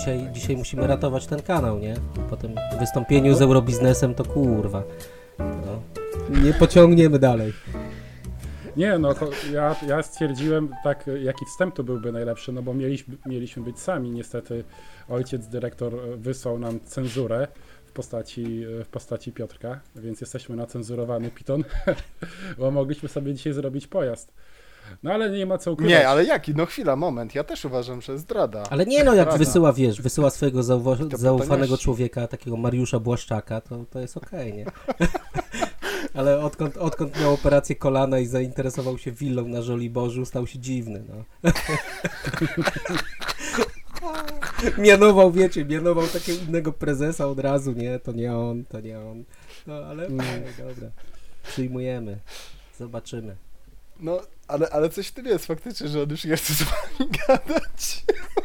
dzisiaj musimy ratować ten kanał, nie? Po tym wystąpieniu z Eurobiznesem to kurwa. No, nie pociągniemy dalej. Nie, no to ja stwierdziłem, tak, jaki wstęp to byłby najlepszy, no bo mieliśmy być sami. Niestety ojciec dyrektor wysłał nam cenzurę w postaci Piotrka, więc jesteśmy na cenzurowany Piton, bo mogliśmy sobie dzisiaj zrobić pojazd. No ale nie ma co ukrywać. Nie, ale jaki? No chwila, moment. Ja też uważam, że zdrada. Ale nie no, jak Zdrada. wysyła swojego zaufanego pytania- człowieka, takiego Mariusza Błaszczaka, to jest okej, nie? Ale odkąd miał operację kolana i zainteresował się willą na Żoliborzu, stał się dziwny, no. Mianował takiego innego prezesa od razu, nie? To nie on. No ale dobra. Przyjmujemy. Zobaczymy. No, ale coś w tym jest faktycznie, że on już nie chce z wami gadać.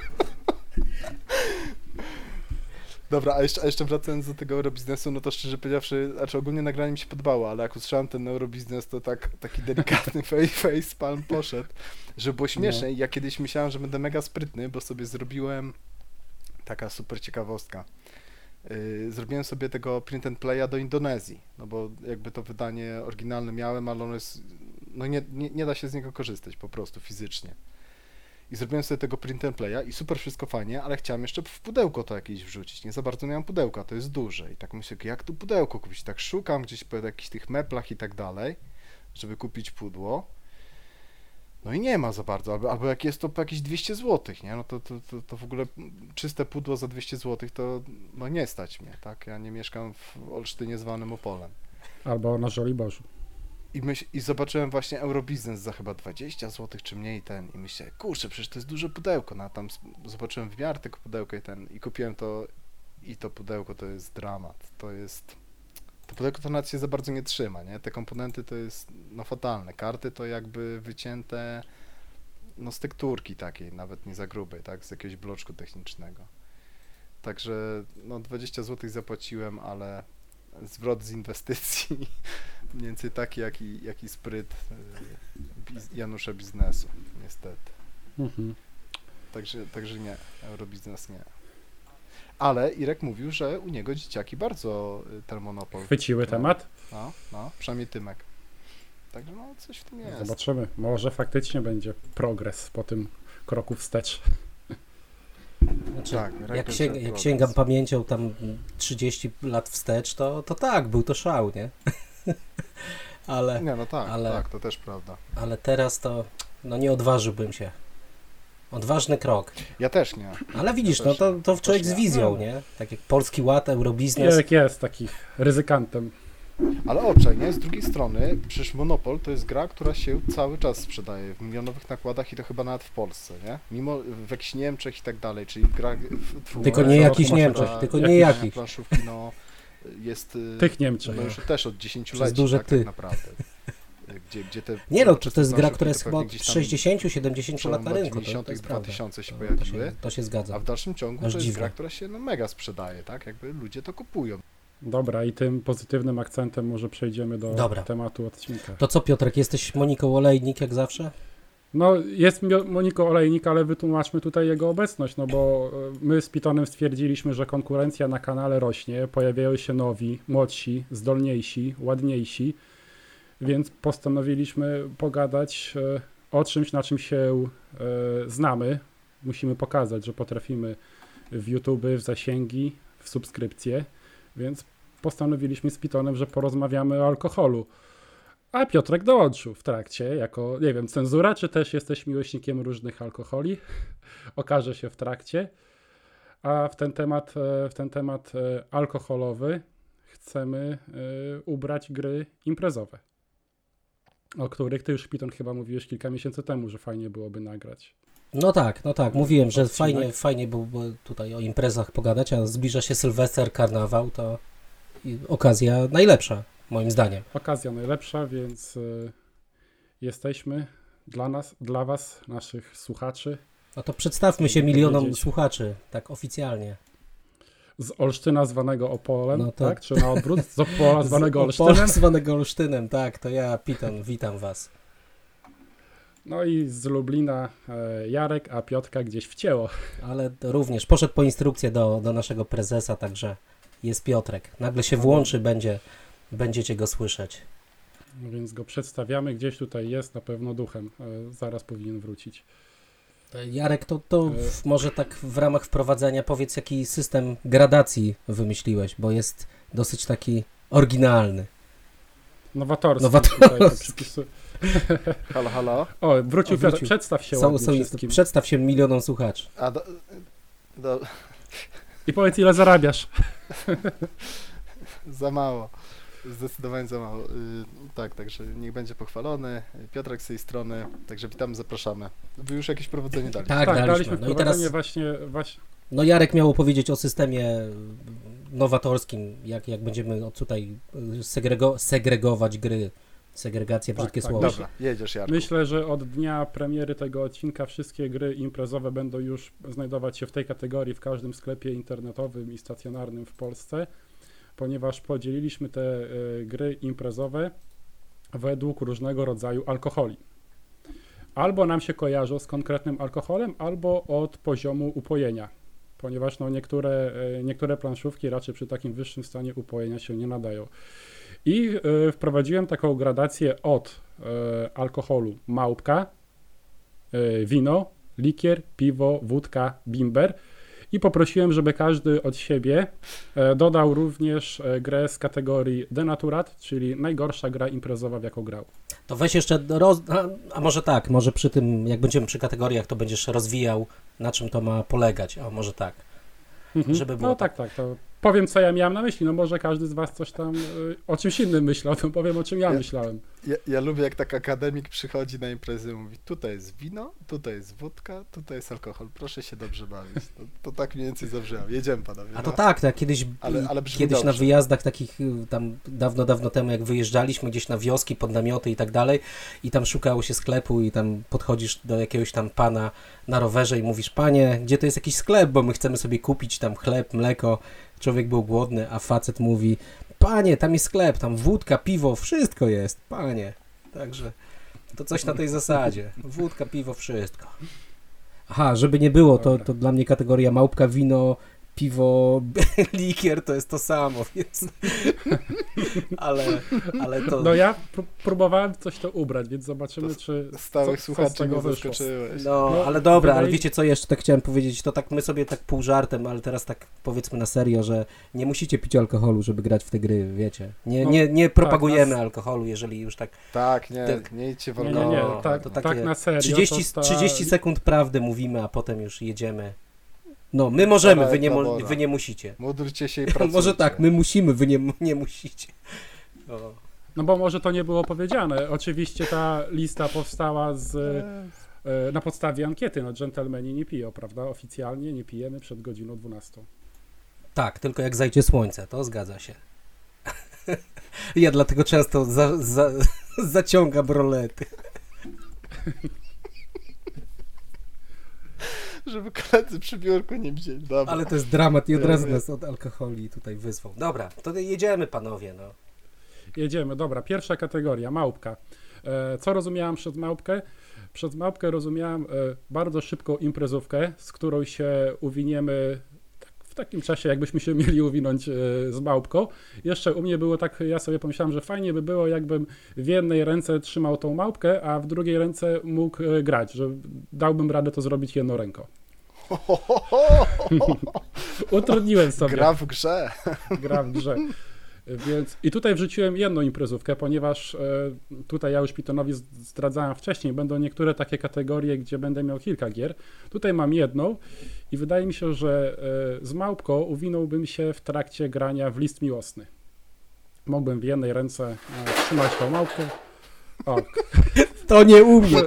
Dobra, a jeszcze wracając do tego Eurobiznesu, no to szczerze powiedziawszy, znaczy ogólnie nagranie mi się podobało, ale jak usłyszałem ten Eurobiznes, to taki delikatny facepalm poszedł, że było śmieszne. No. Ja kiedyś myślałem, że będę mega sprytny, bo sobie zrobiłem, taka super ciekawostka, zrobiłem sobie tego print and playa do Indonezji, no bo jakby to wydanie oryginalne miałem, ale ono jest, no nie da się z niego korzystać po prostu fizycznie. I zrobiłem sobie tego print and playa i super wszystko fajnie, ale chciałem jeszcze w pudełko to jakieś wrzucić. Nie za bardzo miałem pudełka, to jest duże. I tak myślę, jak tu pudełko kupić? Tak szukam gdzieś po jakichś tych meblach i tak dalej, żeby kupić pudło. No i nie ma za bardzo, albo jak jest to po jakieś 200 zł, nie? No to w ogóle czyste pudło za 200 zł to no nie stać mnie, tak? Ja nie mieszkam w Olsztynie zwanym Opolem. Albo na Żoliborzu. I zobaczyłem właśnie Eurobiznes za chyba 20 zł czy mniej i myślę, kurczę, przecież to jest duże pudełko, no a tam zobaczyłem wymiar tego pudełka i kupiłem to i to pudełko to jest dramat, to pudełko to nawet się za bardzo nie trzyma, nie? Te komponenty to jest no fatalne, karty to jakby wycięte no z tekturki takiej, nawet nie za grubej, tak, z jakiegoś bloczku technicznego. Także no 20 zł zapłaciłem, ale zwrot z inwestycji mniej więcej taki, jaki spryt Janusza biznesu, niestety. Mhm. Także nie, Eurobiznes nie. Ale Irek mówił, że u niego dzieciaki bardzo ten monopol. Chwyciły temat? No, przynajmniej Tymek. Także no, coś w tym jest. Zobaczymy. Może faktycznie będzie progres po tym kroku wstecz. Znaczy, Tak, jak sięgam pamięcią tam 30 lat wstecz, to tak, był to szał, nie? Ale, nie, no tak, to też prawda. Ale teraz to no nie odważyłbym się. Odważny krok. Ja też nie. Ale widzisz, ja no to człowiek z wizją, No. nie? Tak jak Polski Ład, Eurobiznes. Jest takich ryzykantem. Ale obczaj, nie? Z drugiej strony, przecież Monopol to jest gra, która się cały czas sprzedaje w milionowych nakładach i to chyba nawet w Polsce, nie? Mimo w jakichś Niemczech i tak dalej, czyli gra... Tylko nie jakichś Niemczech, tylko nie jakichś. Planszówki, no, jest... Tych Niemczech. No już też od 10 Przez lat, duże tak naprawdę. Gdzie te... Nie no, to jest gra, planszówki która jest to chyba od pewnie gdzieś tam 60-70 lat na rynku. 90 To jest 2000 się prawda. pojawiły, To się zgadza. a w dalszym ciągu Aż to jest dziwne. gra, która się no, mega sprzedaje, tak? Jakby ludzie to kupują. Dobra, i tym pozytywnym akcentem może przejdziemy do tematu odcinka. To co, Piotrek, jesteś Moniką Olejnik jak zawsze? No, jest Moniko Olejnik, ale wytłumaczmy tutaj jego obecność, no bo my z Pitonem stwierdziliśmy, że konkurencja na kanale rośnie, pojawiają się nowi, młodsi, zdolniejsi, ładniejsi, więc postanowiliśmy pogadać o czymś, na czym się znamy. Musimy pokazać, że potrafimy w YouTube, w zasięgi, w subskrypcje, więc postanowiliśmy z Pitonem, że porozmawiamy o alkoholu. A Piotrek dołączył w trakcie, jako, nie wiem, cenzura, czy też jesteś miłośnikiem różnych alkoholi? Okaże się w trakcie. A w ten temat alkoholowy chcemy ubrać gry imprezowe, o których ty już, Piton, chyba mówiłeś kilka miesięcy temu, że fajnie byłoby nagrać. No tak, mówiłem, że fajnie byłoby tutaj o imprezach pogadać, a zbliża się Sylwester, karnawał, to okazja najlepsza, moim zdaniem. Okazja najlepsza, więc jesteśmy dla was, naszych słuchaczy. No to przedstawmy się milionom słuchaczy, tak oficjalnie. Z Olsztyna zwanego Opolem, no to... tak? Czy na odwrót? Z Opola zwanego Olsztynem? Z Opola zwanego Olsztynem, tak, to ja, Piton, witam was. No i z Lublina Jarek, a Piotrka gdzieś wcięło. Ale to również poszedł po instrukcję do naszego prezesa, także jest Piotrek. Nagle się włączy, będziecie go słyszeć. No więc go przedstawiamy, gdzieś tutaj jest, na pewno duchem. Zaraz powinien wrócić. Jarek, to może tak w ramach wprowadzenia powiedz, jaki system gradacji wymyśliłeś, bo jest dosyć taki oryginalny. Nowatorski. Nowatorski. Halo, halo. O, wrócił Piotr, przedstaw się wszystkim. Przedstaw się milionom słuchaczy. I powiedz, ile zarabiasz. Za mało. Zdecydowanie za mało. Tak, także niech będzie pochwalony. Piotrek z tej strony, także witamy, zapraszamy. Wy już jakieś prowadzenie dali. Tak, daliśmy. No i teraz właśnie... No Jarek miał opowiedzieć o systemie nowatorskim, jak będziemy tutaj segregować gry. Segregacja, brzydkie słowo. Dobra, jedziesz, Jarku. Myślę, że od dnia premiery tego odcinka wszystkie gry imprezowe będą już znajdować się w tej kategorii w każdym sklepie internetowym i stacjonarnym w Polsce, ponieważ podzieliliśmy te gry imprezowe według różnego rodzaju alkoholi. Albo nam się kojarzą z konkretnym alkoholem, albo od poziomu upojenia, ponieważ no niektóre planszówki raczej przy takim wyższym stanie upojenia się nie nadają. I wprowadziłem taką gradację od alkoholu małpka, wino, likier, piwo, wódka, bimber i poprosiłem, żeby każdy od siebie dodał również grę z kategorii denaturat, czyli najgorsza gra imprezowa, w jaką grał. To weź jeszcze, a może tak, może przy tym, jak będziemy przy kategoriach, to będziesz rozwijał, na czym to ma polegać, a może tak. Żeby było no tak, to powiem, co ja miałem na myśli, no może każdy z was coś tam o czymś innym myślał, to powiem, o czym ja myślałem. Ja lubię, jak tak akademik przychodzi na imprezę i mówi, tutaj jest wino, tutaj jest wódka, tutaj jest alkohol, proszę się dobrze bawić. To tak mniej więcej zabrzmiało. Jedziemy, panowie. A to tak, kiedyś na wyjazdach takich tam dawno temu, jak wyjeżdżaliśmy gdzieś na wioski, pod namioty i tak dalej i tam szukało się sklepu i tam podchodzisz do jakiegoś tam pana na rowerze i mówisz, panie, gdzie to jest jakiś sklep, bo my chcemy sobie kupić tam chleb, mleko. Człowiek był głodny, a facet mówi, panie, tam jest sklep, tam wódka, piwo, wszystko jest, panie. Także to coś na tej zasadzie. Wódka, piwo, wszystko. Aha, żeby nie było, to dla mnie kategoria małpka, wino, piwo, likier to jest to samo, więc... ale to... No ja próbowałem coś to ubrać, więc zobaczymy, czy stałych słuchaczy nie zaskoczyłeś. No, ale dobra, ale wiecie co jeszcze tak chciałem powiedzieć, to tak my sobie tak pół żartem, ale teraz tak powiedzmy na serio, że nie musicie pić alkoholu, żeby grać w te gry, wiecie. Nie propagujemy alkoholu, jeżeli już tak... Tak, nie idźcie w alkohol. Nie, tak na serio. 30 sekund prawdy mówimy, a potem już jedziemy. No, my możemy, wy nie musicie. Módlcie się i pracujcie. Może tak, my musimy, wy nie musicie. O. No bo może to nie było powiedziane. Oczywiście ta lista powstała na podstawie ankiety. No, dżentelmeni nie piją, prawda? Oficjalnie nie pijemy przed godziną 12. Tak, tylko jak zajdzie słońce, to zgadza się. Ja dlatego często zaciągam rolety. Żeby koledzy przy biurku nie wzięli. Dobra. Ale to jest dramat i od razu nas od alkoholi tutaj wyzwał. Dobra, to jedziemy, panowie, no. Jedziemy, dobra. Pierwsza kategoria, małpka. Co rozumiałam przez małpkę? Przez małpkę rozumiałam bardzo szybką imprezówkę, z którą się uwiniemy w takim czasie, jakbyśmy się mieli uwinąć z małpką. Jeszcze u mnie było tak, ja sobie pomyślałem, że fajnie by było, jakbym w jednej ręce trzymał tą małpkę, a w drugiej ręce mógł grać, że dałbym radę to zrobić jedną ręką. Utrudniłem sobie. Gra w grze. Gra w grze. Więc i tutaj wrzuciłem jedną imprezówkę, ponieważ tutaj ja już Pitonowi zdradzałem wcześniej, będą niektóre takie kategorie, gdzie będę miał kilka gier. Tutaj mam jedną i wydaje mi się, że z małpką uwinąłbym się w trakcie grania w list miłosny. Mógłbym w jednej ręce trzymać tą małpkę. O. To nie u mnie.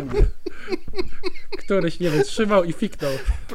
Któryś nie wytrzymał i fiknął.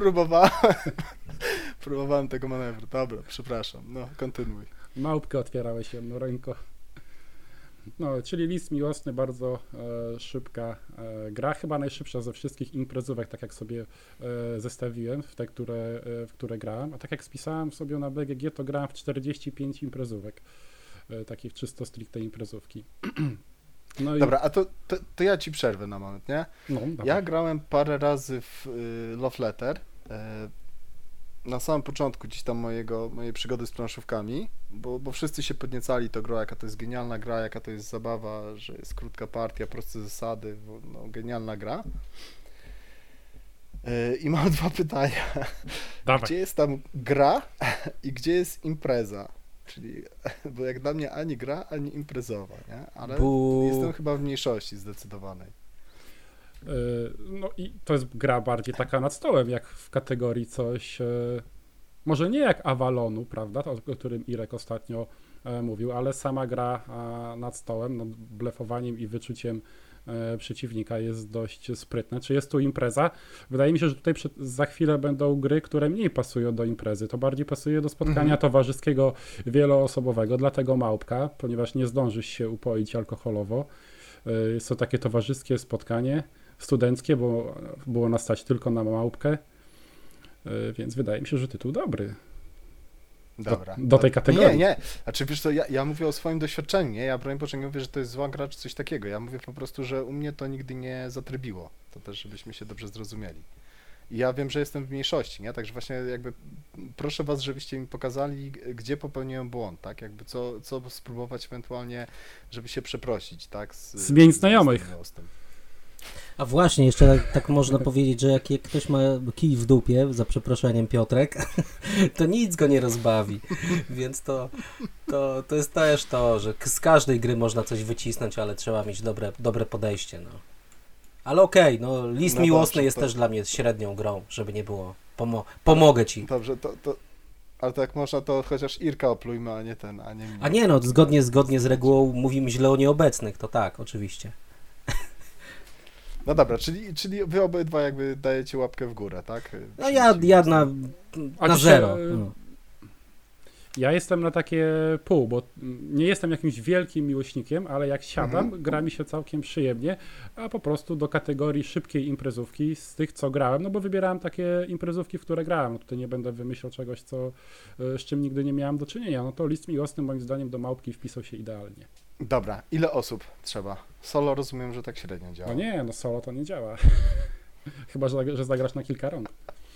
Próbowałem tego manewru. Dobra, przepraszam. No, kontynuuj. Małpkę otwierałeś jedną ręką. No, czyli list miłosny, bardzo szybka gra, chyba najszybsza ze wszystkich imprezówek, tak jak sobie zestawiłem, w te, w które grałem. A tak jak spisałem sobie na BGG, to grałem w 45 imprezówek, takich czysto stricte imprezówki. No dobra, a to ja ci przerwę na moment, nie? No, ja grałem parę razy w Love Letter. Na samym początku gdzieś tam mojej przygody z planszówkami, bo wszyscy się podniecali to grą, jaka to jest genialna gra, jaka to jest zabawa, że jest krótka partia, proste zasady, no, genialna gra. I mam 2 pytania. Dawaj. Gdzie jest tam gra i gdzie jest impreza? Czyli, bo jak dla mnie ani gra, ani imprezowa, nie? Ale jestem chyba w mniejszości zdecydowanej. No i to jest gra bardziej taka nad stołem, jak w kategorii coś, może nie jak Avalonu, prawda, o którym Irek ostatnio mówił, ale sama gra nad stołem, nad blefowaniem i wyczuciem przeciwnika jest dość sprytne. Czy jest tu impreza? Wydaje mi się, że tutaj za chwilę będą gry, które mniej pasują do imprezy. To bardziej pasuje do spotkania towarzyskiego wieloosobowego, dlatego małpka, ponieważ nie zdążysz się upoić alkoholowo. Jest to takie towarzyskie spotkanie studenckie, bo było nas stać tylko na małpkę, więc wydaje mi się, że tytuł dobry. Dobra. Do tej kategorii. Nie. Znaczy wiesz co, ja mówię o swoim doświadczeniu, nie? Ja broń Boże nie mówię, że to jest zła gra czy coś takiego. Ja mówię po prostu, że u mnie to nigdy nie zatrybiło. To też, żebyśmy się dobrze zrozumieli. I ja wiem, że jestem w mniejszości, nie? Także właśnie jakby proszę was, żebyście mi pokazali, gdzie popełniłem błąd, tak? Jakby co spróbować ewentualnie, żeby się przeprosić, tak? Zmień znajomych. A właśnie, jeszcze tak można powiedzieć, że jak ktoś ma kij w dupie, za przeproszeniem Piotrek, to nic go nie rozbawi, więc to jest też to, że z każdej gry można coś wycisnąć, ale trzeba mieć dobre podejście, no. Ale okej, no List Miłosny jest też dla mnie średnią grą, żeby nie było. Pomogę ci. Dobrze, ale to jak można, to chociaż Irka oplujmy, a nie mnie. A nie, no zgodnie z regułą mówimy źle o nieobecnych, to tak, oczywiście. No dobra, czyli wy obydwa jakby dajecie łapkę w górę, tak? No ja na 0. No. Ja jestem na takie pół, bo nie jestem jakimś wielkim miłośnikiem, ale jak siadam, gra mi się całkiem przyjemnie, a po prostu do kategorii szybkiej imprezówki z tych, co grałem, no bo wybierałem takie imprezówki, w które grałem. No tutaj nie będę wymyślał czegoś, z czym nigdy nie miałem do czynienia. No to List Miłosny moim zdaniem do małpki wpisał się idealnie. Dobra, ile osób trzeba? Solo rozumiem, że tak średnio działa. No nie, no solo to nie działa. Chyba, że zagrasz na kilka rąk.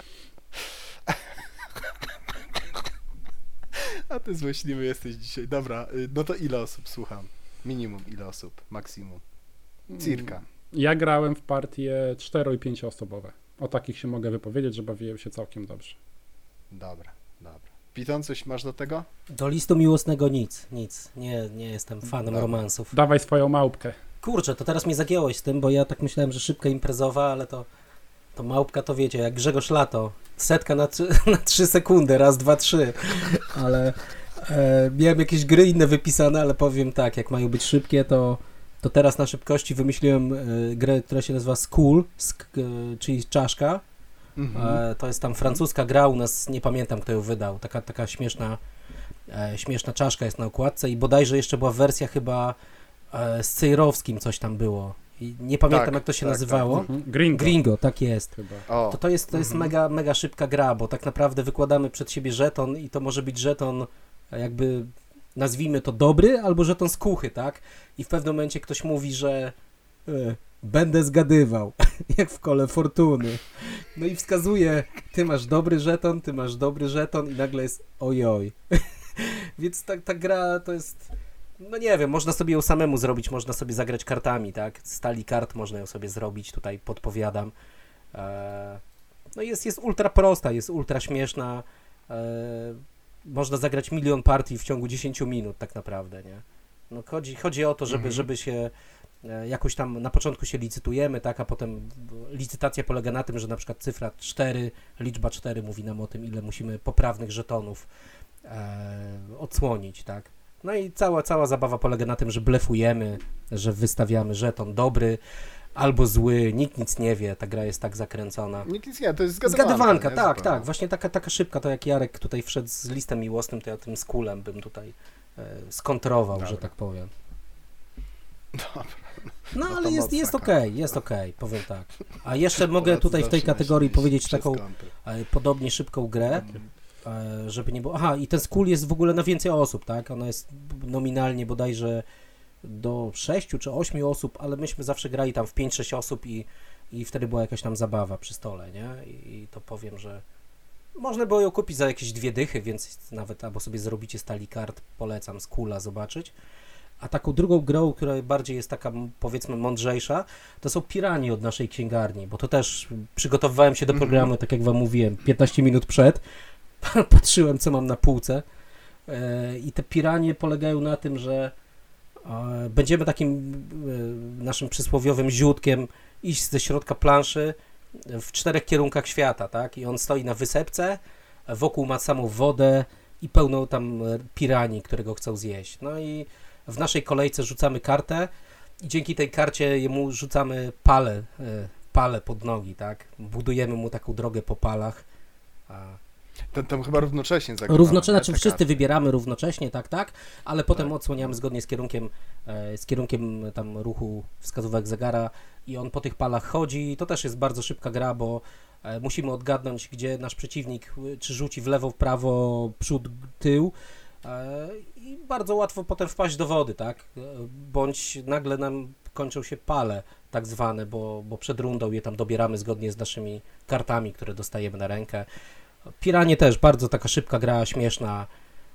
A ty złośliwy jesteś dzisiaj. Dobra, no to ile osób słucham? Minimum ile osób? Maksimum? Circa. Ja grałem w partie 4- i 5-osobowe. O takich się mogę wypowiedzieć, że bawiłem się całkiem dobrze. Dobra. Piton, coś masz do tego? Do Listu Miłosnego nic. Nie jestem fanem romansów. Dawaj swoją małpkę. Kurczę, to teraz mnie zagięłeś z tym, bo ja tak myślałem, że szybka imprezowa, ale to małpka to wiecie, jak Grzegorz Lato. 100 na 3 sekundy, raz, 2, 3. Ale miałem jakieś gry inne wypisane, ale powiem tak, jak mają być szybkie, to teraz na szybkości wymyśliłem grę, która się nazywa School, czyli czaszka. To jest tam francuska gra, u nas nie pamiętam, kto ją wydał. Taka śmieszna czaszka jest na okładce i bodajże jeszcze była wersja chyba z Cejrowskim coś tam było. I nie pamiętam, jak to się nazywało. Tak. Gringo, tak jest. Chyba. To jest mega szybka gra, bo tak naprawdę wykładamy przed siebie żeton i to może być żeton jakby nazwijmy to dobry, albo żeton skuchy, tak? I w pewnym momencie ktoś mówi, że będę zgadywał, jak w kole fortuny. No i wskazuje, ty masz dobry żeton i nagle jest ojoj. Więc ta gra to jest, no nie wiem, można sobie ją samemu zrobić, można sobie zagrać kartami, tak? Z talii kart można ją sobie zrobić, tutaj podpowiadam. No jest ultra prosta, jest ultra śmieszna. Można zagrać 1 000 000 partii w ciągu 10 minut tak naprawdę, nie? No chodzi o to, żeby się jakoś tam na początku się licytujemy, tak, a potem licytacja polega na tym, że na przykład cyfra 4, liczba 4 mówi nam o tym, ile musimy poprawnych żetonów odsłonić, tak. No i cała zabawa polega na tym, że blefujemy, że wystawiamy żeton dobry albo zły, nikt nic nie wie, ta gra jest tak zakręcona. Nikt nic nie, to jest zgadywanka, tak, właśnie taka szybka, to jak Jarek tutaj wszedł z Listem Miłosnym, to ja tym Schoolem bym tutaj skontrował, że tak powiem. Dobra. No ale jest okej, powiem tak. A jeszcze mogę tutaj w tej kategorii powiedzieć taką podobnie szybką grę, żeby nie było... Aha, i ten School jest w ogóle na więcej osób, tak? Ona jest nominalnie bodajże do 6 czy 8 osób, ale myśmy zawsze grali tam w 5-6 osób i wtedy była jakaś tam zabawa przy stole, nie? I to powiem, że można było ją kupić za jakieś 2 dychy, więc nawet albo sobie zrobicie stali kart, polecam z Kula zobaczyć. A taką drugą grą, która bardziej jest taka, powiedzmy, mądrzejsza, to są Piranie od naszej księgarni, bo to też przygotowywałem się do programu, tak jak wam mówiłem, 15 minut przed, patrzyłem, co mam na półce i te Piranie polegają na tym, że będziemy takim naszym przysłowiowym ziółtkiem iść ze środka planszy w 4 kierunkach świata, tak? I on stoi na wysepce, wokół ma samą wodę i pełno tam piranii, które go chcą zjeść. No i w naszej kolejce rzucamy kartę i dzięki tej karcie jemu rzucamy pale pod nogi, tak? Budujemy mu taką drogę po palach. Tam chyba równocześnie zagrywamy. Równocześnie, znaczy wszyscy wybieramy równocześnie, tak, ale potem odsłaniamy zgodnie z kierunkiem tam ruchu wskazówek zegara i on po tych palach chodzi. To też jest bardzo szybka gra, bo musimy odgadnąć, gdzie nasz przeciwnik, czy rzuci w lewo, w prawo, przód, tył i bardzo łatwo potem wpaść do wody, tak, bądź nagle nam kończą się pale tak zwane, bo przed rundą je tam dobieramy zgodnie z naszymi kartami, które dostajemy na rękę. Piranie też, bardzo taka szybka gra, śmieszna.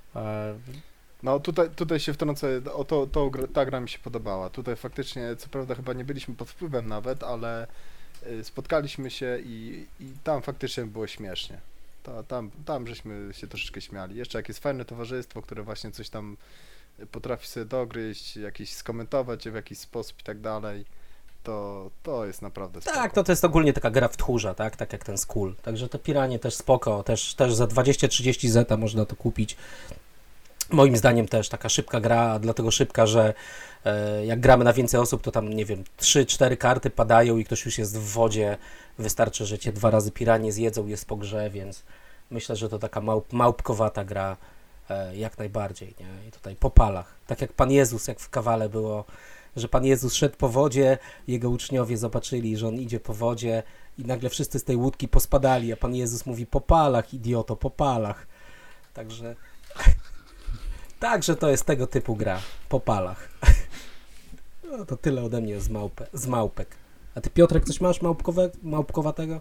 No tutaj się wtrącę, ta gra mi się podobała. Tutaj faktycznie, co prawda chyba nie byliśmy pod wpływem nawet, ale spotkaliśmy się i tam faktycznie było śmiesznie. Tam żeśmy się troszeczkę śmiali. Jeszcze jak jest fajne towarzystwo, które właśnie coś tam potrafi sobie dogryźć, jakieś skomentować w jakiś sposób i tak dalej, to jest naprawdę spoko. Tak, to jest ogólnie taka gra w tchórza, tak jak ten Skull. Także te Piranie też spoko, też za 20-30 zeta można to kupić. Moim zdaniem też taka szybka gra, dlatego szybka, że jak gramy na więcej osób, to tam, nie wiem, 3-4 karty padają i ktoś już jest w wodzie. Wystarczy, że cię 2 razy piranie zjedzą, jest po grze, więc myślę, że to taka małpkowata gra jak najbardziej, nie? I tutaj po palach. Tak jak Pan Jezus, jak w Kawale było, że Pan Jezus szedł po wodzie, jego uczniowie zobaczyli, że on idzie po wodzie i nagle wszyscy z tej łódki pospadali, a Pan Jezus mówi: po palach, idioto, po palach. Także to jest tego typu gra, po palach. No to tyle ode mnie z małpek. A ty, Piotrek, coś masz małpkowatego?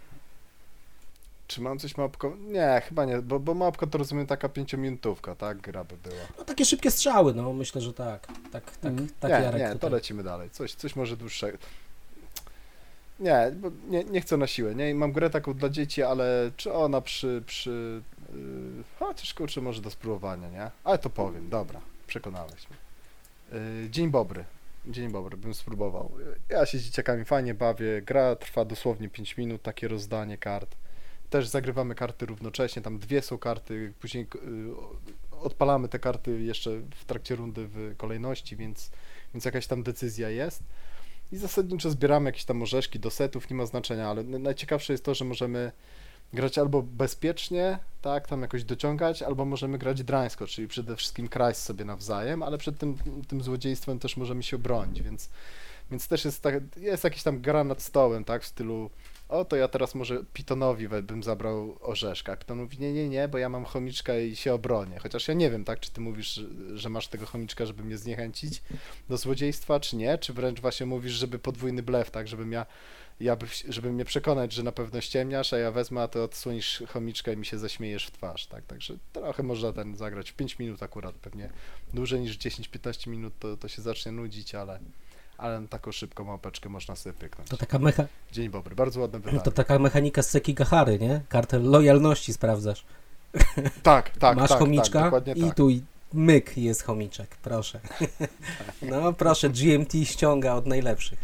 Czy mam coś małpkowatego? Nie, chyba nie, bo małpka to rozumiem taka 5-minutówka, tak? Gra by była. No takie szybkie strzały, no myślę, że tak. Nie, to lecimy dalej. Coś może dłuższego. Nie, bo nie chcę na siłę, nie? Mam grę taką dla dzieci, ale czy ona chociaż kurczę, może do spróbowania, nie? Ale to powiem, dobra, przekonałeś mnie. Dzień dobry, bym spróbował. Ja się z dzieciakami fajnie bawię, gra trwa dosłownie 5 minut, takie rozdanie kart. Też zagrywamy karty równocześnie, tam 2 są karty, później odpalamy te karty jeszcze w trakcie rundy w kolejności, więc jakaś tam decyzja jest. I zasadniczo zbieramy jakieś tam orzeszki do setów, nie ma znaczenia, ale najciekawsze jest to, że możemy grać albo bezpiecznie, tak, tam jakoś dociągać, albo możemy grać drańsko, czyli przede wszystkim kraść sobie nawzajem, ale przed tym złodziejstwem też możemy się bronić, więc też jest jakiś tam gra nad stołem, tak, w stylu: o, to ja teraz może Pitonowi bym zabrał orzeszka. Piton mówi: nie, bo ja mam chomiczka i się obronię. Chociaż ja nie wiem, tak, czy ty mówisz, że masz tego chomiczka, żeby mnie zniechęcić do złodziejstwa, czy nie, czy wręcz właśnie mówisz, żeby podwójny blef, tak, żeby mnie przekonać, że na pewno ściemniasz, a ja wezmę, a ty odsłonisz chomiczka i mi się zaśmiejesz w twarz, tak, także trochę można zagrać w 5 minut akurat, pewnie dłużej niż 10-15 minut to się zacznie nudzić, ale na taką szybką małpeczkę można sobie pyknąć. To taka Dzień dobry, bardzo ładne wydanie. To taka mechanika z Sekigahary, nie? Kartę lojalności sprawdzasz. Tak. Masz chomiczka dokładnie i tu myk jest chomiczek, proszę. No proszę, GMT ściąga od najlepszych.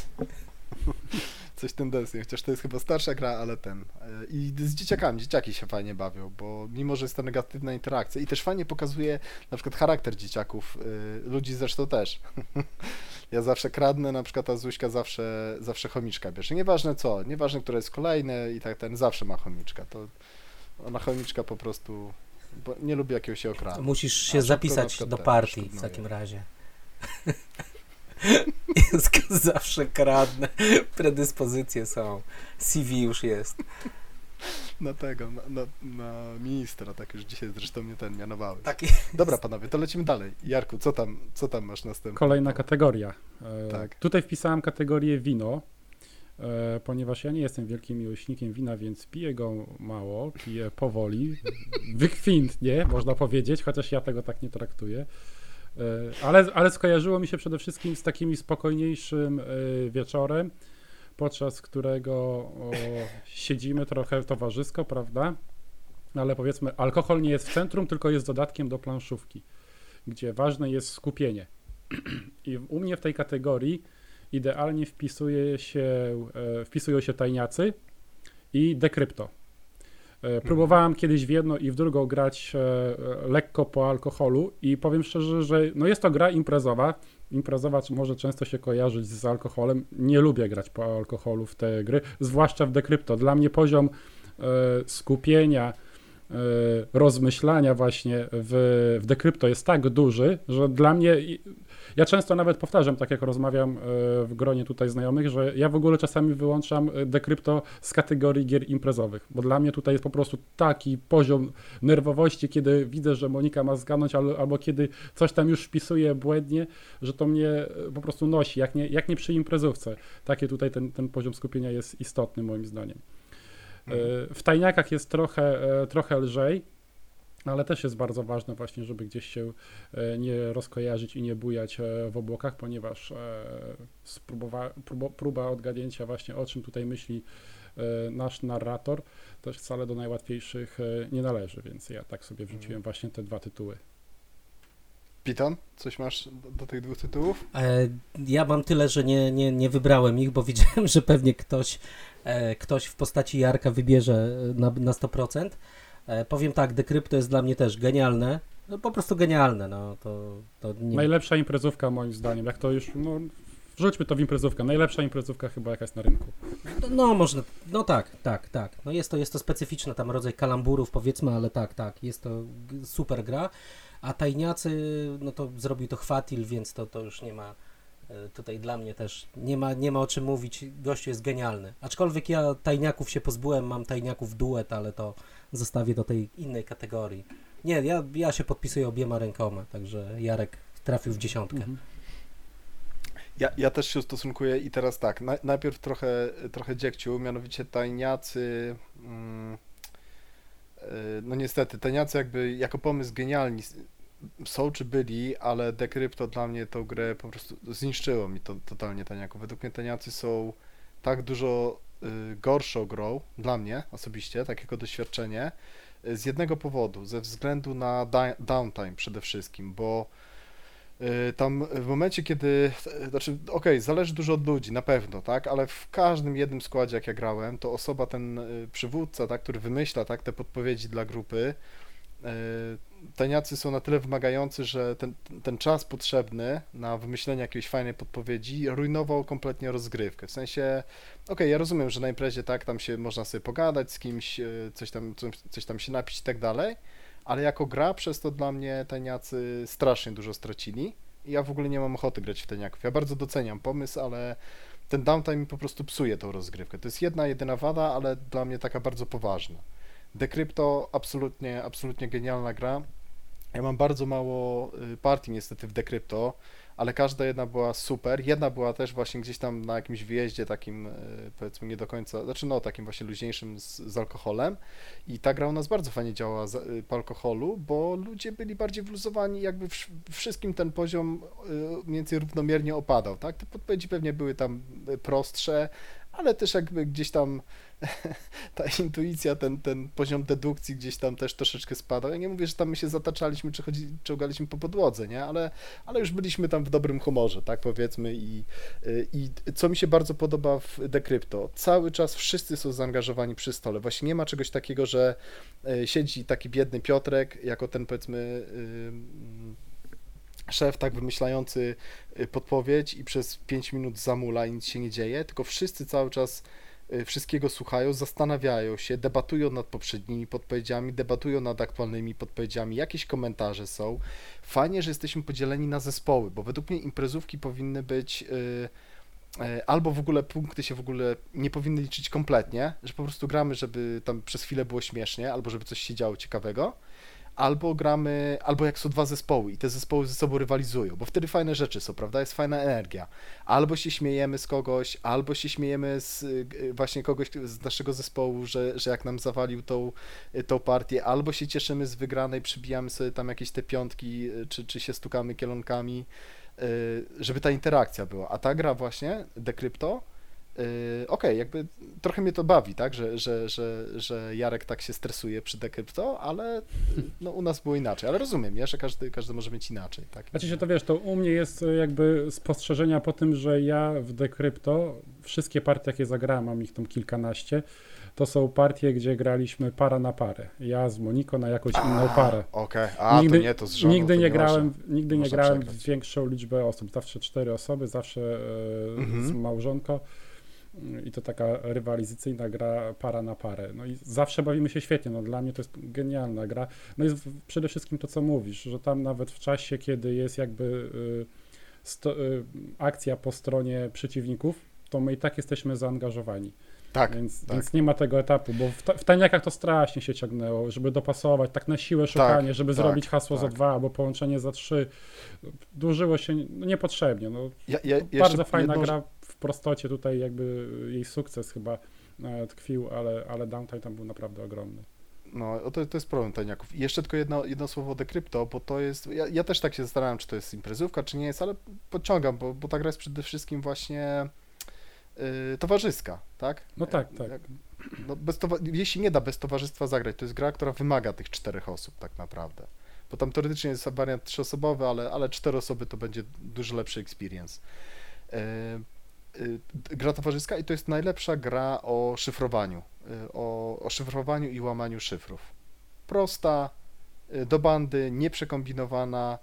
Coś tendencji, chociaż to jest chyba starsza gra, ale i z dzieciaki się fajnie bawią, bo mimo, że jest to negatywna interakcja i też fajnie pokazuje na przykład charakter dzieciaków, ludzi zresztą też. Ja zawsze kradnę, na przykład ta Zuśka zawsze chomiczka bierze. Nieważne co, nieważne, które jest kolejne i tak zawsze ma chomiczka. To ona chomiczka po prostu, bo nie lubi jakiegoś się okrada. Musisz się zapisać do partii w takim razie. Zawsze kradnę. Predyspozycje są. CV już jest. na tego, na ministra, tak już dzisiaj zresztą mnie mianowałeś. Tak. Dobra, panowie, to lecimy dalej. Jarku, co tam masz następne? Kolejna kategoria. Tak. Tutaj wpisałem kategorię wino, ponieważ ja nie jestem wielkim miłośnikiem wina, więc piję go mało, piję powoli, wykwintnie, można powiedzieć, chociaż ja tego tak nie traktuję. Ale skojarzyło mi się przede wszystkim z takim spokojniejszym wieczorem, podczas którego siedzimy trochę towarzysko, prawda? Ale powiedzmy, alkohol nie jest w centrum, tylko jest dodatkiem do planszówki, gdzie ważne jest skupienie. I u mnie w tej kategorii idealnie wpisują się tajniacy i dekrypto. Próbowałem kiedyś w jedno i w drugą grać lekko po alkoholu i powiem szczerze, że no jest to gra imprezowa. Imprezowa może często się kojarzyć z alkoholem. Nie lubię grać po alkoholu w te gry, zwłaszcza w dekrypto. Dla mnie poziom skupienia, rozmyślania właśnie w dekrypto jest tak duży, że dla mnie, ja często nawet powtarzam, tak jak rozmawiam w gronie tutaj znajomych, że ja w ogóle czasami wyłączam dekrypto z kategorii gier imprezowych, bo dla mnie tutaj jest po prostu taki poziom nerwowości, kiedy widzę, że Monika ma zgadnąć, albo kiedy coś tam już wpisuje błędnie, że to mnie po prostu nosi, jak nie przy imprezówce. Takie tutaj ten poziom skupienia jest istotny moim zdaniem. W tajniakach jest trochę lżej, ale też jest bardzo ważne właśnie, żeby gdzieś się nie rozkojarzyć i nie bujać w obłokach, ponieważ próba odgadnięcia właśnie o czym tutaj myśli nasz narrator też wcale do najłatwiejszych nie należy, więc ja tak sobie wrzuciłem właśnie te dwa tytuły. Piton, coś masz do tych dwóch tytułów? Ja mam tyle, że nie wybrałem ich, bo widziałem, że pewnie ktoś w postaci Jarka wybierze na 100%. Powiem tak, dekrypto jest dla mnie też genialne, no po prostu genialne. No, to nie... Najlepsza imprezówka moim zdaniem, jak to już, no wrzućmy to w imprezówkę, najlepsza imprezówka chyba jaka jest na rynku. No można, no tak. No jest to specyficzny tam rodzaj kalamburów powiedzmy, ale tak, jest to super gra, a tajniacy, no to zrobił to Chwatil, więc to już nie ma, tutaj dla mnie też nie ma o czym mówić, gościu jest genialny. Aczkolwiek ja tajniaków się pozbyłem, mam tajniaków duet, ale to zostawię do tej innej kategorii. Nie, ja się podpisuję obiema rękoma, także Jarek trafił w 10. Ja też się ustosunkuję i teraz tak, najpierw trochę dziegciu, mianowicie tajniacy, no niestety, tajniacy jakby jako pomysł genialni są czy byli, ale dekrypto dla mnie tą grę po prostu zniszczyło mi to totalnie tajniaków. Według mnie tajniacy są tak dużo gorszą grą, dla mnie osobiście, takiego doświadczenie, z jednego powodu, ze względu na downtime przede wszystkim, bo tam w momencie, kiedy, znaczy zależy dużo od ludzi, na pewno, tak, ale w każdym jednym składzie, jak ja grałem, to osoba, ten przywódca, tak, który wymyśla, tak, te podpowiedzi dla grupy, tajniacy są na tyle wymagający, że ten czas potrzebny na wymyślenie jakiejś fajnej podpowiedzi rujnował kompletnie rozgrywkę. W sensie, ja rozumiem, że na imprezie tak, tam się można sobie pogadać z kimś, coś tam się napić i tak dalej, ale jako gra przez to dla mnie tajniacy strasznie dużo stracili i ja w ogóle nie mam ochoty grać w tajniaków. Ja bardzo doceniam pomysł, ale ten downtime mi po prostu psuje tą rozgrywkę. To jest jedyna wada, ale dla mnie taka bardzo poważna. Dekrypto absolutnie genialna gra. Ja mam bardzo mało partii niestety w dekrypto, ale każda jedna była super. Jedna była też właśnie gdzieś tam na jakimś wyjeździe takim, powiedzmy nie do końca, takim właśnie luźniejszym z alkoholem i ta gra u nas bardzo fajnie działała po alkoholu, bo ludzie byli bardziej wluzowani, jakby wszystkim ten poziom mniej więcej równomiernie opadał, tak? Te podpowiedzi pewnie były tam prostsze, ale też jakby gdzieś tam ta intuicja, ten poziom dedukcji gdzieś tam też troszeczkę spadał. Ja nie mówię, że tam my się zataczaliśmy, czy czołgaliśmy po podłodze, nie? Ale już byliśmy tam w dobrym humorze, tak powiedzmy i co mi się bardzo podoba w dekrypto, cały czas wszyscy są zaangażowani przy stole. Właśnie nie ma czegoś takiego, że siedzi taki biedny Piotrek, jako ten powiedzmy szef tak wymyślający podpowiedź i przez 5 minut zamula i nic się nie dzieje, tylko wszyscy cały czas wszystkiego słuchają, zastanawiają się, debatują nad poprzednimi podpowiedziami, debatują nad aktualnymi podpowiedziami, jakieś komentarze są. Fajnie, że jesteśmy podzieleni na zespoły, bo według mnie imprezówki powinny być albo w ogóle punkty się w ogóle nie powinny liczyć kompletnie, że po prostu gramy, żeby tam przez chwilę było śmiesznie, albo żeby coś się działo ciekawego, albo gramy, albo jak są dwa zespoły i te zespoły ze sobą rywalizują, bo wtedy fajne rzeczy są, prawda, jest fajna energia. Albo się śmiejemy z kogoś, albo się śmiejemy z właśnie kogoś z naszego zespołu, że jak nam zawalił tą partię, albo się cieszymy z wygranej, przybijamy sobie tam jakieś te piątki, czy się stukamy kielonkami, żeby ta interakcja była. A ta gra właśnie, Decrypto, okej, jakby trochę mnie to bawi, tak, że Jarek tak się stresuje przy Decrypto, ale no, u nas było inaczej, ale rozumiem, nie, że każdy może mieć inaczej. Tak? Znaczy się to wiesz, to u mnie jest jakby spostrzeżenia po tym, że ja w Decrypto wszystkie partie, jakie zagrałem, mam ich tam kilkanaście, to są partie, gdzie graliśmy para na parę. Ja z Moniko na jakąś inną parę. Okej, nigdy, to nie, to z żoną, nigdy to nie grałem w większą liczbę osób. Zawsze 4 osoby, zawsze z małżonką. I to taka rywalizacyjna gra para na parę. No i zawsze bawimy się świetnie. No dla mnie to jest genialna gra. No i przede wszystkim to, co mówisz, że tam nawet w czasie, kiedy jest jakby akcja po stronie przeciwników, to my i tak jesteśmy zaangażowani. Tak, więc nie ma tego etapu, bo w tajniakach to strasznie się ciągnęło, żeby dopasować, tak na siłę szukanie, żeby zrobić hasło za 2 albo połączenie za 3. Dłużyło się niepotrzebnie. No, bardzo fajna gra w prostocie, tutaj jakby jej sukces chyba tkwił, ale downtime tam był naprawdę ogromny. No, to jest problem tajniaków. I jeszcze tylko jedno słowo o Decrypto, bo to jest, ja też tak się zastanawiam, czy to jest imprezówka, czy nie jest, ale podciągam, bo ta gra jest przede wszystkim właśnie towarzyska, tak? No tak. No jeśli nie da bez towarzystwa zagrać, to jest gra, która wymaga tych 4 osób tak naprawdę. Bo tam teoretycznie jest wariant 3-osobowy, ale 4 osoby to będzie dużo lepszy experience. Gra towarzyska i to jest najlepsza gra o szyfrowaniu. O szyfrowaniu i łamaniu szyfrów. Prosta, do bandy, nieprzekombinowana,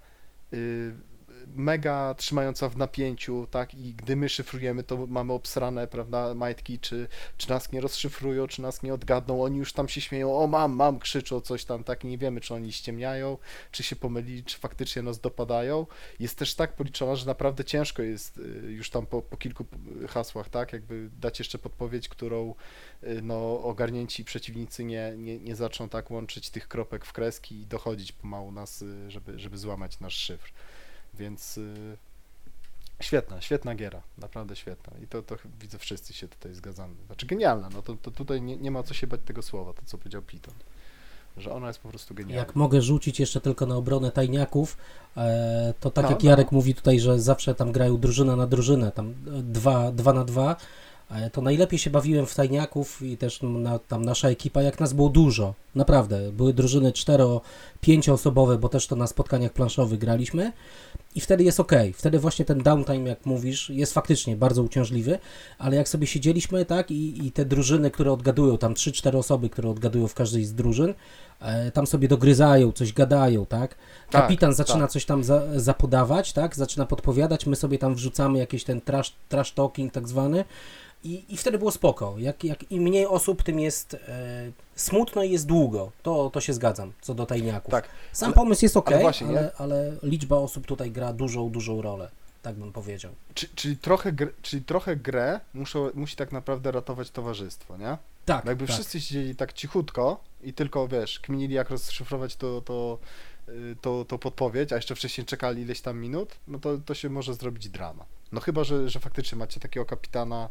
mega trzymająca w napięciu, tak, i gdy my szyfrujemy, to mamy obsrane, prawda, majtki, czy nas nie rozszyfrują, czy nas nie odgadną, oni już tam się śmieją, o mam, krzyczą coś tam, tak, i nie wiemy, czy oni ściemniają, czy się pomylili, czy faktycznie nas dopadają. Jest też tak policzona, że naprawdę ciężko jest już tam po kilku hasłach, tak, jakby dać jeszcze podpowiedź, którą no ogarnięci przeciwnicy nie zaczną tak łączyć tych kropek w kreski i dochodzić pomału nas, żeby złamać nasz szyfr. Więc świetna giera, naprawdę świetna. I to widzę, wszyscy się tutaj zgadzamy. Znaczy genialna, no to tutaj nie ma co się bać tego słowa, to co powiedział Piton, że ona jest po prostu genialna. Jak mogę rzucić jeszcze tylko na obronę tajniaków, to tak jak Jarek mówi tutaj, że zawsze tam grają drużyna na drużynę, tam 2 na 2, to najlepiej się bawiłem w tajniaków i też tam nasza ekipa, jak nas było dużo, naprawdę. Były drużyny 4-5 osobowe, bo też to na spotkaniach planszowych graliśmy i wtedy jest okej. Wtedy właśnie ten downtime, jak mówisz, jest faktycznie bardzo uciążliwy, ale jak sobie siedzieliśmy, tak, i te drużyny, które odgadują, tam 3-4 osoby, które odgadują w każdej z drużyn, tam sobie dogryzają, coś gadają, tak? Kapitan zaczyna coś tam zapodawać, tak? Zaczyna podpowiadać, my sobie tam wrzucamy jakiś ten trash talking tak zwany. I wtedy było spoko. Jak im mniej osób, tym jest smutno i jest długo. To się zgadzam, co do tajniaków. Tak. Sam pomysł jest okej, ale liczba osób tutaj gra dużą rolę, tak bym powiedział. Czyli trochę grę musi tak naprawdę ratować towarzystwo, nie? Tak. No jakby wszyscy siedzieli tak cichutko i tylko, wiesz, kminili jak rozszyfrować to podpowiedź, a jeszcze wcześniej czekali ileś tam minut, no to się może zrobić drama. No chyba, że faktycznie macie takiego kapitana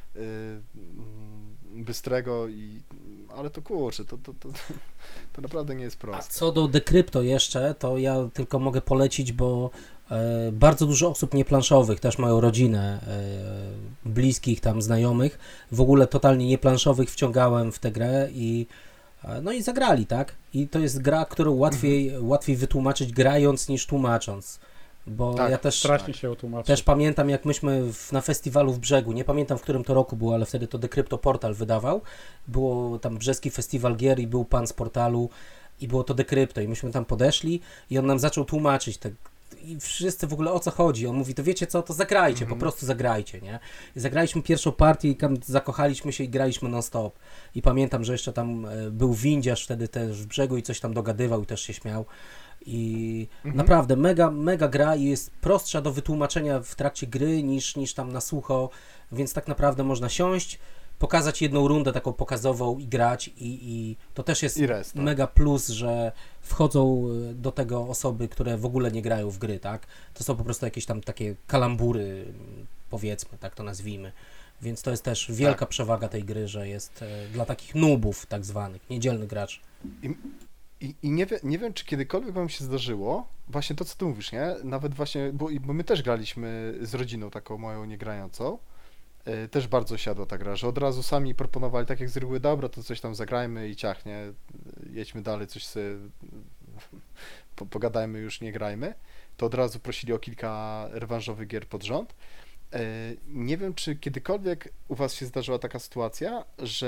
bystrego, ale to kurczę, to naprawdę nie jest proste. A co do Decrypto jeszcze, to ja tylko mogę polecić, bo bardzo dużo osób nieplanszowych też mają rodzinę, bliskich tam znajomych, w ogóle totalnie nieplanszowych wciągałem w tę grę i zagrali, tak? I to jest gra, którą łatwiej wytłumaczyć grając niż tłumacząc. Bo ja też strasznie się tłumaczę. Też pamiętam, jak myśmy na festiwalu w Brzegu, nie pamiętam w którym to roku było, ale wtedy to Decrypto Portal wydawał. Było tam brzeski festiwal gier i był pan z portalu i było to Decrypto i myśmy tam podeszli i on nam zaczął tłumaczyć i wszyscy w ogóle o co chodzi. On mówi, to wiecie co, to zagrajcie, po prostu zagrajcie, nie? I zagraliśmy pierwszą partię i tam zakochaliśmy się i graliśmy non-stop. I pamiętam, że jeszcze tam był windziarz wtedy też w brzegu i coś tam dogadywał i też się śmiał. I naprawdę mega gra i jest prostsza do wytłumaczenia w trakcie gry niż tam na sucho, więc tak naprawdę można siąść, pokazać jedną rundę taką pokazową i grać i to też jest mega plus, że wchodzą do tego osoby, które w ogóle nie grają w gry, tak? To są po prostu jakieś tam takie kalambury, powiedzmy, tak to nazwijmy. Więc to jest też wielka przewaga tej gry, że jest dla takich noobów tak zwanych, niedzielnych graczy. I nie wiem, czy kiedykolwiek wam się zdarzyło, właśnie to, co ty mówisz, nie? Nawet właśnie, bo my też graliśmy z rodziną taką moją niegrającą, też bardzo siadła ta gra, że od razu sami proponowali, tak jak z reguły, dobra, to coś tam zagrajmy i ciachnie, jedźmy dalej, coś sobie pogadajmy, już nie grajmy, to od razu prosili o kilka rewanżowych gier pod rząd. Nie wiem, czy kiedykolwiek u was się zdarzyła taka sytuacja,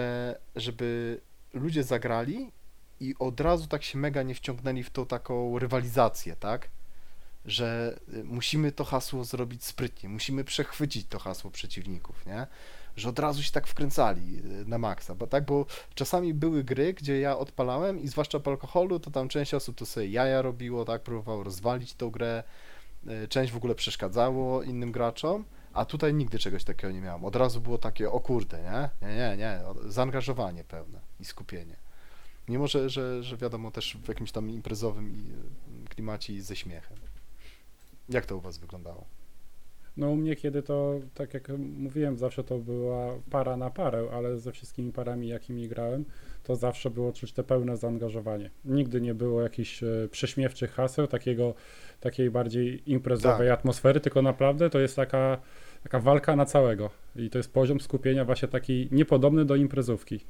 żeby ludzie zagrali i od razu tak się mega nie wciągnęli w tą taką rywalizację, tak? Że musimy to hasło zrobić sprytnie, musimy przechwycić to hasło przeciwników, nie? Że od razu się tak wkręcali na maksa, bo czasami były gry, gdzie ja odpalałem i zwłaszcza po alkoholu, to tam część osób to sobie jaja robiło, tak? Próbowało rozwalić tą grę, część w ogóle przeszkadzało innym graczom, a tutaj nigdy czegoś takiego nie miałem. Od razu było takie, o kurde, nie, zaangażowanie pełne i skupienie. Mimo, że wiadomo, też w jakimś tam imprezowym klimacie i ze śmiechem. Jak to u was wyglądało? No u mnie kiedy to, tak jak mówiłem, zawsze to była para na parę, ale ze wszystkimi parami, jakimi grałem, to zawsze było czuć te pełne zaangażowanie. Nigdy nie było jakichś prześmiewczych haseł, takiej bardziej imprezowej atmosfery, tylko naprawdę to jest taka walka na całego. I to jest poziom skupienia właśnie taki niepodobny do imprezówki.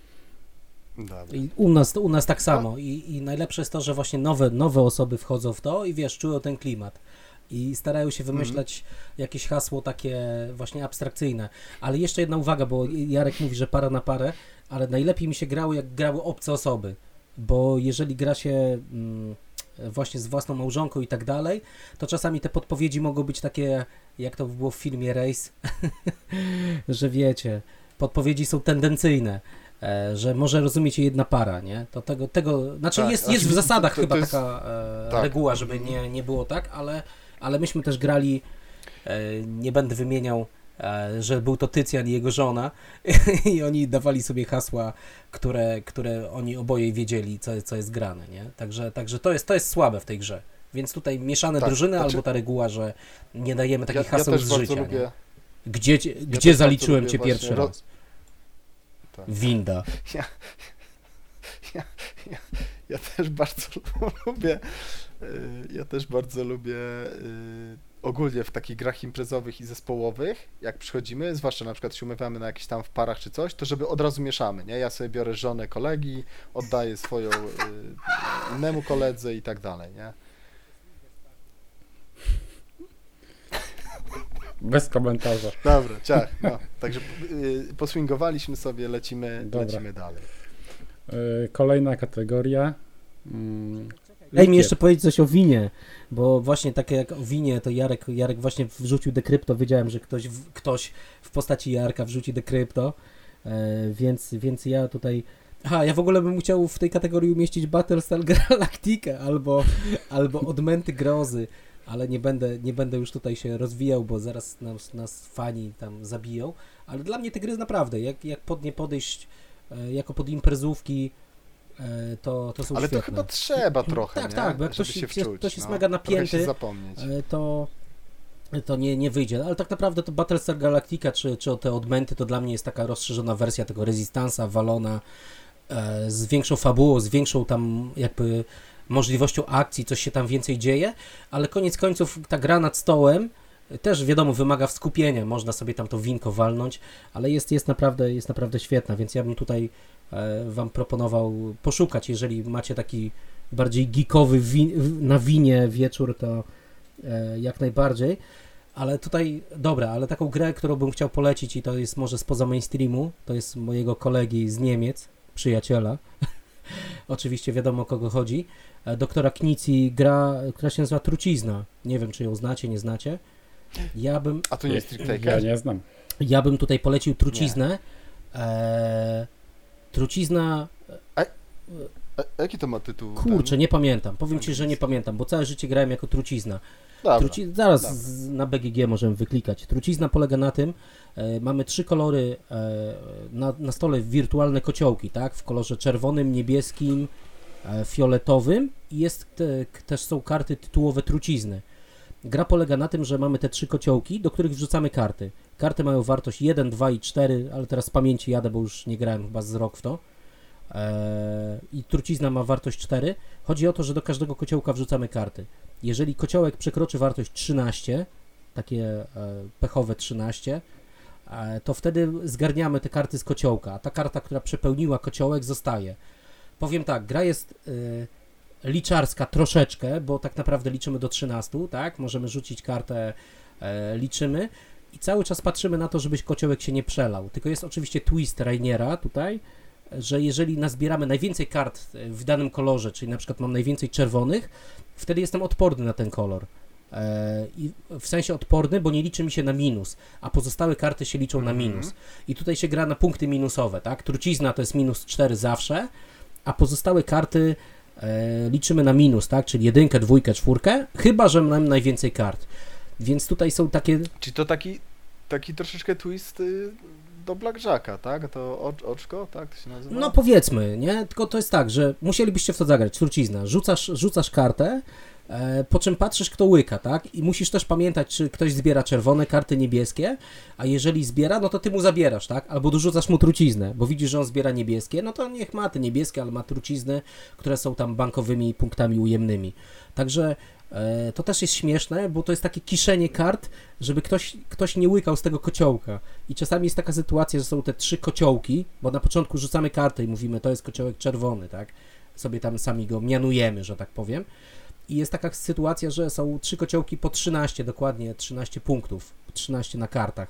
I u nas tak samo. I najlepsze jest to, że właśnie nowe osoby wchodzą w to i wiesz, czują ten klimat. I starają się wymyślać jakieś hasło takie właśnie abstrakcyjne. Ale jeszcze jedna uwaga, bo Jarek mówi, że para na parę, ale najlepiej mi się grało, jak grały obce osoby. Bo jeżeli gra się właśnie z własną małżonką i tak dalej, to czasami te podpowiedzi mogą być takie, jak to było w filmie Race, że wiecie, podpowiedzi są tendencyjne. Że może rozumieć jedna para, nie? To tego znaczy jest w zasadach chyba taka reguła, żeby nie było tak, ale myśmy też grali, nie będę wymieniał, że był to Tycjan i jego żona i oni dawali sobie hasła, które oni oboje wiedzieli, co jest grane, nie? Także to jest słabe w tej grze. Więc tutaj mieszane drużyny albo ta reguła, że nie dajemy takich haseł z życia. Lubię, gdzie zaliczyłem cię pierwszy raz? Winda. Ja też bardzo lubię ogólnie w takich grach imprezowych i zespołowych, jak przychodzimy, zwłaszcza na przykład się umawiamy na jakieś tam w parach czy coś, to żeby od razu mieszamy, nie? Ja sobie biorę żonę kolegi, oddaję swoją innemu koledze i tak dalej, nie? Bez komentarza. Dobra, no. Także poswingowaliśmy sobie, lecimy dalej. Kolejna kategoria. Daj mi jeszcze powiedzieć coś o winie, bo właśnie takie jak o winie, to Jarek właśnie wrzucił Decrypto, wiedziałem, że ktoś w postaci Jarka wrzuci Decrypto, więc ja tutaj... ja w ogóle bym chciał w tej kategorii umieścić Battlestar Galactica albo Odmęty Grozy, ale nie będę już tutaj się rozwijał, bo zaraz nas fani tam zabiją, ale dla mnie te gry naprawdę, jak pod nie podejść jako pod imprezówki, to są ale świetne. To chyba trzeba trochę, tak, bo jak ktoś jest mega napięty, to nie wyjdzie, ale tak naprawdę to Battlestar Galactica czy te Odmęty to dla mnie jest taka rozszerzona wersja tego Resistance'a, Walona, z większą fabułą, z większą tam jakby możliwością akcji, coś się tam więcej dzieje, ale koniec końców ta gra nad stołem też wiadomo wymaga skupienia, można sobie tam to winko walnąć, ale jest naprawdę świetna, więc ja bym tutaj wam proponował poszukać, jeżeli macie taki bardziej geekowy na winie wieczór, to jak najbardziej, ale tutaj, dobra, ale taką grę, którą bym chciał polecić i to jest może spoza mainstreamu, to jest mojego kolegi z Niemiec, przyjaciela, Oczywiście wiadomo, o kogo chodzi. Doktora Knici gra, która się nazywa Trucizna. Nie wiem, czy ją znacie, nie znacie. A to nie jest Trick Taker? Ja nie znam. Ja bym tutaj polecił Truciznę. Trucizna... Jaki to ma tytuł? Kurczę, nie pamiętam. Powiem Ci, że nie pamiętam, bo całe życie grałem jako Trucizna. Zaraz na BGG możemy wyklikać. Trucizna polega na tym, mamy 3 kolory na stole, wirtualne kociołki, tak? W kolorze czerwonym, niebieskim, fioletowym i też są karty tytułowe Trucizny. Gra polega na tym, że mamy te 3 kociołki, do których wrzucamy karty. Karty mają wartość 1, 2 i 4, ale teraz z pamięci jadę, bo już nie grałem chyba z rok w to. I Trucizna ma wartość 4. Chodzi o to, że do każdego kociołka wrzucamy karty. Jeżeli kociołek przekroczy wartość 13, takie pechowe 13, to wtedy zgarniamy te karty z kociołka, a ta karta, która przepełniła kociołek, zostaje. Powiem tak, gra jest liczarska troszeczkę, bo tak naprawdę liczymy do 13, tak? Możemy rzucić kartę, liczymy i cały czas patrzymy na to, żeby kociołek się nie przelał. Tylko jest oczywiście twist Rainiera tutaj, że jeżeli nazbieramy najwięcej kart w danym kolorze, czyli na przykład mam najwięcej czerwonych, wtedy jestem odporny na ten kolor. I w sensie odporny, bo nie liczy mi się na minus, a pozostałe karty się liczą na minus. I tutaj się gra na punkty minusowe, tak? Trucizna to jest minus 4 zawsze, a pozostałe karty liczymy na minus, tak? Czyli 1, 2, 4, chyba że mam najwięcej kart. Więc tutaj są takie... Czyli to taki troszeczkę twist do Blackjacka, tak? To oczko, tak to się nazywa? No powiedzmy, nie? Tylko to jest tak, że musielibyście w to zagrać, Trucizna. Rzucasz kartę, po czym patrzysz, kto łyka, tak? I musisz też pamiętać, czy ktoś zbiera czerwone karty, niebieskie, a jeżeli zbiera, no to ty mu zabierasz, tak? Albo dorzucasz mu truciznę, bo widzisz, że on zbiera niebieskie, no to niech ma te niebieskie, ale ma trucizny, które są tam bankowymi punktami ujemnymi. Także to też jest śmieszne, bo to jest takie kiszenie kart, żeby ktoś nie łykał z tego kociołka. I czasami jest taka sytuacja, że są te 3 kociołki, bo na początku rzucamy kartę i mówimy, to jest kociołek czerwony, tak? Sobie tam sami go mianujemy, że tak powiem. I jest taka sytuacja, że są 3 kociołki po 13, dokładnie 13 punktów, 13 na kartach.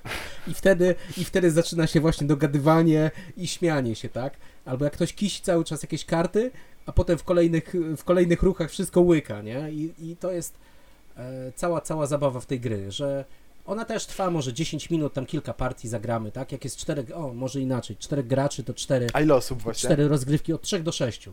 I wtedy zaczyna się właśnie dogadywanie i śmianie się, tak? Albo jak ktoś kisi cały czas jakieś karty, a potem w kolejnych ruchach wszystko łyka, nie? I to jest cała zabawa w tej gry, że ona też trwa może 10 minut, tam kilka partii zagramy, tak? Jak jest 4 graczy, to 4... A ile osób właśnie? 4 rozgrywki od 3 do 6.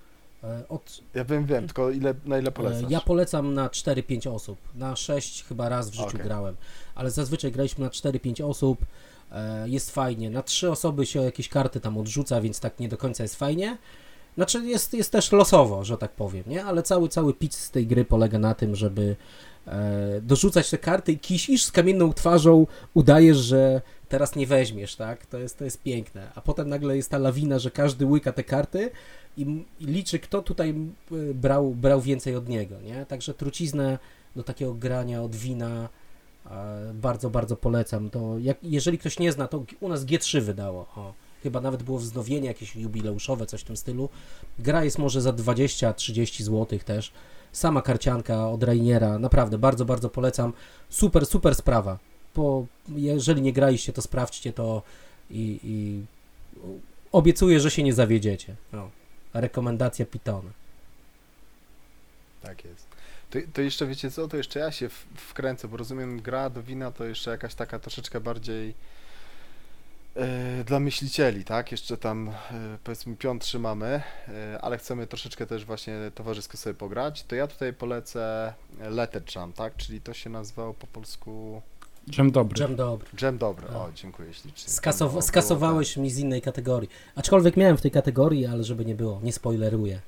Ja wiem, tylko na ile polecasz? Ja polecam na 4-5 osób. Na 6 chyba raz w życiu grałem, ale zazwyczaj graliśmy na 4-5 osób. Jest fajnie. Na 3 osoby się jakieś karty tam odrzuca, więc tak nie do końca jest fajnie. Znaczy jest też losowo, że tak powiem, nie? Ale cały pitch z tej gry polega na tym, żeby dorzucać te karty i kisisz z kamienną twarzą, udajesz, że teraz nie weźmiesz, tak? To jest piękne. A potem nagle jest ta lawina, że każdy łyka te karty i liczy, kto tutaj brał więcej od niego, nie? Także truciznę do takiego grania od wina bardzo, bardzo polecam. To jeżeli ktoś nie zna, to u nas G3 wydało. Chyba nawet było wznowienie jakieś jubileuszowe, coś w tym stylu. Gra jest może za 20-30 zł też. Sama karcianka od Rainiera, naprawdę bardzo, bardzo polecam. Super, super sprawa. Bo jeżeli nie graliście, to sprawdźcie to i obiecuję, że się nie zawiedziecie. Rekomendacja Pitona. Tak jest. To jeszcze wiecie co? To jeszcze ja się wkręcę, bo rozumiem, gra do wina to jeszcze jakaś taka troszeczkę bardziej dla myślicieli, tak? Jeszcze tam powiedzmy pion trzymamy, ale chcemy troszeczkę też właśnie towarzysko sobie pograć. To ja tutaj polecę Letter Jam, tak? Czyli to się nazywało po polsku... Dżem dobry. Dżem dobry, o dziękuję ślicznie. Skasowałeś mi z innej kategorii. Aczkolwiek miałem w tej kategorii, ale żeby nie było, nie spoileruję.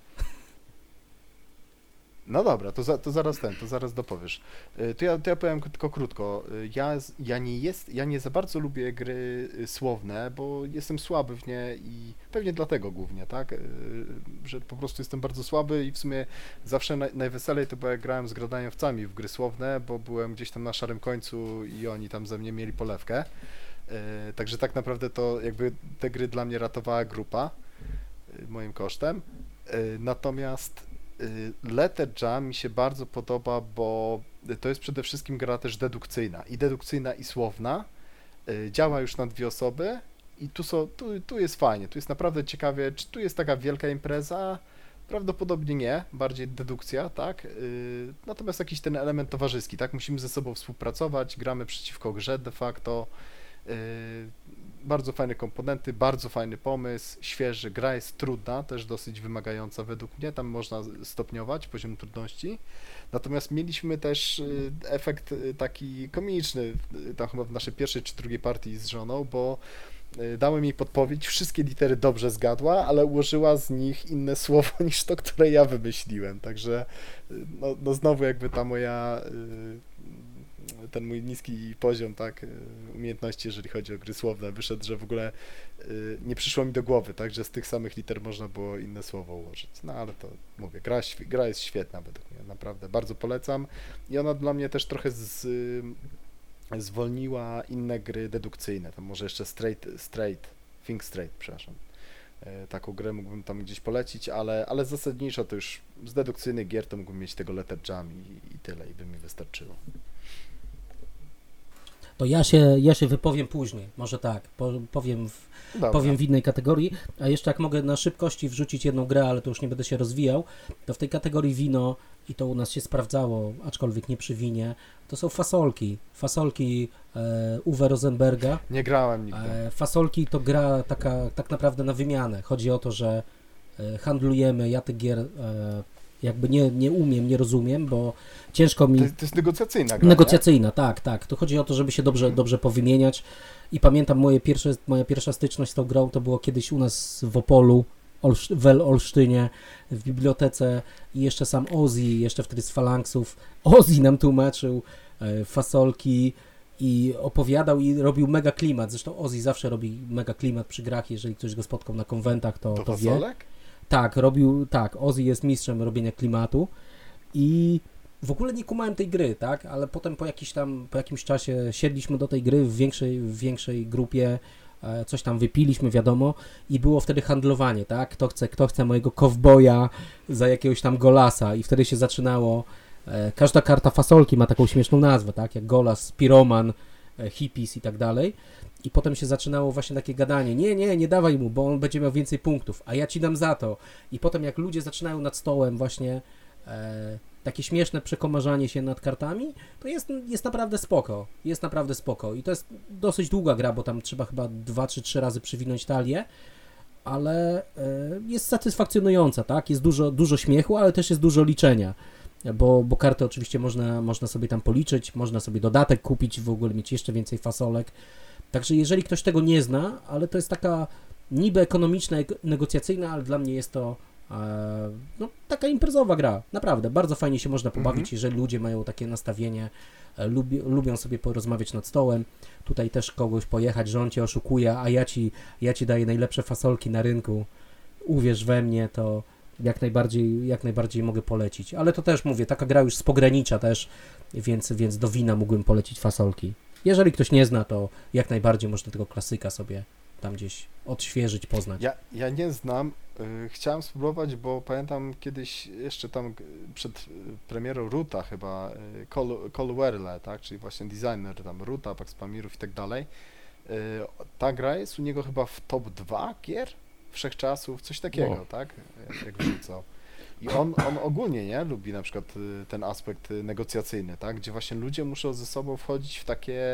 No dobra, to zaraz dopowiesz. To ja powiem tylko krótko. Ja nie za bardzo lubię gry słowne, bo jestem słaby w nie i pewnie dlatego głównie, tak? Że po prostu jestem bardzo słaby i w sumie zawsze najweselej to było jak grałem z gradaniowcami w gry słowne, bo byłem gdzieś tam na szarym końcu i oni tam ze mnie mieli polewkę. Także tak naprawdę to jakby te gry dla mnie ratowała grupa moim kosztem. Natomiast Letter Jam mi się bardzo podoba, bo to jest przede wszystkim gra też dedukcyjna i słowna, działa już na 2 osoby I tu jest fajnie, tu jest naprawdę ciekawie, czy tu jest taka wielka impreza? Prawdopodobnie nie, bardziej dedukcja, tak? Natomiast jakiś ten element towarzyski, tak? Musimy ze sobą współpracować, gramy przeciwko grze de facto. Bardzo fajne komponenty, bardzo fajny pomysł, świeży, gra jest trudna, też dosyć wymagająca według mnie, tam można stopniować poziom trudności. Natomiast mieliśmy też efekt taki komiczny, tam chyba w naszej pierwszej czy drugiej partii z żoną, bo dałem jej podpowiedź, wszystkie litery dobrze zgadła, ale ułożyła z nich inne słowo niż to, które ja wymyśliłem, także no znowu jakby ta moja, ten mój niski poziom, tak, umiejętności, jeżeli chodzi o gry słowne, wyszedł, że w ogóle nie przyszło mi do głowy, tak, że z tych samych liter można było inne słowo ułożyć, no ale to mówię, gra jest świetna według mnie, naprawdę, bardzo polecam i ona dla mnie też trochę zwolniła inne gry dedukcyjne, tam może jeszcze Think Straight, przepraszam. Taką grę mógłbym tam gdzieś polecić, ale zasadniczo to już z dedukcyjnych gier to mógłbym mieć tego Letter Jam i tyle, i by mi wystarczyło. To ja się wypowiem później, może tak, powiem w innej kategorii, a jeszcze jak mogę na szybkości wrzucić jedną grę, ale to już nie będę się rozwijał, to w tej kategorii wino, i to u nas się sprawdzało, aczkolwiek nie przy winie, to są fasolki Uwe Rosenberga. Nie grałem nigdy. Fasolki to gra taka tak naprawdę na wymianę. Chodzi o to, że handlujemy, ja tych gier jakby nie umiem, nie rozumiem, bo ciężko mi... To jest negocjacyjna gra, negocjacyjna, nie? Tak. To chodzi o to, żeby się dobrze powymieniać i pamiętam moja pierwsza styczność z tą grą to było kiedyś u nas w Opolu, w Olsztynie, w bibliotece i jeszcze sam Ozzy, jeszcze wtedy z Falanksów, Ozzy nam tłumaczył fasolki i opowiadał i robił mega klimat. Zresztą Ozzy zawsze robi mega klimat przy grach, jeżeli ktoś go spotkał na konwentach, to wie. Tak, Ozzy jest mistrzem robienia klimatu i w ogóle nie kumałem tej gry, tak, ale potem po jakimś czasie siedliśmy do tej gry w większej grupie, coś tam wypiliśmy, wiadomo, i było wtedy handlowanie, tak, kto chce mojego kowboja za jakiegoś tam golasa i wtedy się zaczynało, każda karta fasolki ma taką śmieszną nazwę, tak, jak golas, piroman, hippies i tak dalej. I potem się zaczynało właśnie takie gadanie, nie dawaj mu, bo on będzie miał więcej punktów, a ja ci dam za to. I potem jak ludzie zaczynają nad stołem właśnie takie śmieszne przekomarzanie się nad kartami, to jest naprawdę spoko. Jest naprawdę spoko. I to jest dosyć długa gra, bo tam trzeba chyba 2 czy 3 razy przywinąć talię, ale jest satysfakcjonująca, tak? Jest dużo śmiechu, ale też jest dużo liczenia. Bo karty oczywiście można sobie tam policzyć, można sobie dodatek kupić, w ogóle mieć jeszcze więcej fasolek. Także jeżeli ktoś tego nie zna, ale to jest taka niby ekonomiczna, negocjacyjna, ale dla mnie jest to taka imprezowa gra. Naprawdę, bardzo fajnie się można pobawić, jeżeli ludzie mają takie nastawienie, lubią sobie porozmawiać nad stołem, tutaj też kogoś pojechać, że on cię oszukuje, a ja ci daję najlepsze fasolki na rynku, uwierz we mnie, to jak najbardziej mogę polecić. Ale to też mówię, taka gra już z pogranicza też, więc do wina mógłbym polecić fasolki. Jeżeli ktoś nie zna, to jak najbardziej można tego klasyka sobie tam gdzieś odświeżyć, poznać. Ja nie znam, chciałem spróbować, bo pamiętam kiedyś jeszcze tam przed premierą Ruta chyba, Cole Werle, tak, czyli właśnie designer tam Ruta, Pax Pamirów i tak dalej, ta gra jest u niego chyba w top 2 gier wszechczasów, coś takiego, tak, jak wrzucał. I on ogólnie, nie, lubi na przykład ten aspekt negocjacyjny, tak, gdzie właśnie ludzie muszą ze sobą wchodzić w takie,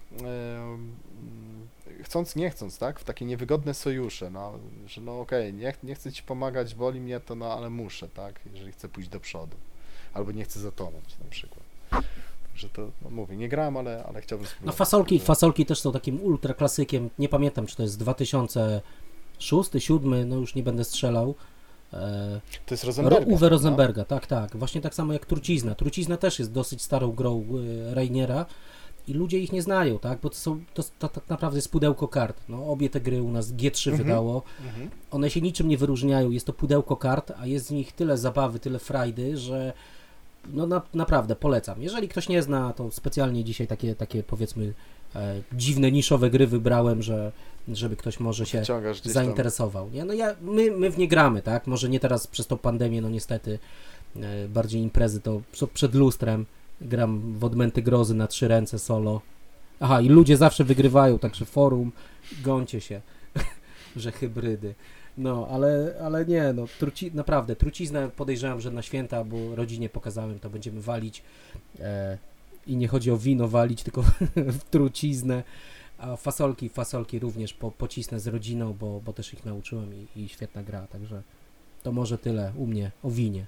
chcąc, nie chcąc, tak, w takie niewygodne sojusze, że okej, nie chcę ci pomagać, boli mnie to, ale muszę, tak, jeżeli chcę pójść do przodu, albo nie chcę zatonąć na przykład. Że to, mówię, nie grałem, ale chciałbym spróbować. No fasolki też są takim ultra klasykiem, nie pamiętam, czy to jest 2006, 2007, no już nie będę strzelał. To jest Rosenberga. Uwe Rosenberga, tak. Właśnie tak samo jak Trucizna. Trucizna też jest dosyć starą grą Reiniera i ludzie ich nie znają, tak? Bo to tak naprawdę jest pudełko kart. No, obie te gry u nas G3 wydało. One się niczym nie wyróżniają. Jest to pudełko kart, a jest z nich tyle zabawy, tyle frajdy, że naprawdę polecam. Jeżeli ktoś nie zna, to specjalnie dzisiaj takie powiedzmy dziwne, niszowe gry wybrałem, żeby ktoś może się zainteresował. Nie? No my w nie gramy, tak? Może nie teraz przez tą pandemię, no niestety bardziej imprezy to przed lustrem gram w Odmęty Grozy na 3 ręce solo Aha, i ludzie zawsze wygrywają, także forum, gońcie się, że hybrydy. No, ale nie, no, naprawdę, truciznę podejrzewam, że na święta, bo rodzinie pokazałem, to będziemy walić i nie chodzi o wino walić, tylko w truciznę, a fasolki również pocisnę z rodziną, bo też ich nauczyłem i świetna gra, także to może tyle u mnie o winie.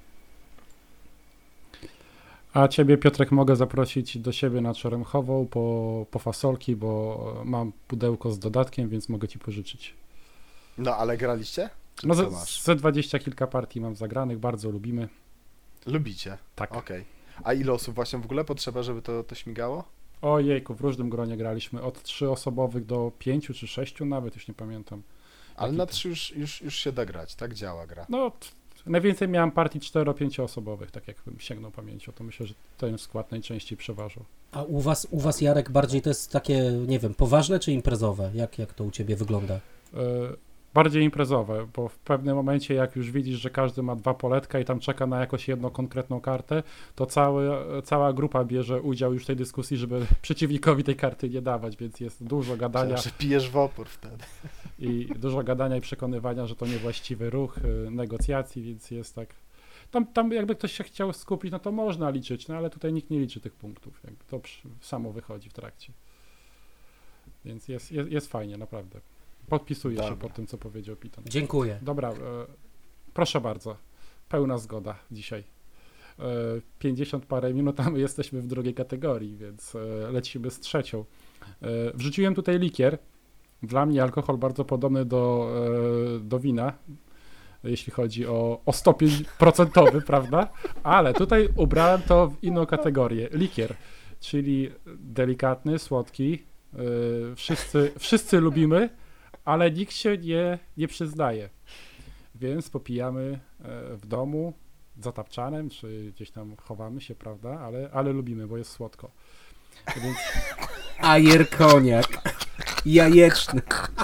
A ciebie, Piotrek, mogę zaprosić do siebie na Czeremchową po fasolki, bo mam pudełko z dodatkiem, więc mogę ci pożyczyć. No, ale graliście? No ze 20 kilka partii mam zagranych, bardzo lubimy. Lubicie? Tak. Okej. A ile osób właśnie w ogóle potrzeba, żeby to śmigało? Ojejku, w różnym gronie graliśmy, od 3-osobowych do 5 czy 6 nawet, już nie pamiętam. Ale na 3 już się da grać, tak działa gra. No, najwięcej miałem partii 4-5-osobowych, tak jakbym sięgnął pamięcią, to myślę, że ten skład najczęściej przeważał. A u was, Jarek, bardziej to jest takie, nie wiem, poważne czy imprezowe? Jak to u ciebie wygląda? Bardziej imprezowe, bo w pewnym momencie, jak już widzisz, że każdy ma 2 poletka i tam czeka na jakąś jedną konkretną kartę, to cała grupa bierze udział już w tej dyskusji, żeby przeciwnikowi tej karty nie dawać, więc jest dużo gadania. Że pijesz w opór wtedy. I dużo gadania i przekonywania, że to niewłaściwy ruch, negocjacji, więc jest tak. Tam jakby ktoś się chciał skupić, no to można liczyć, no ale tutaj nikt nie liczy tych punktów. Jakby to samo wychodzi w trakcie. Więc jest fajnie, naprawdę. Podpisuję się pod tym, co powiedział Piton. Dziękuję. Dobra, proszę bardzo. Pełna zgoda dzisiaj. 50 parę minut, a my jesteśmy w drugiej kategorii, więc lecimy z trzecią. Wrzuciłem tutaj likier. Dla mnie alkohol bardzo podobny do wina, jeśli chodzi o stopień procentowy, prawda? Ale tutaj ubrałem to w inną kategorię. Likier, czyli delikatny, słodki. Wszyscy lubimy, ale nikt się nie przyznaje. Więc popijamy w domu za tapczanem, czy gdzieś tam chowamy się, prawda? Ale lubimy, bo jest słodko. Więc... Ajer koniak. Jajeczny.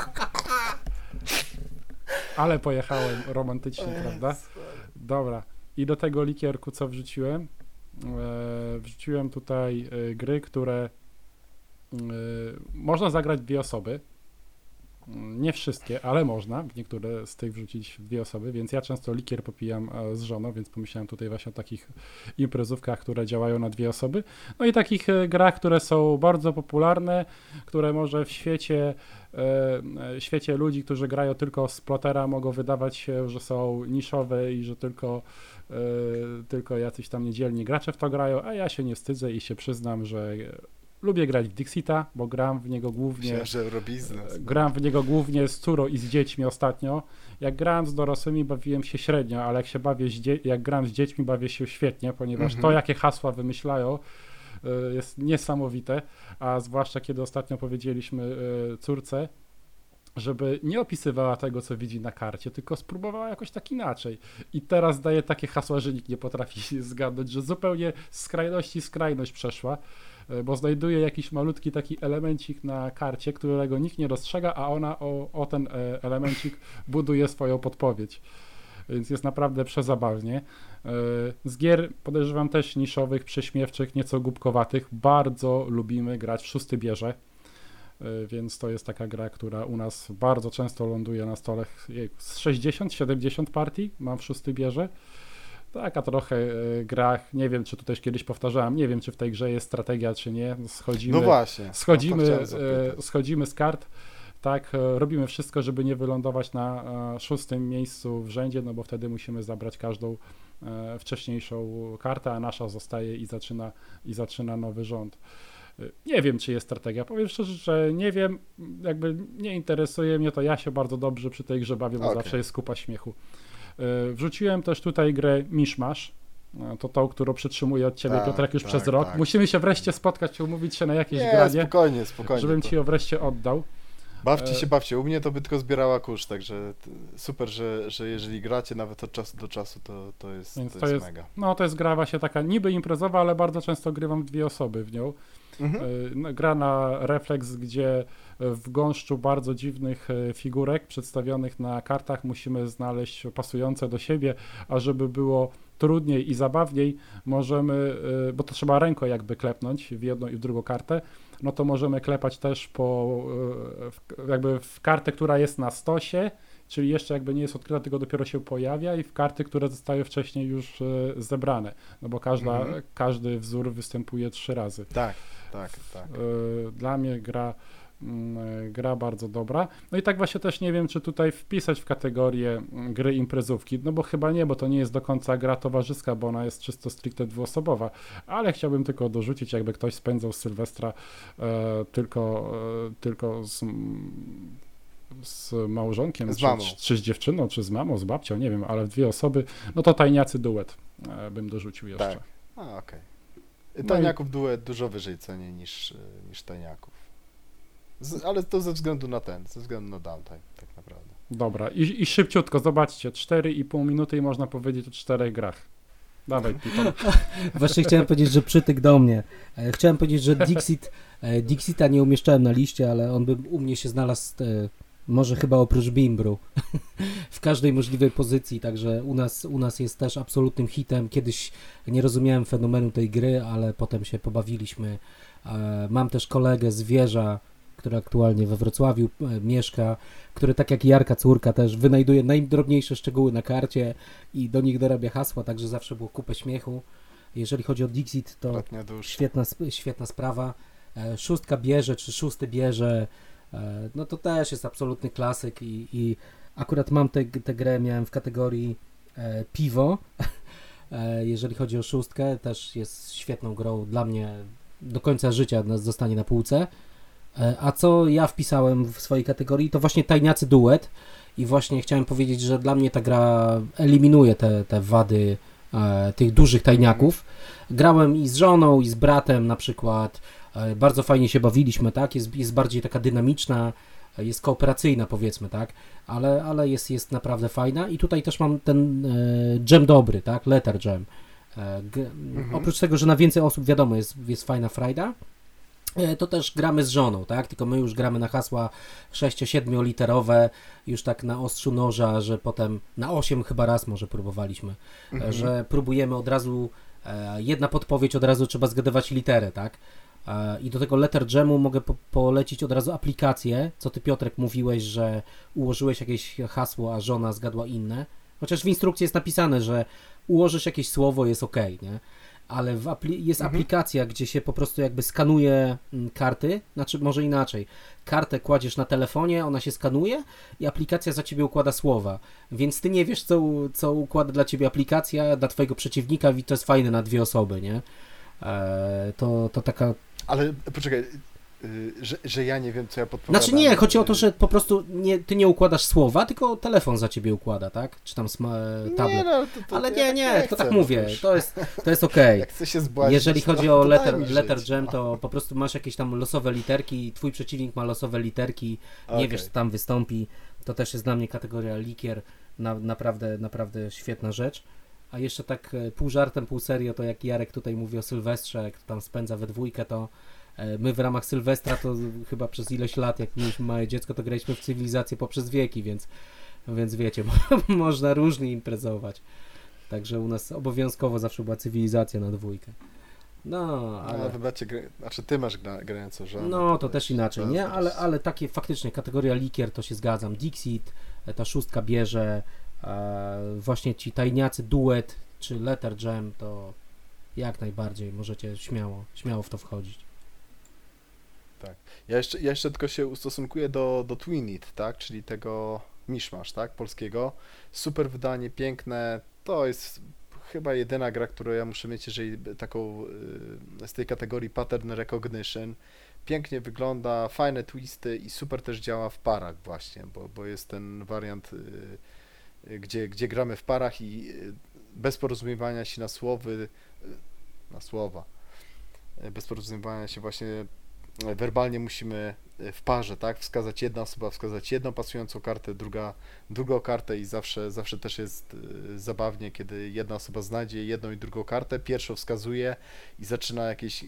Ale pojechałem romantycznie, prawda? Dobra. I do tego likierku co wrzuciłem? Wrzuciłem tutaj gry, które można zagrać 2 osoby. Nie wszystkie, ale można w niektóre z tych wrzucić 2 osoby, więc ja często likier popijam z żoną, więc pomyślałem tutaj właśnie o takich imprezówkach, które działają na 2 osoby. No i takich grach, które są bardzo popularne, które może w świecie ludzi, którzy grają tylko z plotera, mogą wydawać się, że są niszowe i że tylko jacyś tam niedzielni gracze w to grają, a ja się nie wstydzę i się przyznam, że lubię grać w Dixita, bo gram w niego głównie. Gram w niego głównie z córą i z dziećmi ostatnio. Jak grałem z dorosłymi, bawiłem się średnio, ale jak gram z dziećmi, bawię się świetnie, ponieważ to, jakie hasła wymyślają, jest niesamowite. A zwłaszcza kiedy ostatnio powiedzieliśmy córce, żeby nie opisywała tego, co widzi na karcie, tylko spróbowała jakoś tak inaczej. I teraz daje takie hasła, że nikt nie potrafi zgadnąć, że zupełnie z skrajności skrajność przeszła, bo znajduje jakiś malutki taki elemencik na karcie, którego nikt nie dostrzega, a ona o ten elemencik buduje swoją podpowiedź. Więc jest naprawdę przezabawnie. Z gier podejrzewam też niszowych, prześmiewczych, nieco głupkowatych. Bardzo lubimy grać w Szósty Bierze. Więc to jest taka gra, która u nas bardzo często ląduje na stole. Z 60-70 partii mam w Szósty Bierze. Taka trochę gra, nie wiem, czy tu też kiedyś powtarzałem, nie wiem, czy w tej grze jest strategia, czy nie. Schodzimy z kart, tak, robimy wszystko, żeby nie wylądować na 6. miejscu w rzędzie, no bo wtedy musimy zabrać każdą wcześniejszą kartę, a nasza zostaje i zaczyna nowy rząd. Nie wiem, czy jest strategia. Powiem szczerze, że nie wiem, jakby nie interesuje mnie to. Ja się bardzo dobrze przy tej grze bawię, bo zawsze jest kupa śmiechu. Wrzuciłem też tutaj grę Mishmash. To tą, którą przytrzymuję od ciebie, Piotrek, już przez rok. Musimy się wreszcie spotkać, umówić się na jakieś granie. Spokojnie. Żebym ci ją wreszcie oddał. Bawcie. U mnie to by tylko zbierała kurz, także super, że jeżeli gracie nawet od czasu do czasu, to jest mega. No to jest gra właśnie taka niby imprezowa, ale bardzo często grywam 2 osoby w nią. Gra na refleks, gdzie w gąszczu bardzo dziwnych figurek przedstawionych na kartach musimy znaleźć pasujące do siebie, a żeby było trudniej i zabawniej możemy, bo to trzeba ręką jakby klepnąć w jedną i w drugą kartę, no to możemy klepać też jakby w kartę, która jest na stosie, czyli jeszcze jakby nie jest odkryta, tylko dopiero się pojawia, i w karty, które zostały wcześniej już zebrane, no bo każdy wzór występuje 3 razy. Tak. Dla mnie gra bardzo dobra. No i tak właśnie też nie wiem, czy tutaj wpisać w kategorię gry imprezówki, no bo chyba nie, bo to nie jest do końca gra towarzyska, bo ona jest czysto stricte dwuosobowa, ale chciałbym tylko dorzucić, jakby ktoś spędzał Sylwestra tylko z małżonkiem, czy z dziewczyną, czy z mamą, z babcią, nie wiem, ale w 2 osoby, no to Tajniacy duet bym dorzucił jeszcze. Tak, okej. Tajniaków duet dużo wyżej cenię niż Tajniaków. Ale to ze względu na downtime, tak naprawdę. Dobra, i szybciutko, zobaczcie, 4,5 minuty i można powiedzieć o 4 grach. Dawaj, Piton. Właśnie chciałem powiedzieć, że przytyk do mnie. Chciałem powiedzieć, że Dixita nie umieszczałem na liście, ale on by u mnie się znalazł, może chyba oprócz Bimbru, w każdej możliwej pozycji, także u nas jest też absolutnym hitem. Kiedyś nie rozumiałem fenomenu tej gry, ale potem się pobawiliśmy. Mam też kolegę z Wieża, który aktualnie we Wrocławiu mieszka, który tak jak Jarka córka też wynajduje najdrobniejsze szczegóły na karcie i do nich dorabia hasła, także zawsze było kupę śmiechu. Jeżeli chodzi o Dixit, to świetna sprawa. 6 bierze, czy 6 bierze, no to też jest absolutny klasyk i akurat mam tę grę, miałem w kategorii piwo. Jeżeli chodzi o 6, też jest świetną grą, dla mnie do końca życia zostanie na półce. A co ja wpisałem w swojej kategorii, to właśnie Tajniacy duet i właśnie chciałem powiedzieć, że dla mnie ta gra eliminuje te wady tych dużych tajniaków. Grałem i z żoną, i z bratem na przykład, bardzo fajnie się bawiliśmy, tak, jest bardziej taka dynamiczna, jest kooperacyjna, powiedzmy, tak, ale jest naprawdę fajna i tutaj też mam ten dżem dobry, tak, letter jam. Oprócz tego, że na więcej osób, wiadomo, jest fajna frajda, to też gramy z żoną, tak? Tylko my już gramy na hasła 6-7 literowe, już tak na ostrzu noża, że potem na 8 chyba raz może próbowaliśmy, że próbujemy od razu, jedna podpowiedź, od razu trzeba zgadywać literę, tak? I do tego letter jamu mogę polecić od razu aplikację, co ty, Piotrek, mówiłeś, że ułożyłeś jakieś hasło, a żona zgadła inne, chociaż w instrukcji jest napisane, że ułożysz jakieś słowo, jest okej, nie? Ale jest aplikacja, gdzie się po prostu jakby skanuje karty, znaczy może inaczej, kartę kładziesz na telefonie, ona się skanuje i aplikacja za ciebie układa słowa, więc ty nie wiesz, co układa dla ciebie aplikacja, dla twojego przeciwnika, i to jest fajne na 2 osoby, nie? To taka... Ale poczekaj, że ja nie wiem, co ja podpowiadam. Znaczy nie, chodzi o to, że po prostu ty nie układasz słowa, tylko telefon za ciebie układa, tak? Czy tam tablet. Nie, no, ale nie, tylko tak mówię, to jest okej. Jak chcę się zbłazić, jeżeli chodzi o letter jam, to po prostu masz jakieś tam losowe literki, twój przeciwnik ma losowe literki, nie wiesz, co tam wystąpi. To też jest dla mnie kategoria likier, naprawdę świetna rzecz. A jeszcze tak pół żartem, pół serio, to jak Jarek tutaj mówi o Sylwestrze, jak tam spędza we dwójkę, to my w ramach Sylwestra to chyba przez ileś lat, jak mieliśmy małe dziecko, to graliśmy w cywilizację poprzez wieki, więc wiecie, można różnie imprezować. Także u nas obowiązkowo zawsze była cywilizacja na 2. No, ale wybaczcie, znaczy ty masz grającą żonę. No, to też inaczej, nie? Ale takie faktycznie kategoria likier, to się zgadzam. Dixit, ta 6 bierze, właśnie ci Tajniacy duet, czy letter jam, to jak najbardziej możecie śmiało w to wchodzić. Tak. Ja jeszcze tylko się ustosunkuję do Twinit, tak? Czyli tego miszmasz, tak? Polskiego. Super wydanie, piękne. To jest chyba jedyna gra, którą ja muszę mieć, jeżeli taką z tej kategorii pattern recognition. Pięknie wygląda, fajne twisty i super też działa w parach właśnie, bo jest ten wariant, gdzie gramy w parach i bez porozumiewania się na słowa, bez porozumiewania się właśnie werbalnie musimy w parze, tak, wskazać jedna osoba, wskazać jedną pasującą kartę, drugą kartę i zawsze też jest zabawnie, kiedy jedna osoba znajdzie jedną i drugą kartę, pierwszą wskazuje i zaczyna jakieś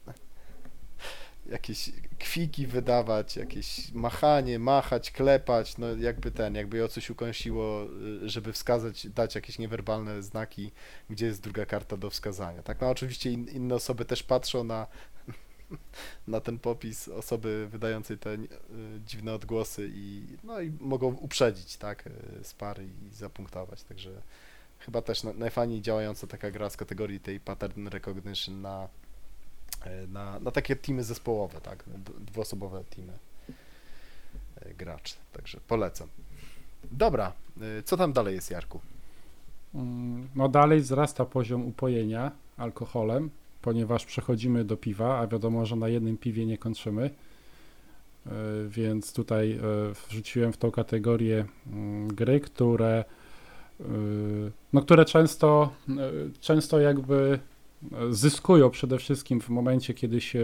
kwiki wydawać, jakieś machać, klepać, no jakby ją coś ukąsiło, żeby wskazać, dać jakieś niewerbalne znaki, gdzie jest druga karta do wskazania, tak, no oczywiście inne osoby też patrzą na ten popis osoby wydającej te dziwne odgłosy i mogą uprzedzić, tak, z pary i zapunktować, także chyba też najfajniej działająca taka gra z kategorii tej pattern recognition na takie teamy zespołowe, tak, dwuosobowe teamy graczy, także polecam. Dobra, co tam dalej jest, Jarku? No dalej wzrasta poziom upojenia alkoholem, ponieważ przechodzimy do piwa, a wiadomo, że na jednym piwie nie kończymy, więc tutaj wrzuciłem w tą kategorię gry, które często jakby zyskują przede wszystkim w momencie,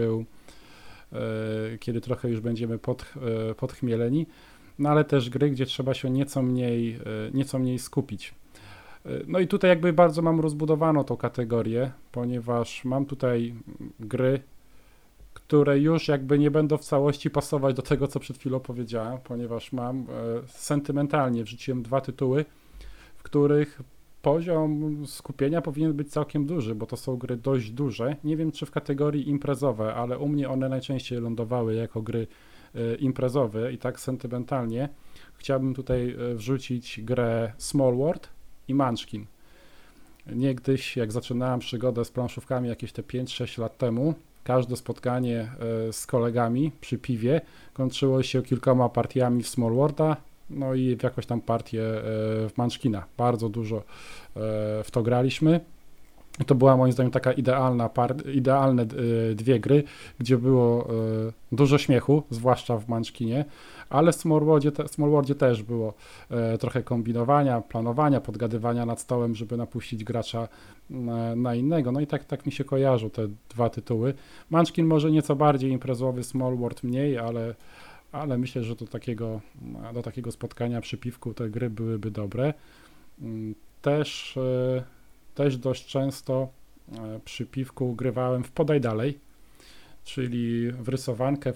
kiedy trochę już będziemy podchmieleni, no ale też gry, gdzie trzeba się nieco mniej skupić. No i tutaj jakby bardzo mam rozbudowaną tą kategorię, ponieważ mam tutaj gry, które już jakby nie będą w całości pasować do tego, co przed chwilą powiedziałem, ponieważ sentymentalnie wrzuciłem 2 tytuły, w których poziom skupienia powinien być całkiem duży, bo to są gry dość duże. Nie wiem, czy w kategorii imprezowe, ale u mnie one najczęściej lądowały jako gry imprezowe i tak sentymentalnie chciałbym tutaj wrzucić grę Small World i Munchkin. Niegdyś, jak zaczynałem przygodę z planszówkami jakieś te 5-6 lat temu, każde spotkanie z kolegami przy piwie kończyło się kilkoma partiami w Small Worlda, no i w jakąś tam partię w Munchkina. Bardzo dużo w to graliśmy. To była moim zdaniem taka idealne 2 gry, gdzie było dużo śmiechu, zwłaszcza w Munchkinie, ale w Small Worldzie też było trochę kombinowania, planowania, podgadywania nad stołem, żeby napuścić gracza na innego. No i tak mi się kojarzą te 2 tytuły. Munchkin może nieco bardziej imprezowy, Small World mniej, ale myślę, że do takiego spotkania przy piwku te gry byłyby dobre. Też dość często przy piwku grywałem w Podaj Dalej, czyli w rysowankę,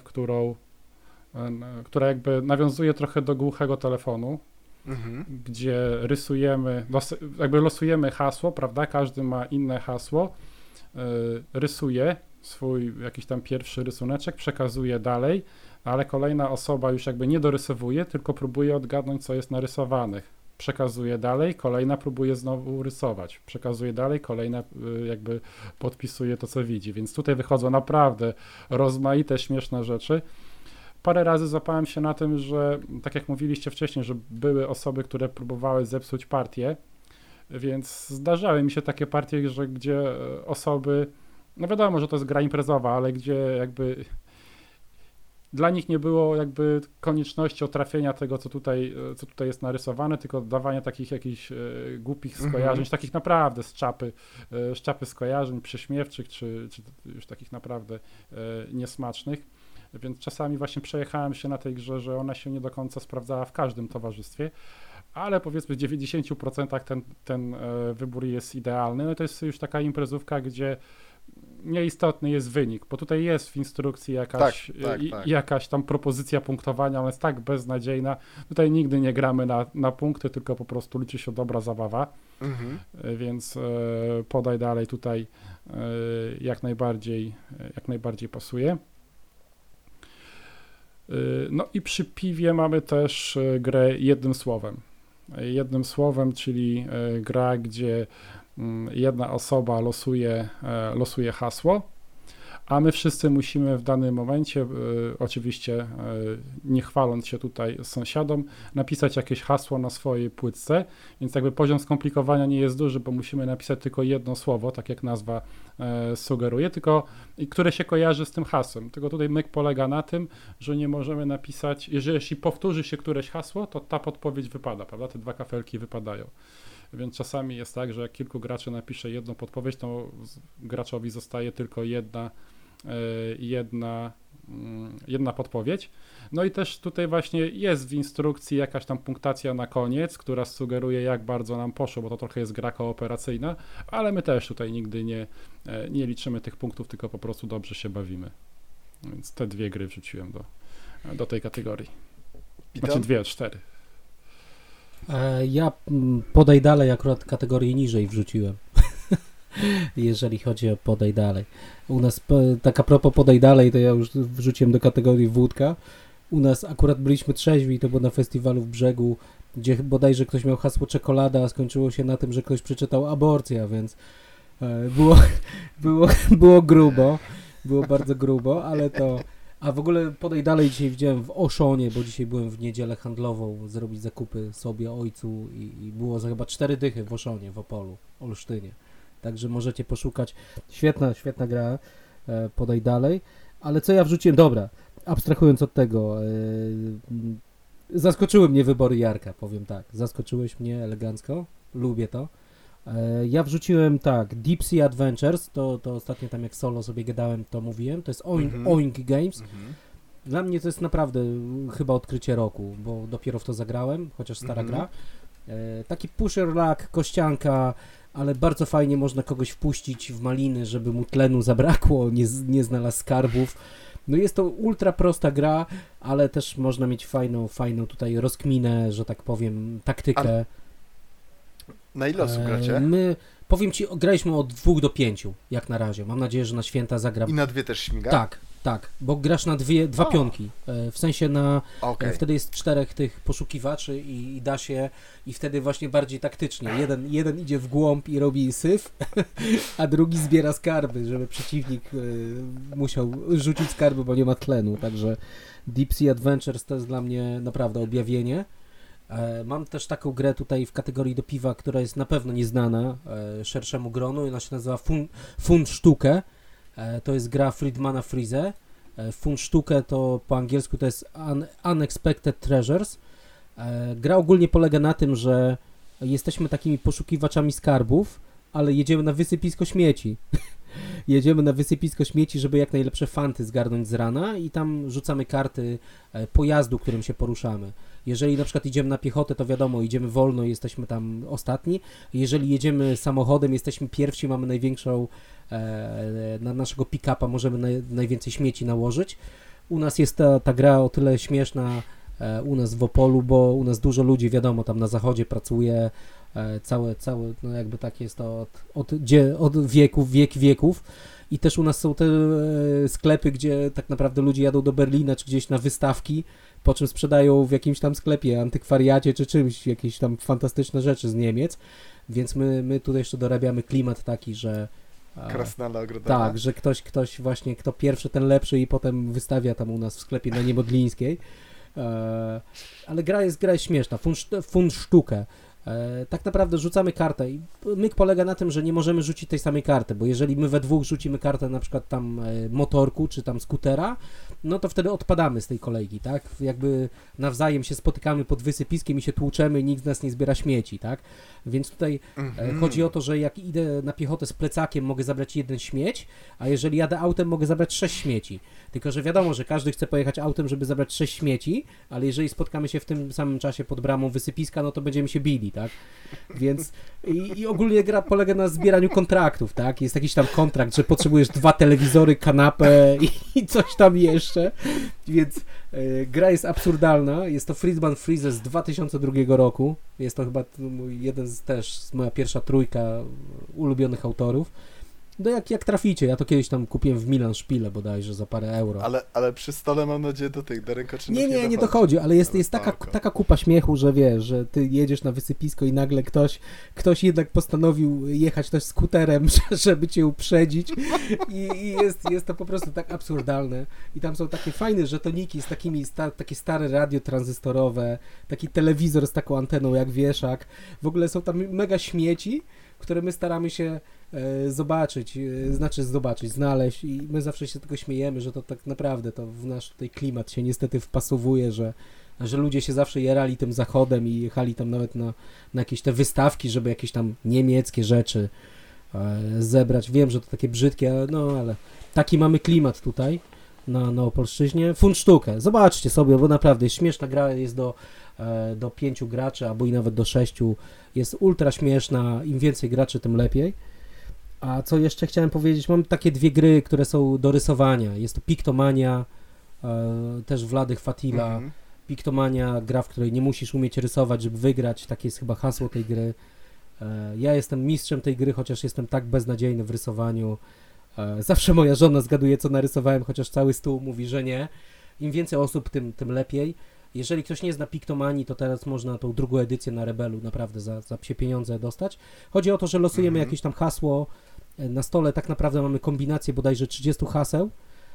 która jakby nawiązuje trochę do głuchego telefonu, gdzie losujemy hasło, prawda? Każdy ma inne hasło, rysuje swój jakiś tam pierwszy rysuneczek, przekazuje dalej, ale kolejna osoba już jakby nie dorysowuje, tylko próbuje odgadnąć, co jest narysowanych. Przekazuje dalej, kolejna próbuje znowu rysować. Przekazuje dalej, kolejna jakby podpisuje to, co widzi. Więc tutaj wychodzą naprawdę rozmaite, śmieszne rzeczy. Parę razy złapałem się na tym, że tak jak mówiliście wcześniej, że były osoby, które próbowały zepsuć partię, więc zdarzały mi się takie partie, gdzie osoby, no wiadomo, że to jest gra imprezowa, ale gdzie jakby dla nich nie było jakby konieczności trafienia tego, co tutaj jest narysowane, tylko dawania takich jakichś głupich skojarzeń, takich naprawdę z czapy skojarzeń prześmiewczych, czy już takich naprawdę niesmacznych. Więc czasami właśnie przejechałem się na tej grze, że ona się nie do końca sprawdzała w każdym towarzystwie, ale powiedzmy w 90% ten wybór jest idealny. No to jest już taka imprezówka, gdzie nieistotny jest wynik, bo tutaj jest w instrukcji jakaś tam propozycja punktowania, ona jest tak beznadziejna. Tutaj nigdy nie gramy na punkty, tylko po prostu liczy się dobra zabawa, więc Podaj Dalej tutaj jak najbardziej pasuje. No i przy piwie mamy też grę jednym słowem. Jednym słowem, czyli gra, gdzie jedna osoba losuje hasło, a my wszyscy musimy w danym momencie, oczywiście nie chwaląc się tutaj sąsiadom, napisać jakieś hasło na swojej płytce, więc jakby poziom skomplikowania nie jest duży, bo musimy napisać tylko jedno słowo, tak jak nazwa sugeruje, które się kojarzy z tym hasłem. Tylko tutaj myk polega na tym, że nie możemy napisać, jeśli powtórzy się któreś hasło, to ta podpowiedź wypada, prawda? Te 2 kafelki wypadają. Więc czasami jest tak, że jak kilku graczy napisze jedną podpowiedź, to graczowi zostaje tylko jedna podpowiedź. No i też tutaj właśnie jest w instrukcji jakaś tam punktacja na koniec, która sugeruje, jak bardzo nam poszło, bo to trochę jest gra kooperacyjna, ale my też tutaj nigdy nie liczymy tych punktów, tylko po prostu dobrze się bawimy. Więc te 2 gry wrzuciłem do tej kategorii. Znaczy 4. Ja Podaj Dalej akurat kategorię niżej wrzuciłem. jeżeli chodzi o podaj dalej. U nas, tak a propos podaj dalej, to ja już wrzuciłem do kategorii wódka. U nas akurat byliśmy trzeźwi, to było na festiwalu w Brzegu, gdzie bodajże ktoś miał hasło czekolada, a skończyło się na tym, że ktoś przeczytał aborcja, więc było grubo, było bardzo grubo, ale to... A w ogóle podaj dalej dzisiaj widziałem w Oszonie, bo dzisiaj byłem w niedzielę handlową zrobić zakupy sobie, ojcu i było za chyba 4 dychy w Oszonie, w Opolu, Olsztynie. Także możecie poszukać. Świetna gra, podaj dalej. Ale co ja wrzuciłem? Dobra, abstrahując od tego, zaskoczyły mnie wybory Jarka, powiem tak. Zaskoczyłeś mnie elegancko, lubię to. Ja wrzuciłem tak, Deep Sea Adventures, to ostatnio tam jak solo sobie gadałem, to mówiłem, to jest Oink Games. Dla mnie to jest naprawdę chyba odkrycie roku, bo dopiero w to zagrałem, chociaż stara gra. Taki pusher luck, kościanka, ale bardzo fajnie można kogoś wpuścić w maliny, żeby mu tlenu zabrakło, nie znalazł skarbów. No jest to ultra prosta gra, ale też można mieć fajną tutaj rozkminę, że tak powiem, taktykę. Na ile osób gracie? My, powiem Ci, graliśmy od 2 do 5, jak na razie. Mam nadzieję, że na święta zagram. I na 2 też śmiga? Tak, bo grasz na 2 pionki. W sensie wtedy jest 4 tych poszukiwaczy i da się, i wtedy właśnie bardziej taktycznie. Jeden idzie w głąb i robi syf, a drugi zbiera skarby, żeby przeciwnik musiał rzucić skarby, bo nie ma tlenu. Także Deep Sea Adventures to jest dla mnie naprawdę objawienie. Mam też taką grę tutaj w kategorii do piwa, która jest na pewno nieznana szerszemu gronu. Ona się nazywa Fundstücke. To jest gra Friedmana Friese. Fundstücke to po angielsku to jest Unexpected Treasures. Gra ogólnie polega na tym, że jesteśmy takimi poszukiwaczami skarbów, ale jedziemy na wysypisko śmieci. Jedziemy na wysypisko śmieci, żeby jak najlepsze fanty zgarnąć z rana i tam rzucamy karty pojazdu, którym się poruszamy. Jeżeli na przykład idziemy na piechotę, to wiadomo, idziemy wolno i jesteśmy tam ostatni. Jeżeli jedziemy samochodem, jesteśmy pierwsi, mamy największą, na naszego pick-upa możemy najwięcej śmieci nałożyć. U nas jest ta gra o tyle śmieszna, u nas w Opolu, bo u nas dużo ludzi, wiadomo, tam na zachodzie pracuje, całe, no jakby tak jest to od wieków i też u nas są te sklepy, gdzie tak naprawdę ludzie jadą do Berlina czy gdzieś na wystawki, po czym sprzedają w jakimś tam sklepie, antykwariacie czy czymś, jakieś tam fantastyczne rzeczy z Niemiec, więc my tutaj jeszcze dorabiamy klimat taki, że Krasnala ogrodowa. tak, że ktoś właśnie, kto pierwszy, ten lepszy i potem wystawia tam u nas w sklepie na Niemodlińskiej. Ale gra jest śmieszna, Fundstücke. Tak naprawdę rzucamy kartę i myk polega na tym, że nie możemy rzucić tej samej karty, bo jeżeli my we dwóch rzucimy kartę na przykład tam motorku czy tam skutera, no to wtedy odpadamy z tej kolejki, tak? Jakby nawzajem się spotykamy pod wysypiskiem i się tłuczemy i nikt z nas nie zbiera śmieci, tak? Więc tutaj chodzi o to, że jak idę na piechotę z plecakiem, mogę zabrać 1 śmieć, a jeżeli jadę autem, mogę zabrać 6 śmieci. Tylko że wiadomo, że każdy chce pojechać autem, żeby zabrać 6 śmieci, ale jeżeli spotkamy się w tym samym czasie pod bramą wysypiska, no to będziemy się bili, tak? Więc i ogólnie gra polega na zbieraniu kontraktów, tak? Jest jakiś tam kontrakt, że potrzebujesz 2 telewizory, kanapę i coś tam jeszcze, więc gra jest absurdalna. Jest to Friedman Friese z 2002 roku. Jest to chyba moja pierwsza trójka ulubionych autorów. No jak traficie, ja to kiedyś tam kupiłem w Milan Szpile bodajże za parę euro. Ale przy stole mam nadzieję do rękoczynów nie dochodzi, ale jest taka kupa śmiechu, że wiesz, że ty jedziesz na wysypisko i nagle ktoś jednak postanowił jechać też skuterem, żeby cię uprzedzić i jest to po prostu tak absurdalne. I tam są takie fajne żetoniki z takie stare radio tranzystorowe, taki telewizor z taką anteną jak wieszak. W ogóle są tam mega śmieci, które my staramy się znaleźć i my zawsze się tylko śmiejemy, że to tak naprawdę to w nasz tutaj klimat się niestety wpasowuje, że ludzie się zawsze jarali tym zachodem i jechali tam nawet na jakieś te wystawki, żeby jakieś tam niemieckie rzeczy zebrać. Wiem, że to takie brzydkie, ale taki mamy klimat tutaj na Opolszczyźnie. Fundstücke, zobaczcie sobie, bo naprawdę jest śmieszna gra, jest do 5 graczy, albo i nawet do 6. Jest ultra śmieszna, im więcej graczy, tym lepiej. A co jeszcze chciałem powiedzieć, mam takie 2 gry, które są do rysowania. Jest to Pictomania, też Władych Fatila. Pictomania, gra, w której nie musisz umieć rysować, żeby wygrać, takie jest chyba hasło tej gry. Ja jestem mistrzem tej gry, chociaż jestem tak beznadziejny w rysowaniu. Zawsze moja żona zgaduje, co narysowałem, chociaż cały stół mówi, że nie. Im więcej osób, tym lepiej. Jeżeli ktoś nie zna Pictomanii, to teraz można tą drugą edycję na Rebelu naprawdę za psie pieniądze dostać. Chodzi o to, że losujemy jakieś tam hasło. Na stole tak naprawdę mamy kombinację bodajże 30 haseł.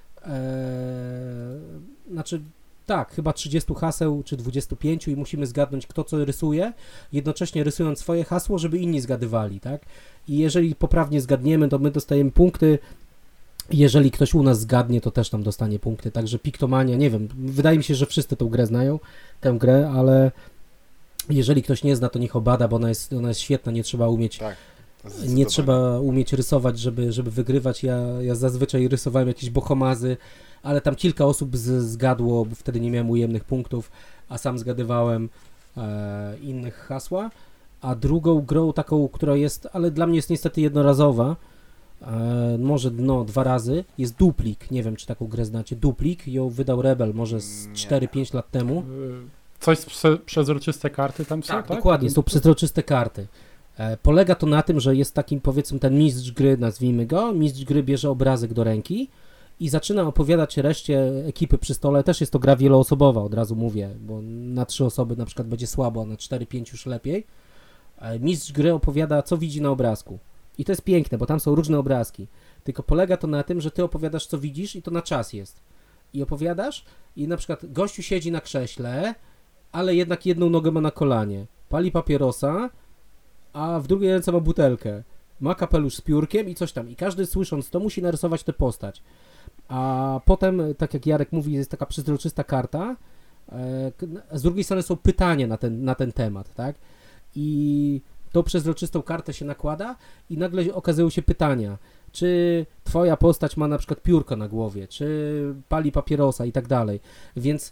Znaczy, tak, chyba 30 haseł czy 25 i musimy zgadnąć, kto co rysuje, jednocześnie rysując swoje hasło, żeby inni zgadywali, tak? I jeżeli poprawnie zgadniemy, to my dostajemy punkty. Jeżeli ktoś u nas zgadnie, to też tam dostanie punkty. Także Pictomania, nie wiem, wydaje mi się, że wszyscy tą grę znają, tę grę, ale jeżeli ktoś nie zna, to niech obada, bo ona jest świetna, nie trzeba umieć. Tak. Nie trzeba umieć rysować, żeby wygrywać. Ja zazwyczaj rysowałem jakieś bohomazy, ale tam kilka osób zgadło, bo wtedy nie miałem ujemnych punktów, a sam zgadywałem innych hasła. A drugą grą taką, która jest, ale dla mnie jest niestety jednorazowa, może 2 razy, jest Duplik. Nie wiem, czy taką grę znacie. Duplik, ją wydał Rebel może z 4-5 lat temu. Coś przezroczyste karty tam są, tak? Dokładnie, są przezroczyste karty. Polega to na tym, że jest takim, powiedzmy, ten mistrz gry, nazwijmy go. Mistrz gry bierze obrazek do ręki i zaczyna opowiadać reszcie ekipy przy stole. Też jest to gra wieloosobowa, od razu mówię, bo na 3 osoby na przykład będzie słabo, a na 4-5 już lepiej. Mistrz gry opowiada, co widzi na obrazku. I to jest piękne, bo tam są różne obrazki. Tylko polega to na tym, że ty opowiadasz, co widzisz i to na czas jest. I opowiadasz i na przykład gościu siedzi na krześle, ale jednak jedną nogę ma na kolanie. Pali papierosa, a w drugiej ręce ma butelkę. Ma kapelusz z piórkiem i coś tam. I każdy słysząc to musi narysować tę postać. A potem, tak jak Jarek mówi, jest taka przezroczysta karta. Z drugiej strony są pytania na ten temat, tak? I tą przezroczystą kartę się nakłada i nagle okazują się pytania. Czy twoja postać ma na przykład piórko na głowie, czy pali papierosa i tak dalej. Więc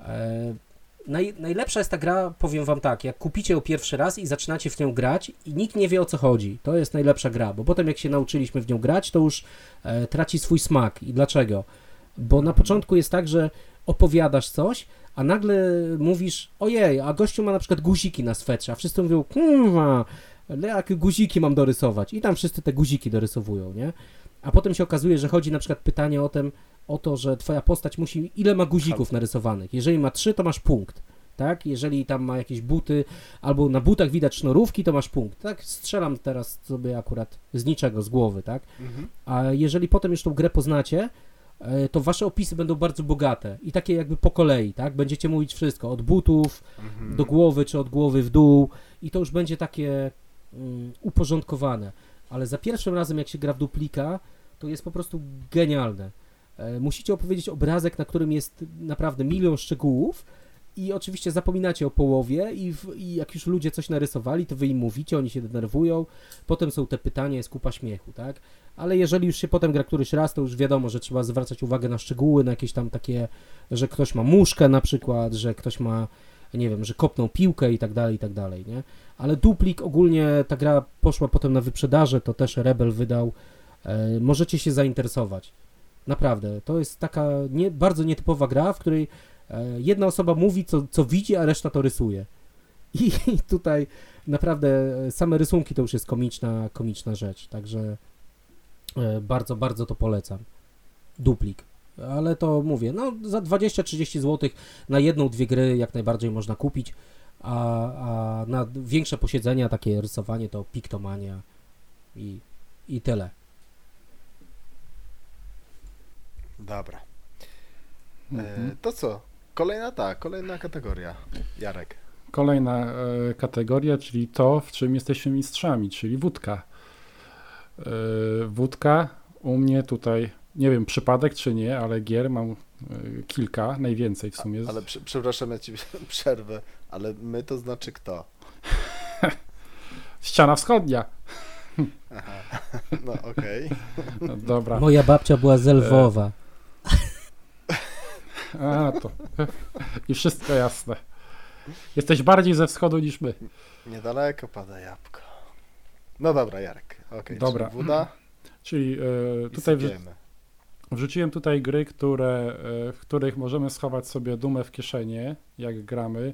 najlepsza jest ta gra, powiem wam tak, jak kupicie ją pierwszy raz i zaczynacie w nią grać i nikt nie wie, o co chodzi. To jest najlepsza gra, bo potem jak się nauczyliśmy w nią grać, to już traci swój smak. I dlaczego? Bo na początku jest tak, że opowiadasz coś, a nagle mówisz, ojej, a gościu ma na przykład guziki na swetrze, a wszyscy mówią, kurwa, jakie guziki mam dorysować? I tam wszyscy te guziki dorysowują, nie? A potem się okazuje, że chodzi na przykład pytanie o to, że twoja postać musi, ile ma guzików narysowanych. Jeżeli ma 3, to masz punkt, tak? Jeżeli tam ma jakieś buty, albo na butach widać sznurówki, to masz punkt, tak? Strzelam teraz sobie akurat z niczego, z głowy, tak? A jeżeli potem już tą grę poznacie, to wasze opisy będą bardzo bogate i takie jakby po kolei, tak? Będziecie mówić wszystko, od butów do głowy, czy od głowy w dół i to już będzie takie uporządkowane. Ale za pierwszym razem, jak się gra w Duplika, to jest po prostu genialne. Musicie opowiedzieć obrazek, na którym jest naprawdę milion szczegółów i oczywiście zapominacie o połowie i jak już ludzie coś narysowali, to wy im mówicie, oni się denerwują, potem są te pytania, jest kupa śmiechu, tak? Ale jeżeli już się potem gra któryś raz, to już wiadomo, że trzeba zwracać uwagę na szczegóły, na jakieś tam takie, że ktoś ma muszkę na przykład, że ktoś ma, nie wiem, że kopnął piłkę i tak dalej, nie? Ale Duplik, ogólnie ta gra poszła potem na wyprzedaże, to też Rebel wydał, możecie się zainteresować. Naprawdę, to jest taka bardzo nietypowa gra, w której jedna osoba mówi, co widzi, a reszta to rysuje. I tutaj naprawdę same rysunki to już jest komiczna rzecz, także bardzo, bardzo to polecam. Duplik. Ale to mówię, no za 20-30 zł na 1-2 gry jak najbardziej można kupić, a na większe posiedzenia, takie rysowanie to Pictomania i tyle. Dobra. To co? Kolejna kategoria. Jarek. Kolejna kategoria, czyli to, w czym jesteśmy mistrzami, czyli wódka. Wódka u mnie tutaj, nie wiem, przypadek czy nie, ale gier mam kilka, najwięcej w sumie. Ale przepraszam, ja ci przerwę, ale my to znaczy kto? Ściana wschodnia. Aha. No okej. No, dobra. Moja babcia była z Lwowa. A, to. I wszystko jasne. Jesteś bardziej ze wschodu niż my. Niedaleko pada jabłko. No dobra, Jarek. Okej, dobra. Czyli woda. Czyli tutaj wrzuciłem tutaj gry, w których możemy schować sobie dumę w kieszenie, jak gramy.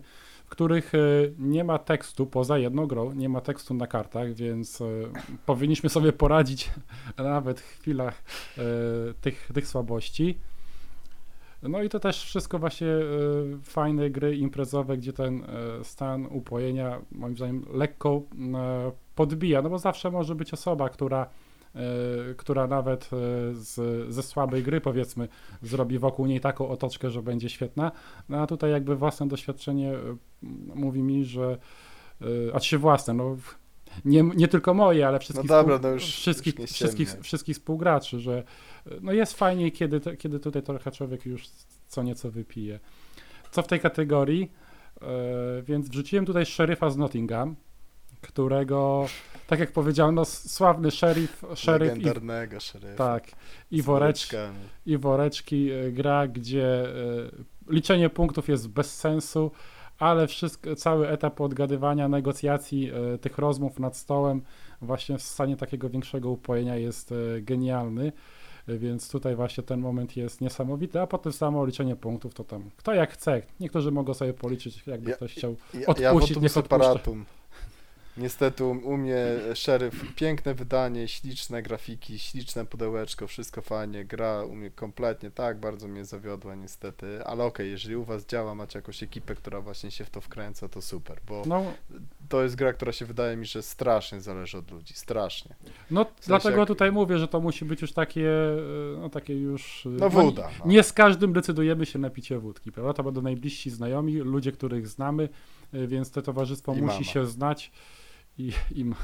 których nie ma tekstu poza jedną grą, nie ma tekstu na kartach, więc powinniśmy sobie poradzić nawet w chwilach tych słabości. No i to też wszystko właśnie fajne gry imprezowe, gdzie ten stan upojenia moim zdaniem lekko podbija, no bo zawsze może być osoba, która nawet ze słabej gry, powiedzmy, zrobi wokół niej taką otoczkę, że będzie świetna, no a tutaj jakby własne doświadczenie mówi mi, że własne, no nie tylko moje, ale wszystkich współgraczy, że no jest fajniej, kiedy tutaj trochę człowiek już co nieco wypije. Co w tej kategorii? Więc wrzuciłem tutaj szeryfa z Nottingham, którego, tak jak powiedziałem, no sławny szeryf legendarnego szeryfa. Tak. I woreczki gra, gdzie liczenie punktów jest bez sensu, ale cały etap odgadywania, negocjacji, tych rozmów nad stołem właśnie w stanie takiego większego upojenia jest genialny, więc tutaj właśnie ten moment jest niesamowity, a potem samo liczenie punktów to tam kto jak chce. Niektórzy mogą sobie policzyć, jakby ktoś chciał odpuścić, niech odpuszcza. Niestety u mnie szeryf, piękne wydanie, śliczne grafiki, śliczne pudełeczko, wszystko fajnie, gra u mnie kompletnie, tak, bardzo mnie zawiodła niestety, ale okej, jeżeli u was działa, macie jakąś ekipę, która właśnie się w to wkręca, to super, bo to jest gra, która się wydaje mi, że strasznie zależy od ludzi, strasznie. No dlatego tutaj mówię, że to musi być już takie już... woda. Nie z każdym decydujemy się na picie wódki, prawda? To będą najbliżsi znajomi, ludzie, których znamy, więc to towarzystwo musi się znać. I mam.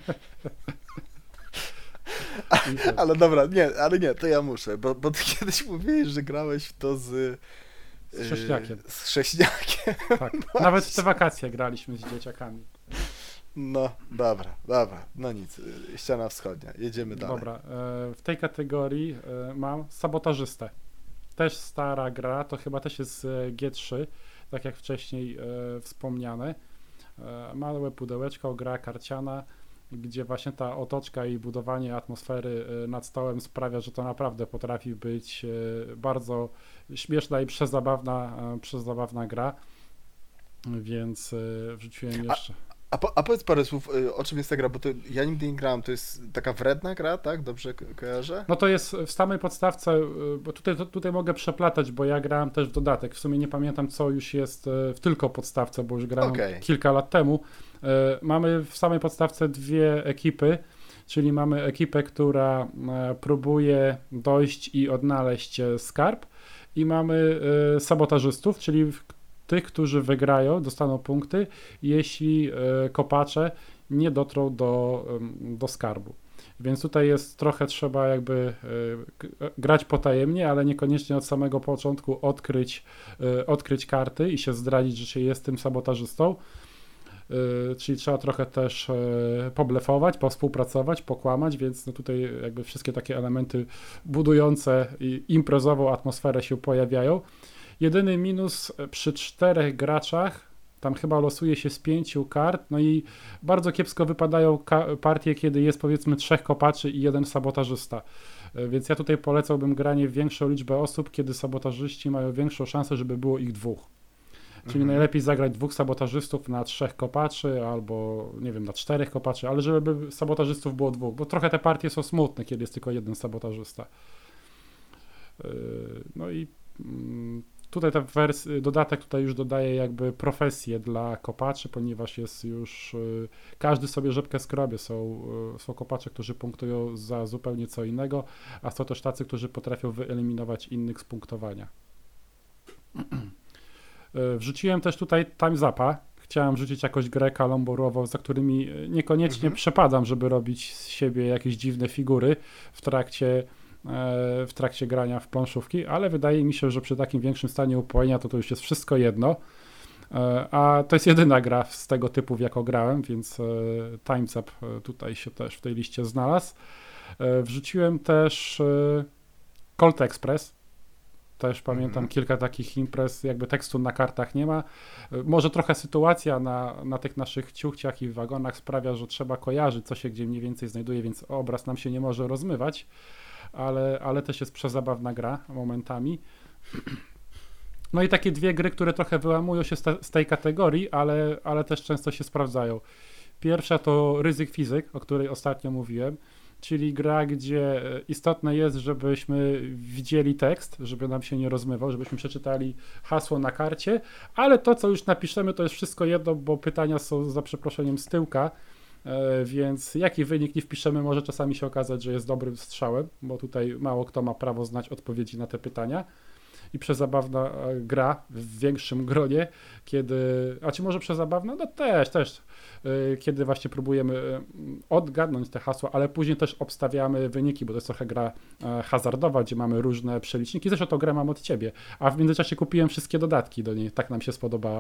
Ale dobra, nie, to ja muszę, bo ty kiedyś mówiłeś, że grałeś w to z chrześniakiem. Z chrześniakiem. Tak. Nawet w te wakacje graliśmy z dzieciakami. No, dobra, no nic, ściana wschodnia, jedziemy dalej. Dobra, w tej kategorii mam Sabotażystę. Też stara gra, to chyba też jest G3, tak jak wcześniej wspomniane. Małe pudełeczko, gra karciana, gdzie właśnie ta otoczka i budowanie atmosfery nad stołem sprawia, że to naprawdę potrafi być bardzo śmieszna i przezabawna gra, więc wrzuciłem jeszcze. A powiedz parę słów, o czym jest ta gra, bo to ja nigdy nie grałem, to jest taka wredna gra, tak? Dobrze kojarzę? No to jest w samej podstawce, bo tutaj mogę przeplatać, bo ja grałem też w dodatek, w sumie nie pamiętam, co już jest w tylko podstawce, bo już grałem kilka lat temu. Mamy w samej podstawce dwie ekipy, czyli mamy ekipę, która próbuje dojść i odnaleźć skarb, i mamy sabotażystów, czyli tych, którzy wygrają, dostaną punkty, jeśli kopacze nie dotrą do skarbu. Więc tutaj jest trochę trzeba jakby grać potajemnie, ale niekoniecznie od samego początku odkryć karty i się zdradzić, że się jest tym sabotażystą. Czyli trzeba trochę też poblefować, powspółpracować, pokłamać, więc no tutaj jakby wszystkie takie elementy budujące imprezową atmosferę się pojawiają. Jedyny minus przy 4 graczach, tam chyba losuje się z 5 kart, no i bardzo kiepsko wypadają partie, kiedy jest powiedzmy 3 kopaczy i 1 sabotażysta. Więc ja tutaj polecałbym granie w większą liczbę osób, kiedy sabotażyści mają większą szansę, żeby było ich 2. Czyli najlepiej zagrać 2 sabotażystów na 3 kopaczy, albo nie wiem, na 4 kopaczy, ale żeby sabotażystów było 2, bo trochę te partie są smutne, kiedy jest tylko 1 sabotażysta. No i tutaj dodatek tutaj już dodaje jakby profesję dla kopaczy, ponieważ jest już, każdy sobie rzepkę skrobie, są kopacze, którzy punktują za zupełnie co innego, a są też tacy, którzy potrafią wyeliminować innych z punktowania. Wrzuciłem też tutaj Time's Upa. Chciałem wrzucić jakąś grę kalamburową, za którymi niekoniecznie przepadam, żeby robić z siebie jakieś dziwne figury w trakcie grania w planszówki, ale wydaje mi się, że przy takim większym stanie upojenia to już jest wszystko jedno. A to jest jedyna gra z tego typu, w jaką grałem, więc Time's Up tutaj się też w tej liście znalazł. Wrzuciłem też Colt Express. Też pamiętam kilka takich imprez, jakby tekstu na kartach nie ma. Może trochę sytuacja na tych naszych ciuchciach i wagonach sprawia, że trzeba kojarzyć, co się gdzie mniej więcej znajduje, więc obraz nam się nie może rozmywać, ale też jest przezabawna gra momentami. No i takie dwie gry, które trochę wyłamują się z tej kategorii, ale też często się sprawdzają. Pierwsza to Ryzyk Fizyk, o której ostatnio mówiłem, czyli gra, gdzie istotne jest, żebyśmy widzieli tekst, żeby nam się nie rozmywał, żebyśmy przeczytali hasło na karcie, ale to, co już napiszemy, to jest wszystko jedno, bo pytania są za przeproszeniem z tyłka, więc jaki wynik nie wpiszemy, może czasami się okazać, że jest dobrym strzałem, bo tutaj mało kto ma prawo znać odpowiedzi na te pytania. I przezabawna gra w większym gronie, czy może przezabawna? No też, kiedy właśnie próbujemy odgadnąć te hasła, ale później też obstawiamy wyniki, bo to jest trochę gra hazardowa, gdzie mamy różne przeliczniki. Zresztą tą grę mam od ciebie, a w międzyczasie kupiłem wszystkie dodatki do niej, tak nam się spodobała.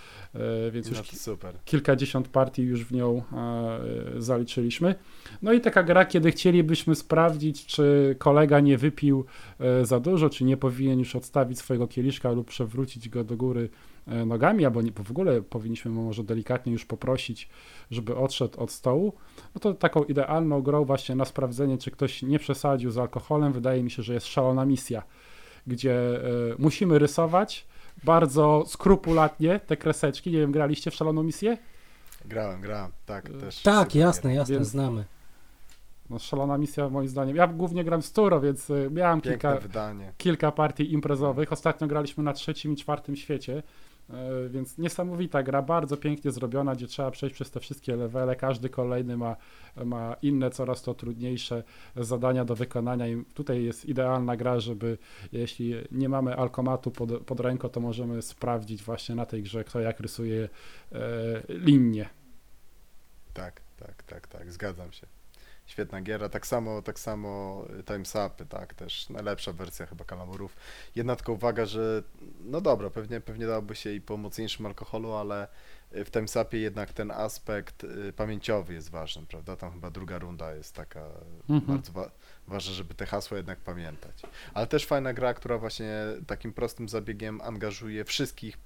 Więc już kilkadziesiąt partii już w nią zaliczyliśmy. No i taka gra, kiedy chcielibyśmy sprawdzić, czy kolega nie wypił za dużo, czy nie powinien już odstawić swojego kieliszka lub przewrócić go do góry nogami, albo w ogóle powinniśmy mu może delikatnie już poprosić, żeby odszedł od stołu. No to taką idealną grą właśnie na sprawdzenie, czy ktoś nie przesadził z alkoholem, wydaje mi się, że jest Szalona Misja, gdzie musimy rysować bardzo skrupulatnie te kreseczki. Nie wiem, graliście w Szaloną Misję? Grałem, tak, też. Tak, jasne, więc znamy. No, Szalona Misja moim zdaniem. Ja głównie gram w Sturo, więc miałem kilka partii imprezowych. Ostatnio graliśmy na 3. i 4. świecie, więc niesamowita gra, bardzo pięknie zrobiona, gdzie trzeba przejść przez te wszystkie levele. Każdy kolejny ma inne, coraz to trudniejsze zadania do wykonania i tutaj jest idealna gra, żeby jeśli nie mamy alkomatu pod ręką, to możemy sprawdzić właśnie na tej grze, kto jak rysuje linię. Tak, zgadzam się. Świetna giera, tak samo Time's Up, tak, też najlepsza wersja chyba kalamurów. Jedna tylko uwaga, że no dobra, pewnie dałoby się i po mocniejszym alkoholu, ale w Time's Upie jednak ten aspekt pamięciowy jest ważny, prawda? Tam chyba druga runda jest taka bardzo ważna, żeby te hasła jednak pamiętać. Ale też fajna gra, która właśnie takim prostym zabiegiem angażuje wszystkich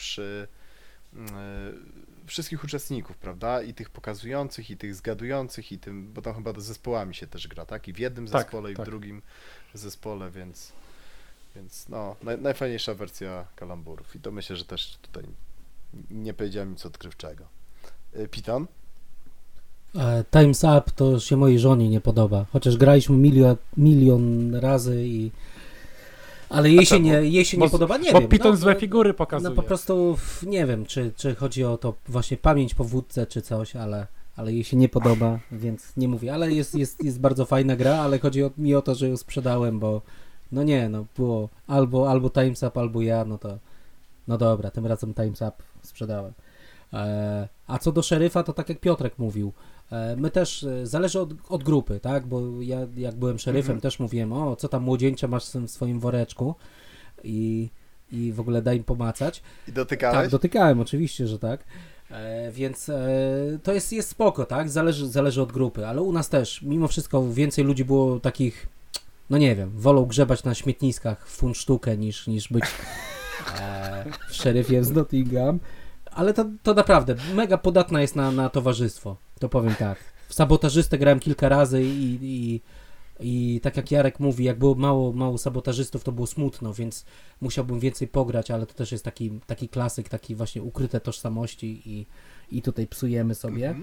wszystkich uczestników, prawda? I tych pokazujących, i tych zgadujących, bo tam chyba zespołami się też gra, tak? I w jednym zespole, i w drugim zespole, więc no, najfajniejsza wersja kalamburów. I to myślę, że też tutaj nie powiedziałem nic odkrywczego. Piton? Time's Up to się mojej żonie nie podoba, chociaż graliśmy milion razy ale jej się nie podoba, nie wiem. Bo Piton złe figury pokazuje. No po prostu nie wiem, czy chodzi o to właśnie pamięć po wódce, czy coś, ale jej się nie podoba, więc nie mówię. Ale jest bardzo fajna gra, ale chodzi mi o to, że ją sprzedałem, bo było albo Time's Up, albo ja, no dobra, tym razem Time's Up sprzedałem. A co do szeryfa, to tak jak Piotrek mówił, my też, zależy od grupy, tak, bo ja jak byłem szeryfem też mówiłem, co tam młodzieńcze masz w swoim woreczku i w ogóle daj im pomacać. I dotykałeś? Tak, dotykałem, oczywiście, że tak, więc to jest spoko, tak, zależy od grupy, ale u nas też, mimo wszystko więcej ludzi było takich, no nie wiem, wolą grzebać na śmietniskach w funt sztukę niż być szeryfiem z Nottingham. Ale to naprawdę mega podatna jest na towarzystwo, to powiem tak. W sabotażystę grałem kilka razy i tak jak Jarek mówi, jak było mało sabotażystów, to było smutno, więc musiałbym więcej pograć, ale to też jest taki klasyk, taki właśnie ukryte tożsamości i tutaj psujemy sobie.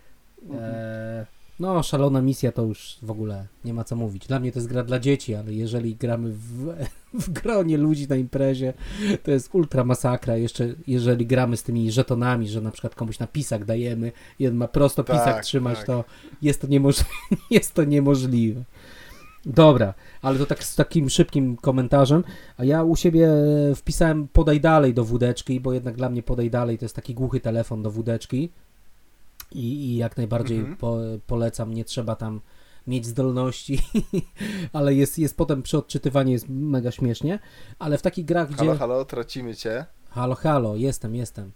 No, Szalona Misja to już w ogóle nie ma co mówić. Dla mnie to jest gra dla dzieci, ale jeżeli gramy w gronie ludzi na imprezie, to jest ultra masakra. Jeszcze jeżeli gramy z tymi żetonami, że na przykład komuś na pisak dajemy i on ma prosto pisak trzymać, to jest to niemożliwe. Dobra, ale to tak z takim szybkim komentarzem, a ja u siebie wpisałem podaj dalej do wódeczki, bo jednak dla mnie podaj dalej to jest taki głuchy telefon do wódeczki. I jak najbardziej polecam, nie trzeba tam mieć zdolności, ale jest potem przy odczytywaniu jest mega śmiesznie, ale w takich grach, gdzie... Halo, tracimy cię. Halo, jestem.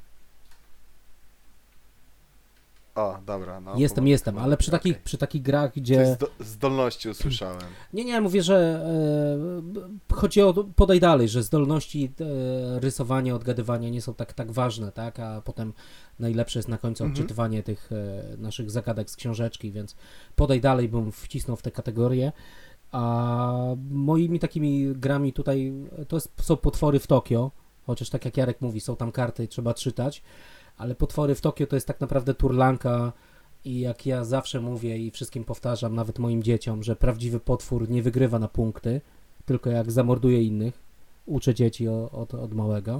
O, dobra. No, jestem, ale przy takich grach, gdzie... Zdolności usłyszałem. Nie, mówię, że chodzi o podaj dalej, że zdolności rysowania, odgadywania nie są tak ważne, tak, a potem najlepsze jest na końcu odczytywanie tych naszych zagadek z książeczki, więc podaj dalej bym wcisnął w tę kategorię. A moimi takimi grami tutaj są Potwory w Tokio, chociaż tak jak Jarek mówi, są tam karty, trzeba czytać, ale Potwory w Tokio to jest tak naprawdę turlanka i jak ja zawsze mówię i wszystkim powtarzam, nawet moim dzieciom, że prawdziwy potwór nie wygrywa na punkty, tylko jak zamorduje innych. Uczę dzieci od małego.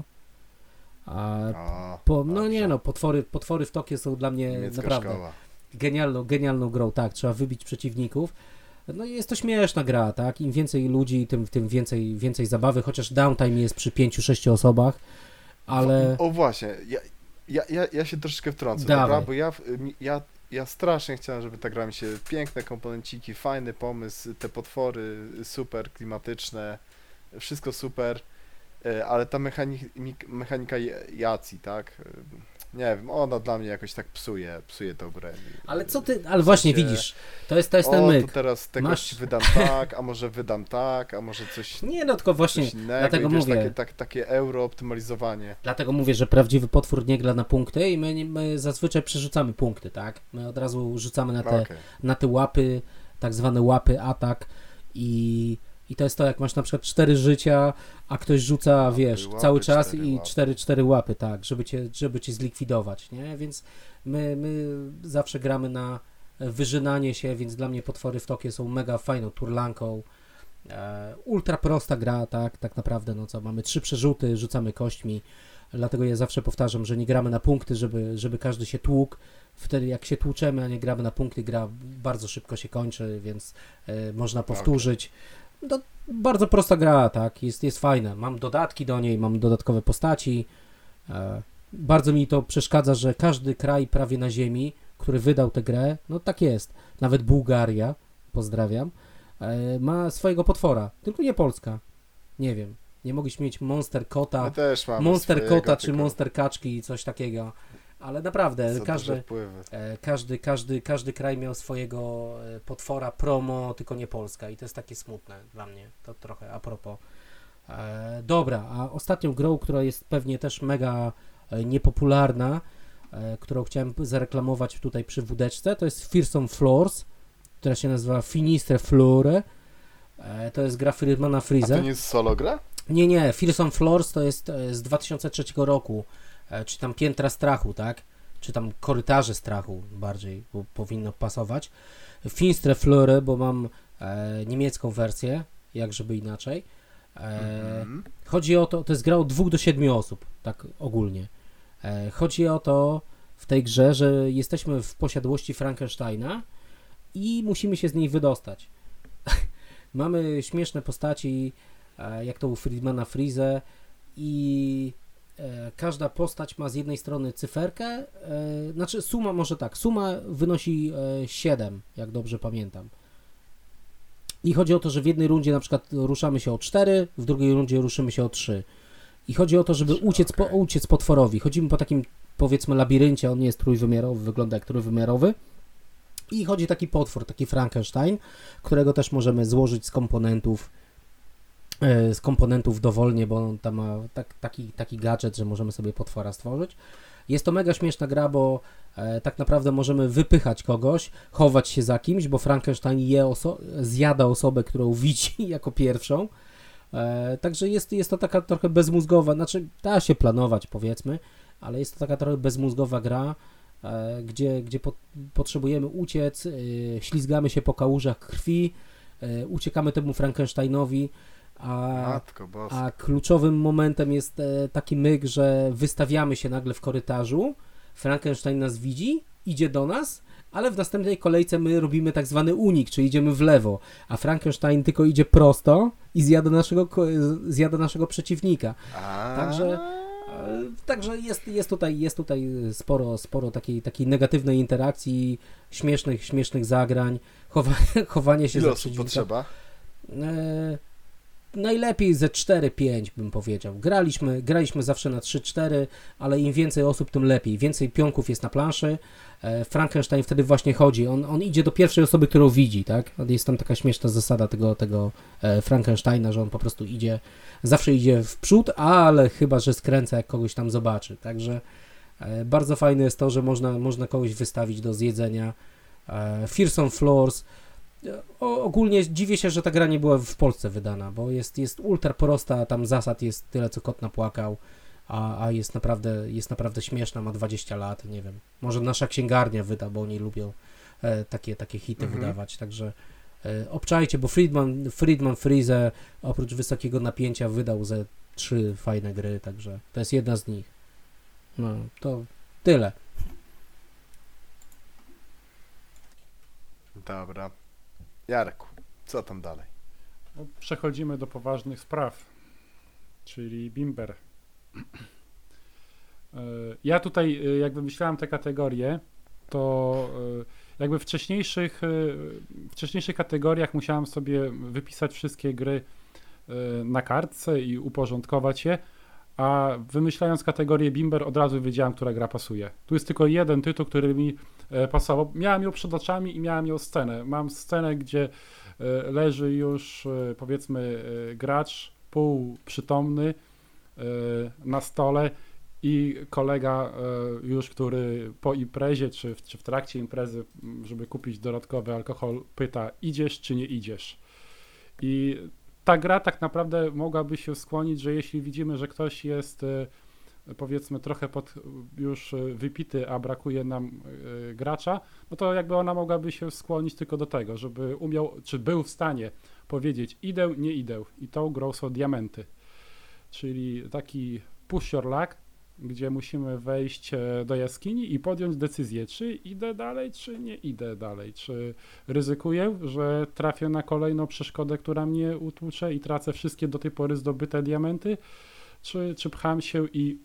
Potwory w Tokio są dla mnie niemiecka naprawdę szkoła. genialną grą, tak, trzeba wybić przeciwników. No i jest to śmieszna gra, tak, im więcej ludzi, tym więcej zabawy, chociaż downtime jest przy 5-6 osobach, ale... O właśnie, ja się troszeczkę wtrącę, dobra? Bo ja strasznie chciałem, żeby ta gra mi się, piękne komponenciki, fajny pomysł, te potwory super klimatyczne, wszystko super, ale ta mechanika jacji, tak? Nie wiem, ona dla mnie jakoś tak psuje tę grę. Ale co ty, ale właśnie widzisz, to jest ten myk. To teraz tego wydam tak, a może wydam tak, a może coś. Nie, no tylko właśnie innego, dlatego mówię. Takie euro optymalizowanie. Dlatego mówię, że prawdziwy potwór nie gra na punkty i my zazwyczaj przerzucamy punkty, tak? My od razu rzucamy na te łapy, tak zwane łapy atak i to jest to, jak masz na przykład 4 życia, a ktoś rzuca, wiesz, cały czas i 4 łapy, tak, żeby cię zlikwidować, nie? Więc my zawsze gramy na wyżynanie się, więc dla mnie Potwory w Tokio są mega fajną turlanką. Ultra prosta gra, tak naprawdę, no co, mamy 3 przerzuty, rzucamy kośćmi, dlatego ja zawsze powtarzam, że nie gramy na punkty, żeby każdy się tłukł. Wtedy jak się tłuczemy, a nie gramy na punkty, gra bardzo szybko się kończy, więc można powtórzyć. To bardzo prosta gra, tak, jest fajna. Mam dodatki do niej, mam dodatkowe postaci. Bardzo mi to przeszkadza, że każdy kraj prawie na ziemi, który wydał tę grę, no tak jest, nawet Bułgaria, pozdrawiam, ma swojego potwora, tylko nie Polska. Nie wiem, nie mogliśmy mieć Monster Kota, Monster Kota czy Monster Kaczki, coś takiego. Ale naprawdę, każdy kraj miał swojego potwora promo, tylko nie Polska i to jest takie smutne dla mnie, to trochę a propos. Dobra, a ostatnią grą, która jest pewnie też mega niepopularna, którą chciałem zareklamować tutaj przy wódeczce, to jest Fearsome Floors, która się nazywa Finistre Flore. To jest gra Friedmana Freeze. A to nie jest solo gra? Nie, Fearsome Floors to jest z 2003 roku. Czy tam piętra strachu, tak? Czy tam korytarze strachu bardziej powinno pasować. Finstre Flore, bo mam niemiecką wersję, jak żeby inaczej. Chodzi o to jest gra od 2 do 7 osób, tak ogólnie. Chodzi o to w tej grze, że jesteśmy w posiadłości Frankensteina i musimy się z niej wydostać. Mamy śmieszne postaci, jak to u Friedmana Freeze i każda postać ma z jednej strony cyferkę, znaczy suma wynosi 7, jak dobrze pamiętam. I chodzi o to, że w jednej rundzie na przykład ruszamy się o 4, w drugiej rundzie ruszymy się o 3. I chodzi o to, żeby uciec potworowi. Chodzimy po takim, powiedzmy, labiryncie, on nie jest trójwymiarowy, wygląda jak trójwymiarowy. I chodzi taki potwór, taki Frankenstein, którego też możemy złożyć z komponentów dowolnie, bo on tam ma taki gadżet, że możemy sobie potwora stworzyć. Jest to mega śmieszna gra, bo tak naprawdę możemy wypychać kogoś, chować się za kimś, bo Frankenstein zjada osobę, którą widzi jako pierwszą. Także jest to taka trochę bezmózgowa, znaczy da się planować, powiedzmy, ale jest to taka trochę bezmózgowa gra, gdzie potrzebujemy uciec, ślizgamy się po kałużach krwi, uciekamy temu Frankensteinowi, a kluczowym momentem jest taki myk, że wystawiamy się nagle w korytarzu, Frankenstein nas widzi, idzie do nas, ale w następnej kolejce my robimy tak zwany unik, czyli idziemy w lewo, a Frankenstein tylko idzie prosto i zjada naszego przeciwnika. Także jest tutaj sporo takiej negatywnej interakcji, śmiesznych zagrań, chowanie się Ile za osób przeciwnika. potrzeba? Najlepiej ze 4-5 bym powiedział. Graliśmy zawsze na 3-4, ale im więcej osób, tym lepiej. Więcej pionków jest na planszy. Frankenstein wtedy właśnie chodzi. On idzie do pierwszej osoby, którą widzi, tak? Jest tam taka śmieszna zasada tego Frankensteina, że on po prostu zawsze idzie w przód, ale chyba, że skręca, jak kogoś tam zobaczy. Także bardzo fajne jest to, że można kogoś wystawić do zjedzenia. Fearsome Floors Ogólnie dziwię się, że ta gra nie była w Polsce wydana, bo jest ultra prosta, tam zasad jest tyle, co kot napłakał, a jest naprawdę śmieszna, ma 20 lat, nie wiem. Może nasza księgarnia wyda, bo oni lubią takie hity wydawać, także obczajcie, bo Friedman Freeze oprócz wysokiego napięcia wydał ze 3 fajne gry, także to jest jedna z nich. No, to tyle. Dobra. Jarku, co tam dalej? No, przechodzimy do poważnych spraw, czyli Bimber. Ja tutaj jakby myślałem te kategorie, to jakby w wcześniejszych kategoriach musiałem sobie wypisać wszystkie gry na kartce i uporządkować je, a wymyślając kategorię Bimber od razu wiedziałem, która gra pasuje. Tu jest tylko jeden tytuł, który mi pasował. Miałem ją przed oczami i miałem ją scenę. Mam scenę, gdzie leży już powiedzmy gracz półprzytomny na stole i kolega już, który po imprezie czy w trakcie imprezy, żeby kupić dodatkowy alkohol, pyta: idziesz czy nie idziesz? I ta gra tak naprawdę mogłaby się skłonić, że jeśli widzimy, że ktoś jest powiedzmy trochę już wypity, a brakuje nam gracza, no to jakby ona mogłaby się skłonić tylko do tego, żeby umiał, czy był w stanie powiedzieć: idę, nie idę. I tą grą są diamenty. Czyli taki push your luck, gdzie musimy wejść do jaskini i podjąć decyzję, czy idę dalej, czy nie idę dalej. Czy ryzykuję, że trafię na kolejną przeszkodę, która mnie utłucze i tracę wszystkie do tej pory zdobyte diamenty, czy pcham się i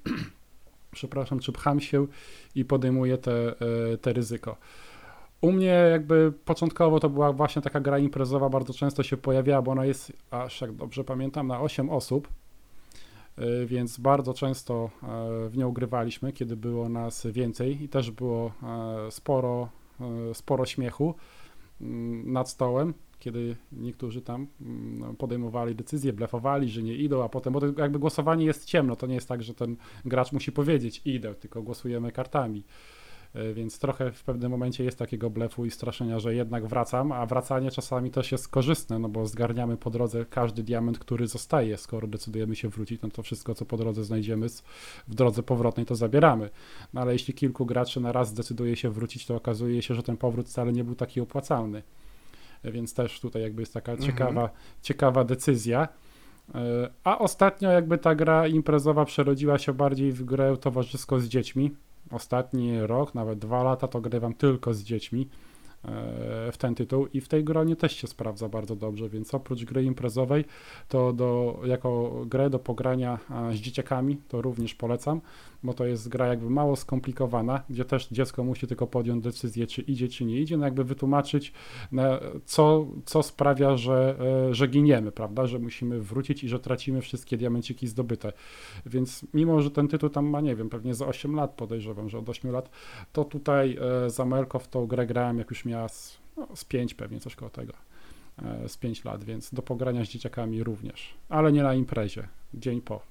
podejmuję te ryzyko. U mnie jakby początkowo to była właśnie taka gra imprezowa, bardzo często się pojawiała, bo ona jest, aż jak dobrze pamiętam, na 8 osób, więc bardzo często w nią grywaliśmy, kiedy było nas więcej i też było sporo śmiechu nad stołem, kiedy niektórzy tam podejmowali decyzje, blefowali, że nie idą, a potem, bo to jakby głosowanie jest ciemno, to nie jest tak, że ten gracz musi powiedzieć: idę, tylko głosujemy kartami. Więc trochę w pewnym momencie jest takiego blefu i straszenia, że jednak wracam, a wracanie czasami też jest korzystne, no bo zgarniamy po drodze każdy diament, który zostaje. Skoro decydujemy się wrócić, no to wszystko, co po drodze znajdziemy w drodze powrotnej, to zabieramy. No ale jeśli kilku graczy na raz zdecyduje się wrócić, to okazuje się, że ten powrót wcale nie był taki opłacalny. Więc też tutaj jakby jest taka ciekawa decyzja. A ostatnio jakby ta gra imprezowa przerodziła się bardziej w grę towarzyską z dziećmi. Ostatni rok, nawet 2 lata to grywam tylko z dziećmi w ten tytuł i w tej gronie też się sprawdza bardzo dobrze, więc oprócz gry imprezowej to jako grę do pogrania z dzieciakami to również polecam, bo to jest gra jakby mało skomplikowana, gdzie też dziecko musi tylko podjąć decyzję, czy idzie, czy nie idzie, no jakby wytłumaczyć, co sprawia, że giniemy, prawda, że musimy wrócić i że tracimy wszystkie diamenciki zdobyte. Więc mimo, że ten tytuł tam ma, nie wiem, pewnie za 8 lat, podejrzewam, że od 8 lat, to tutaj za Melko w tą grę grałem, jak już miała z 5 pewnie, coś koło tego, z 5 lat, więc do pogrania z dzieciakami również, ale nie na imprezie, dzień po.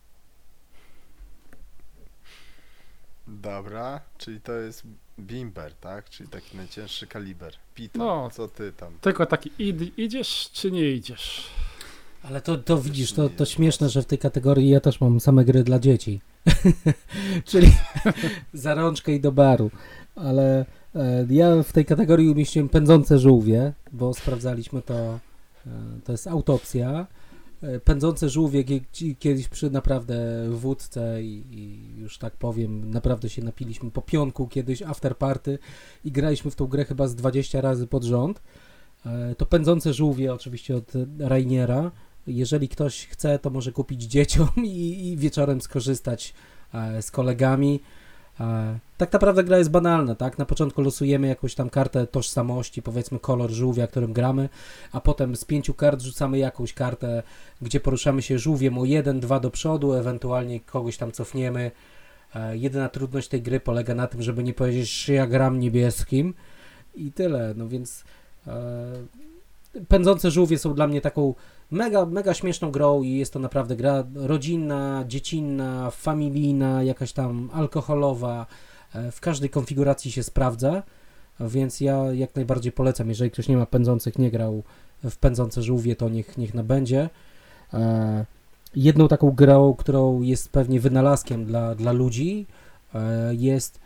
Dobra, czyli to jest Bimber, tak? Czyli taki najcięższy kaliber. Pito, no, co ty tam? Tylko taki idziesz czy nie idziesz? Ale to widzisz, to śmieszne, że w tej kategorii ja też mam same gry dla dzieci. Czyli za rączkę i do baru. Ale ja w tej kategorii umieściłem Pędzące żółwie, bo sprawdzaliśmy to jest autopsja. Pędzące żółwie kiedyś przy naprawdę wódce i już tak powiem, naprawdę się napiliśmy po pionku kiedyś, after party i graliśmy w tą grę chyba z 20 razy pod rząd. To Pędzące żółwie oczywiście od Rainiera. Jeżeli ktoś chce, to może kupić dzieciom i wieczorem skorzystać z kolegami. Tak naprawdę gra jest banalna, tak? Na początku losujemy jakąś tam kartę tożsamości, powiedzmy kolor żółwia, którym gramy, a potem z 5 kart rzucamy jakąś kartę, gdzie poruszamy się żółwiem o 1-2 do przodu, ewentualnie kogoś tam cofniemy. Jedyna trudność tej gry polega na tym, żeby nie powiedzieć, że ja gram niebieskim i tyle, no więc Pędzące żółwie są dla mnie taką mega śmieszną grą i jest to naprawdę gra rodzinna, dziecinna, familijna, jakaś tam alkoholowa, w każdej konfiguracji się sprawdza. więc ja jak najbardziej polecam, jeżeli ktoś nie ma pędzących, nie grał w pędzące żółwie, to niech nabędzie. Jedną taką grą, którą jest pewnie wynalazkiem dla ludzi, jest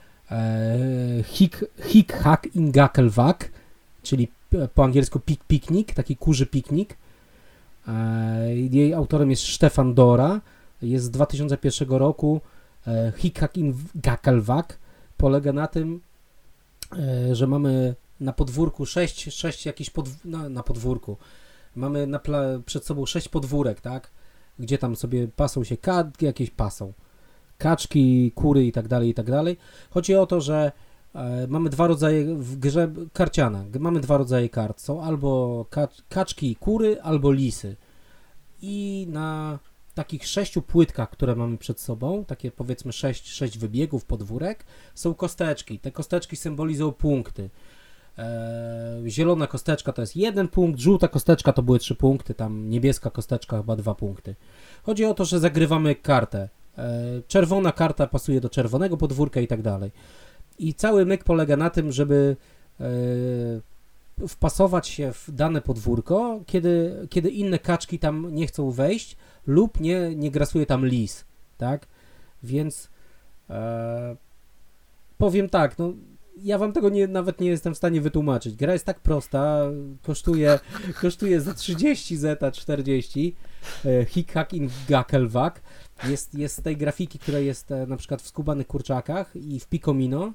Hick Hack in Gackelwack, czyli po angielsku piknik, taki kurzy piknik. Jej autorem jest Stefan Dora, jest z 2001 roku. Hick Hack in Gackelwack polega na tym, że mamy na podwórku sześć jakichś na podwórku. Mamy przed sobą 6 podwórek, tak? Gdzie tam sobie pasą się jakieś kaczki, kury i tak dalej. Chodzi o to, że mamy 2 rodzaje w grze karciana. Mamy 2 rodzaje kart. Są albo kaczki i kury, albo lisy. I na takich 6 płytkach, które mamy przed sobą, takie powiedzmy 6 wybiegów, podwórek, są kosteczki. Te kosteczki symbolizują punkty. Zielona kosteczka to jest 1 punkt, żółta kosteczka to były 3 punkty, tam niebieska kosteczka chyba 2 punkty. Chodzi o to, że zagrywamy kartę. Czerwona karta pasuje do czerwonego podwórka i tak dalej. I cały myk polega na tym, żeby wpasować się w dane podwórko, kiedy inne kaczki tam nie chcą wejść lub nie grasuje tam lis, tak? Więc powiem tak, no ja wam tego nawet nie jestem w stanie wytłumaczyć. Gra jest tak prosta, kosztuje za 30 zeta 40. Hick Hack in Gackelwack. Jest z tej grafiki, która jest na przykład w Skubanych Kurczakach i w Picomino.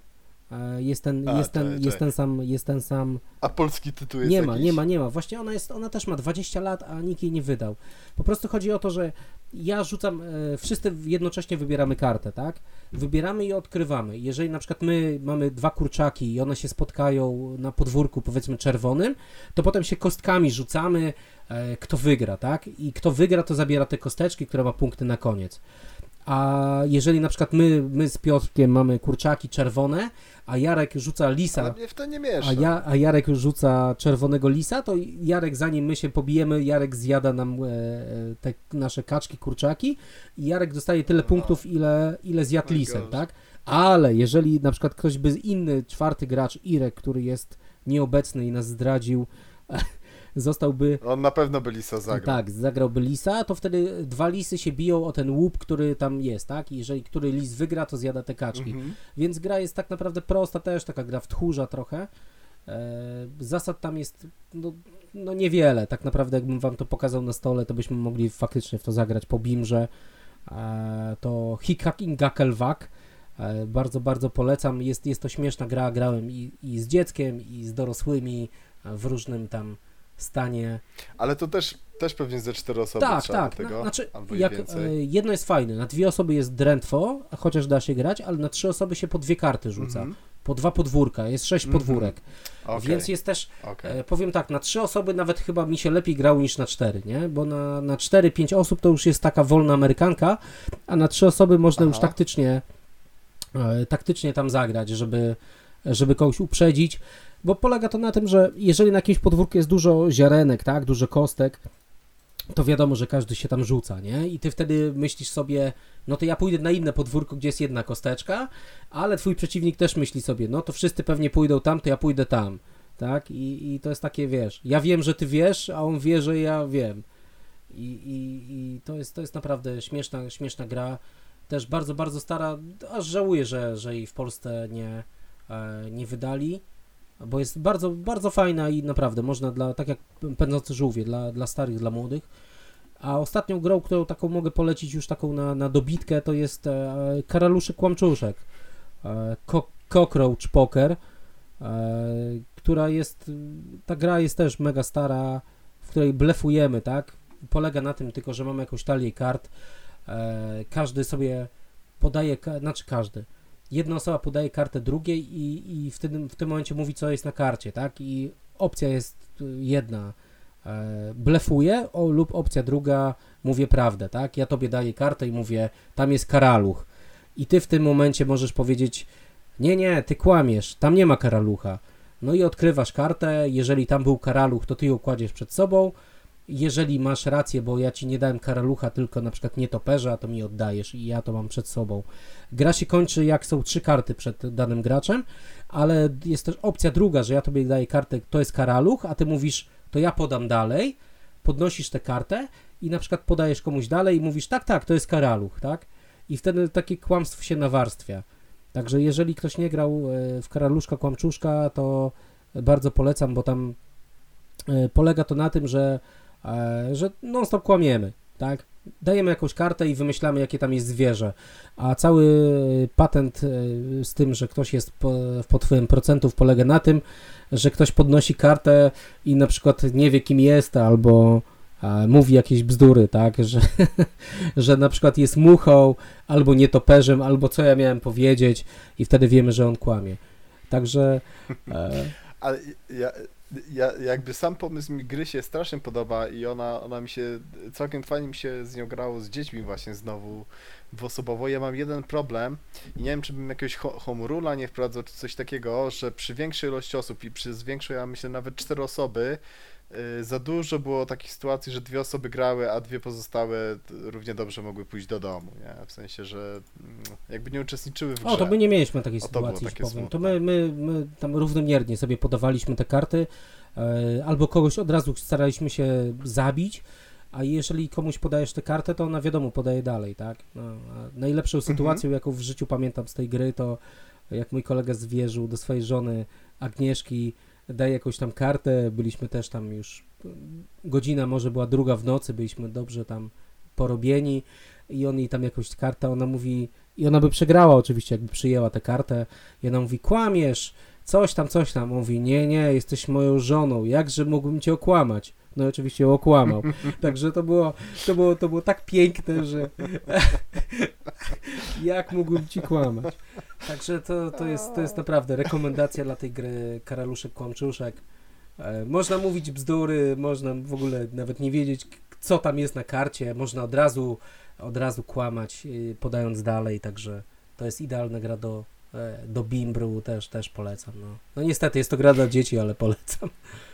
Jest ten sam. A polski tytuł jest Nie ma. Właśnie ona też ma 20 lat, a nikt jej nie wydał. Po prostu chodzi o to, że ja rzucam, wszyscy jednocześnie wybieramy kartę, tak? Wybieramy i odkrywamy. Jeżeli na przykład my mamy 2 kurczaki i one się spotkają na podwórku, powiedzmy czerwonym, to potem się kostkami rzucamy, kto wygra, tak? I kto wygra, to zabiera te kosteczki, które ma punkty na koniec. A jeżeli na przykład my z Piotrkiem mamy kurczaki czerwone, a Jarek rzuca lisa, ale mnie w to nie miesza. A Jarek rzuca czerwonego lisa, to Jarek, zanim my się pobijemy, Jarek zjada nam te nasze kaczki, kurczaki i Jarek dostaje tyle punktów, ile zjadł lisem, tak? Ale jeżeli na przykład ktoś by inny, 4. gracz, Irek, który jest nieobecny i nas zdradził, zostałby... On na pewno by lisa zagrał. Tak, zagrałby lisa, to wtedy 2 lisy się biją o ten łup, który tam jest, tak? I jeżeli który lis wygra, to zjada te kaczki. Więc gra jest tak naprawdę prosta, też taka gra w tchórza trochę. Zasad tam jest no niewiele. Tak naprawdę jakbym wam to pokazał na stole, to byśmy mogli faktycznie w to zagrać po bimrze. To Hick Hack in Gackelwack. Bardzo, bardzo polecam. Jest to śmieszna gra. Grałem i z dzieckiem, i z dorosłymi w różnym tam stanie. Ale to też pewnie ze 4 osoby trzeba do tego, znaczy, albo i więcej. Jedno jest fajne, na 2 osoby jest drętwo, chociaż da się grać, ale na 3 osoby się po 2 karty rzuca, po 2 podwórka, jest 6 podwórek, więc jest też, powiem tak, na 3 osoby nawet chyba mi się lepiej grało niż na 4, nie? Bo na 4-5 osób to już jest taka wolna amerykanka, a na 3 osoby można już taktycznie tam zagrać, żeby kogoś uprzedzić. Bo polega to na tym, że jeżeli na jakimś podwórku jest dużo ziarenek, tak, dużo kostek, to wiadomo, że każdy się tam rzuca, nie? I ty wtedy myślisz sobie, no to ja pójdę na inne podwórko, gdzie jest 1 kosteczka, ale twój przeciwnik też myśli sobie, no to wszyscy pewnie pójdą tam, to ja pójdę tam, tak? I to jest takie, wiesz, ja wiem, że ty wiesz, a on wie, że ja wiem. I to jest naprawdę śmieszna gra, też bardzo, bardzo stara, aż żałuję, że jej w Polsce nie wydali. Bo jest bardzo, bardzo fajna i naprawdę można tak jak Pędzące żółwie, dla starych, dla młodych. A ostatnią grą, którą taką mogę polecić już taką na dobitkę, to jest Karaluszek Kłamczuszek, Cockroach Poker, która ta gra jest też mega stara, w której blefujemy, tak? Polega na tym tylko, że mamy jakąś talię kart, każdy sobie podaje, jedna osoba podaje kartę drugiej i w tym momencie mówi, co jest na karcie, tak? I opcja jest jedna, blefuję, lub opcja druga, mówię prawdę, tak? Ja tobie daję kartę i mówię, tam jest karaluch. I ty w tym momencie możesz powiedzieć, nie, ty kłamiesz, tam nie ma karalucha. No i odkrywasz kartę, jeżeli tam był karaluch, to ty ją kładziesz przed sobą. Jeżeli masz rację, bo ja ci nie dałem karalucha, tylko na przykład nietoperza, to mi oddajesz i ja to mam przed sobą. Gra się kończy, jak są 3 karty przed danym graczem, ale jest też opcja druga, że ja tobie daję kartę, to jest karaluch, a ty mówisz, to ja podam dalej, podnosisz tę kartę i na przykład podajesz komuś dalej i mówisz, tak, to jest karaluch, tak? I wtedy takie kłamstwo się nawarstwia. Także jeżeli ktoś nie grał w Karaluszka Kłamczuszka, to bardzo polecam, bo tam polega to na tym, że non-stop kłamiemy, tak? Dajemy jakąś kartę i wymyślamy, jakie tam jest zwierzę, a cały patent z tym, że ktoś jest pod wpływem procentów polega na tym, że ktoś podnosi kartę i na przykład nie wie, kim jest, albo mówi jakieś bzdury, tak, że na przykład jest muchą, albo nietoperzem, albo co ja miałem powiedzieć i wtedy wiemy, że on kłamie. Także... Ale ja jakby sam pomysł mi gry się strasznie podoba i ona mi się, całkiem fajnie mi się z nią grało z dziećmi właśnie znowu dwuosobowo. Ja mam jeden problem i nie wiem, czy bym jakiegoś home rule'a nie wprowadzał, czy coś takiego, że przy większej ilości osób i przez większą, ja myślę nawet 4 osoby, za dużo było takich sytuacji, że 2 osoby grały, a 2 pozostałe równie dobrze mogły pójść do domu, nie? W sensie, że jakby nie uczestniczyły w grze. O, to my nie mieliśmy takiej sytuacji, powiem. Smutne. To my tam równomiernie sobie podawaliśmy te karty, albo kogoś od razu staraliśmy się zabić, a jeżeli komuś podajesz tę kartę, to ona wiadomo podaje dalej, tak? No, a najlepszą sytuacją, jaką w życiu pamiętam z tej gry, to jak mój kolega zwierzył do swojej żony Agnieszki, daje jakąś tam kartę, byliśmy też tam już, godzina może była 2 w nocy, byliśmy dobrze tam porobieni i on jej tam jakąś kartę, ona mówi, i ona by przegrała oczywiście, jakby przyjęła tę kartę i ona mówi, kłamiesz, coś tam, mówi, nie, jesteś moją żoną, jakże mógłbym cię okłamać? No oczywiście ją okłamał, także to było tak piękne, że jak mógłbym ci kłamać? Także to jest naprawdę rekomendacja dla tej gry Karaluszek Kłamczuszek. Można mówić bzdury, można w ogóle nawet nie wiedzieć, co tam jest na karcie, można od razu kłamać, podając dalej, także to jest idealna gra do bimbru, też polecam. No niestety jest to gra dla dzieci, ale polecam.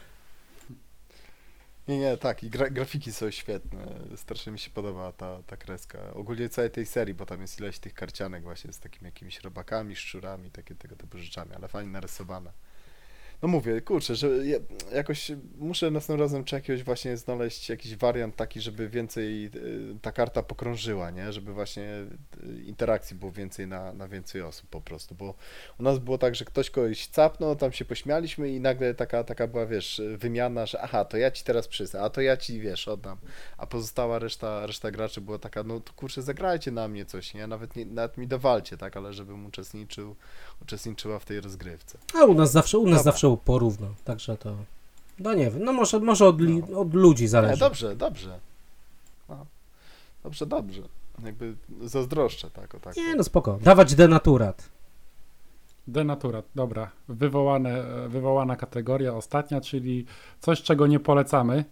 Nie, tak, i grafiki są świetne, strasznie mi się podoba ta kreska, ogólnie całej tej serii, bo tam jest ileś tych karcianek właśnie z takimi jakimiś robakami, szczurami, tego typu rzeczami, ale fajnie narysowane. No mówię, kurczę, że jakoś muszę następnym razem czy jakiegoś właśnie znaleźć jakiś wariant taki, żeby więcej ta karta pokrążyła, nie? Żeby właśnie interakcji było więcej na więcej osób po prostu, bo u nas było tak, że ktoś kogoś capnął, tam się pośmialiśmy i nagle taka była, wiesz, wymiana, że aha, to ja ci teraz przysę, a to ja ci, wiesz, oddam, a pozostała reszta graczy była taka, no to kurczę, zagrajcie na mnie coś, nie? Nawet mi dowalcie, tak, ale żebym uczestniczyła w tej rozgrywce. A u nas zawsze porówno, także to, no nie wiem, no może od ludzi zależy. Nie, dobrze. No, dobrze. Jakby zazdroszczę, tak, o tak. Nie, no spoko. Dawać denaturat. Denaturat, dobra. Wywołana kategoria ostatnia, czyli coś, czego nie polecamy,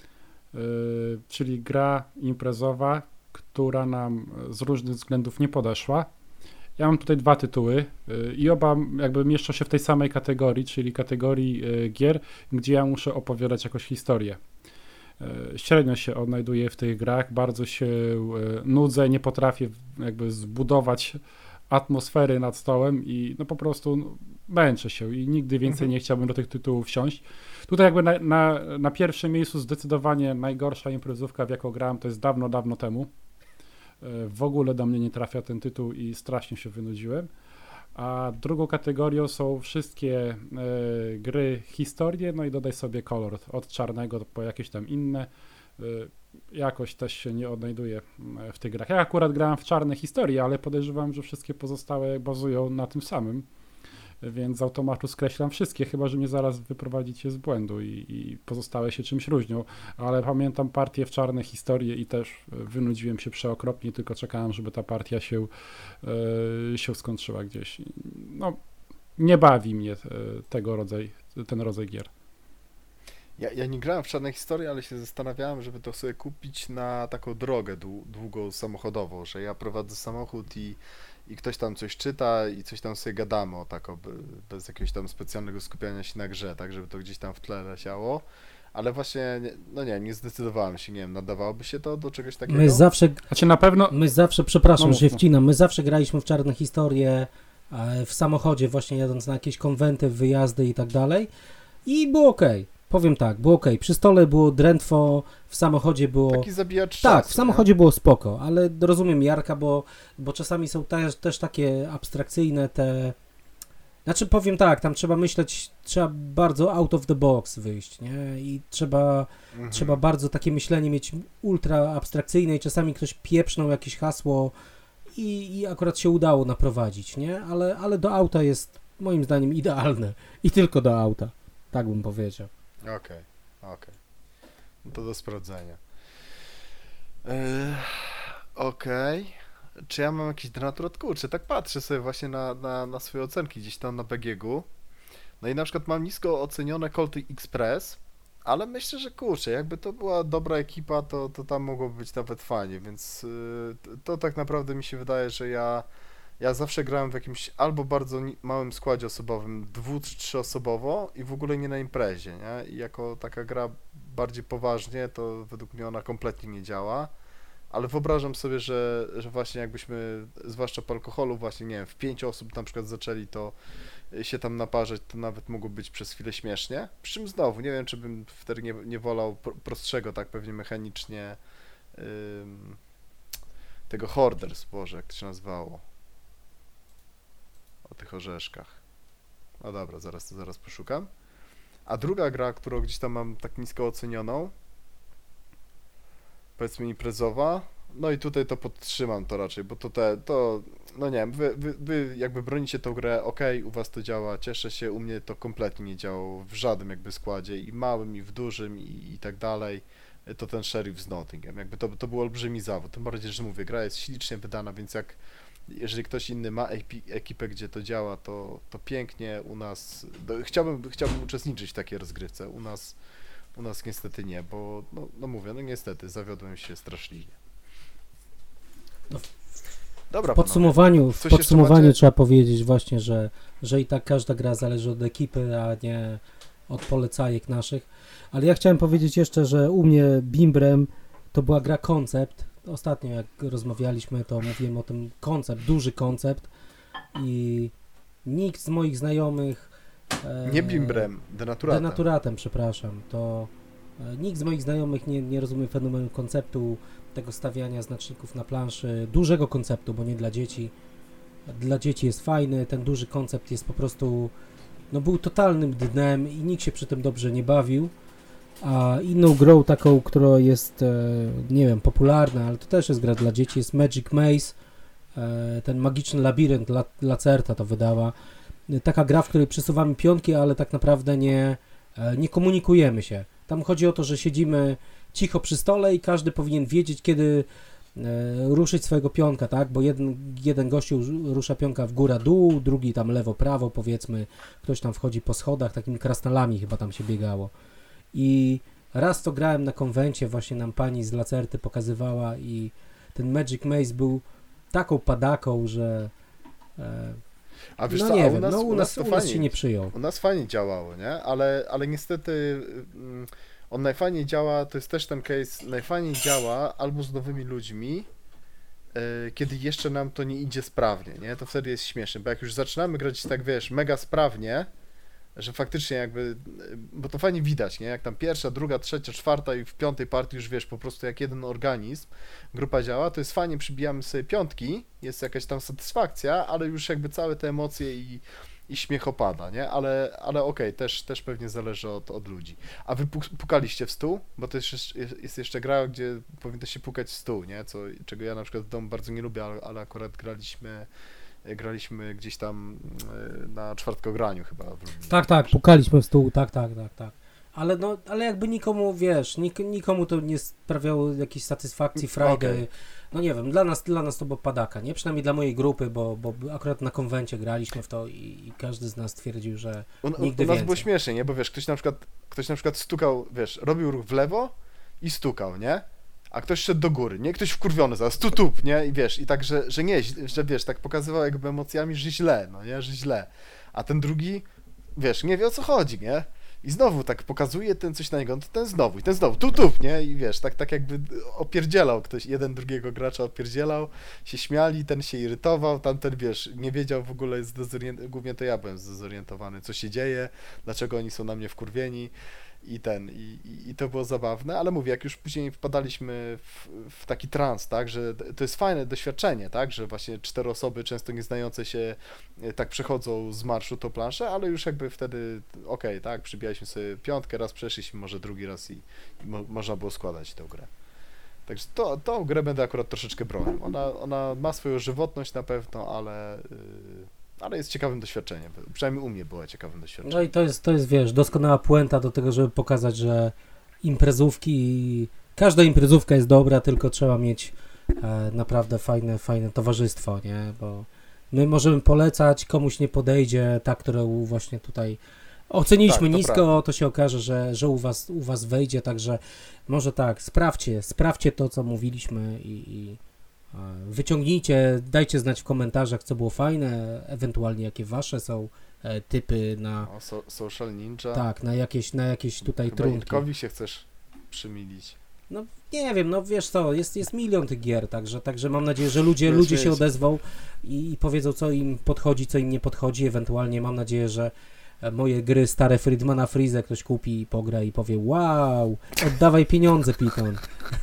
czyli gra imprezowa, która nam z różnych względów nie podeszła. Ja mam tutaj 2 tytuły i oba jakby mieszczą się w tej samej kategorii, czyli kategorii gier, gdzie ja muszę opowiadać jakąś historię. Średnio się odnajduję w tych grach, bardzo się nudzę, nie potrafię jakby zbudować atmosfery nad stołem i no po prostu męczę się i nigdy więcej nie chciałbym do tych tytułów wsiąść. Tutaj jakby na pierwszym miejscu zdecydowanie najgorsza imprezówka, w jaką grałem, to jest dawno temu. W ogóle do mnie nie trafia ten tytuł i strasznie się wynudziłem. A drugą kategorią są wszystkie gry historie, no i dodaj sobie kolor od czarnego po jakieś tam inne. Jakoś też się nie odnajduję w tych grach. Ja akurat grałem w czarne historie, ale podejrzewam, że wszystkie pozostałe bazują na tym samym, więc z automatu skreślam wszystkie, chyba że mnie zaraz wyprowadzicie z błędu i pozostałe się czymś różnią, ale pamiętam partię w czarne historie i też wynudziłem się przeokropnie, tylko czekałem, żeby ta partia się skończyła gdzieś. No, nie bawi mnie ten rodzaj gier. Ja nie grałem w czarne historie, ale się zastanawiałem, żeby to sobie kupić na taką drogę długą samochodową, że ja prowadzę samochód i ktoś tam coś czyta i coś tam sobie gadamy o tak, bez jakiegoś tam specjalnego skupiania się na grze, tak, żeby to gdzieś tam w tle leciało, ale właśnie, no nie zdecydowałem się, nie wiem, nadawałoby się to do czegoś takiego? My zawsze, na pewno... przepraszam, że się wcinam, my zawsze graliśmy w czarne historie w samochodzie właśnie jadąc na jakieś konwenty, wyjazdy i tak dalej i było okej. Powiem tak, było okej. Przy stole było drętwo, w samochodzie było... Taki zabijacz Tak, czasu, w samochodzie było spoko, ale rozumiem Jarka, bo czasami są też takie abstrakcyjne te... Znaczy powiem tak, tam trzeba myśleć, trzeba bardzo out of the box wyjść, nie? I trzeba bardzo takie myślenie mieć ultra abstrakcyjne i czasami ktoś pieprznął jakieś hasło i akurat się udało naprowadzić, nie? Ale do auta jest moim zdaniem idealne i tylko do auta, tak bym powiedział. Okej. No to do sprawdzenia. Okej. Czy ja mam jakiś denaturat? Kurczę, tak patrzę sobie właśnie na swoje ocenki gdzieś tam na BGG-u. No i na przykład mam nisko ocenione Colty Express, ale myślę, że kurczę, jakby to była dobra ekipa, to tam mogłoby być nawet fajnie, więc to tak naprawdę mi się wydaje, że ja zawsze grałem w jakimś albo bardzo małym składzie osobowym, 2- czy 3-osobowo i w ogóle nie na imprezie, nie? I jako taka gra bardziej poważnie, to według mnie ona kompletnie nie działa, ale wyobrażam sobie, że właśnie jakbyśmy, zwłaszcza po alkoholu, właśnie, nie wiem, w 5 osób na przykład zaczęli to się tam naparzać, to nawet mogło być przez chwilę śmiesznie. Przy czym znowu, nie wiem, czy bym wtedy nie wolał prostszego, tak pewnie mechanicznie, tego Hoarders, Boże, jak to się nazywało. O tych orzeszkach. No dobra, zaraz poszukam. A druga gra, którą gdzieś tam mam tak nisko ocenioną, powiedzmy imprezowa, no i tutaj to podtrzymam to raczej, bo no nie wiem, wy jakby bronicie tą grę, okej, u was to działa, cieszę się, u mnie to kompletnie nie działało w żadnym jakby składzie, i małym, i w dużym, i tak dalej, to ten Sheriff z Nottingham, jakby to był olbrzymi zawód, tym bardziej, że mówię, gra jest ślicznie wydana, więc jeżeli ktoś inny ma ekipę, gdzie to działa, to pięknie, u nas, chciałbym uczestniczyć w takiej rozgrywce, u nas niestety nie, bo no mówię, no niestety, zawiodłem się straszliwie. Dobra, w podsumowaniu trzeba powiedzieć właśnie, że i tak każda gra zależy od ekipy, a nie od polecajek naszych. Ale ja chciałem powiedzieć jeszcze, że u mnie Bimbrem to była gra koncept. Ostatnio jak rozmawialiśmy, to mówiłem o tym duży koncept i nikt z moich znajomych... Nie Bimbrem, Denaturatem. Denaturatem, przepraszam. To nikt z moich znajomych nie rozumie fenomenu konceptu, tego stawiania znaczników na planszy, dużego konceptu, bo nie dla dzieci. Dla dzieci jest fajny, ten duży koncept jest po prostu, był totalnym dnem i nikt się przy tym dobrze nie bawił. A inną grą taką, która jest, nie wiem, popularna, ale to też jest gra dla dzieci, jest Magic Maze, ten magiczny labirynt, Lacerta to wydała. Taka gra, w której przesuwamy pionki, ale tak naprawdę nie komunikujemy się. Tam chodzi o to, że siedzimy cicho przy stole i każdy powinien wiedzieć, kiedy ruszyć swojego pionka, tak? Bo jeden gościu rusza pionka w górę-dół, drugi tam lewo-prawo, powiedzmy, ktoś tam wchodzi po schodach, takimi krasnalami chyba tam się biegało. I raz to grałem na konwencie, właśnie nam pani z Lacerty pokazywała i ten Magic Maze był taką padaką, że a wiesz u nas się nie przyjął. U nas fajnie działało, nie? Ale niestety on najfajniej działa, to jest też ten case, najfajniej działa albo z nowymi ludźmi, kiedy jeszcze nam to nie idzie sprawnie, nie? To wtedy jest śmieszne, bo jak już zaczynamy grać tak, wiesz, mega sprawnie, że faktycznie jakby, bo to fajnie widać, nie? Jak tam pierwsza, druga, trzecia, czwarta i w piątej partii już wiesz, po prostu jak jeden organizm, grupa działa, to jest fajnie, przybijamy sobie piątki, jest jakaś tam satysfakcja, ale już jakby całe te emocje i śmiech opada, nie? Ale okej, też pewnie zależy od ludzi. A wy pukaliście w stół? Bo to jest jeszcze gra, gdzie powinno się pukać w stół, nie? Czego ja na przykład w domu bardzo nie lubię, ale akurat graliśmy gdzieś tam na czwartkograniu chyba. Tak, pukaliśmy w stół, tak. Ale jakby nikomu, wiesz, nikomu to nie sprawiało jakiejś satysfakcji, frajdy. Okay. No nie wiem, dla nas to było padaka, nie? Przynajmniej dla mojej grupy, bo akurat na konwencie graliśmy w to i każdy z nas twierdził, że nigdy więcej. U nas było śmiesznie, nie? Bo wiesz, ktoś na przykład stukał, wiesz, robił ruch w lewo i stukał, nie? A ktoś szedł do góry, nie? Ktoś wkurwiony zaraz, tup, nie? I wiesz, i tak, że nie, że wiesz, tak pokazywał jakby emocjami, że źle, no nie? Że źle. A ten drugi, wiesz, nie wie o co chodzi, nie? I znowu tak pokazuje ten coś na niego, no to ten znowu, i ten znowu, tu, nie? I wiesz, tak jakby opierdzielał ktoś, jeden drugiego gracza opierdzielał, się śmiali, ten się irytował, tamten, wiesz, nie wiedział w ogóle, głównie to ja byłem zdezorientowany, co się dzieje, dlaczego oni są na mnie wkurwieni. I to było zabawne, ale mówię, jak już później wpadaliśmy w taki trans, tak, że to jest fajne doświadczenie, tak, że właśnie 4 osoby często nieznające się tak przechodzą z marszu tą planszę, ale już jakby wtedy okej, tak, przybijaliśmy sobie 5, raz przeszliśmy, może drugi raz i można było składać tę grę. Także tą grę będę akurat troszeczkę bronił. Ona ma swoją żywotność na pewno, ale jest ciekawym doświadczeniem. Przynajmniej u mnie była ciekawym doświadczeniem. No i to jest, wiesz, doskonała puenta do tego, żeby pokazać, że każda imprezówka jest dobra, tylko trzeba mieć naprawdę fajne towarzystwo, nie? Bo my możemy polecać, komuś nie podejdzie, ta, którą właśnie tutaj oceniliśmy tak, nisko, to się okaże, że u was wejdzie, także może tak, sprawdźcie to, co mówiliśmy i wyciągnijcie, dajcie znać w komentarzach, co było fajne, ewentualnie jakie wasze są typy na... Social Ninja. Tak, na jakieś tutaj Chyba trunki. Irkowi się chcesz przymilić. No nie wiem, no wiesz co, jest milion tych gier, także mam nadzieję, że ludzie się odezwą i powiedzą, co im podchodzi, co im nie podchodzi, ewentualnie mam nadzieję, że moje gry stare Friedmana Freeze ktoś kupi i pogra i powie, wow, oddawaj pieniądze, Piton.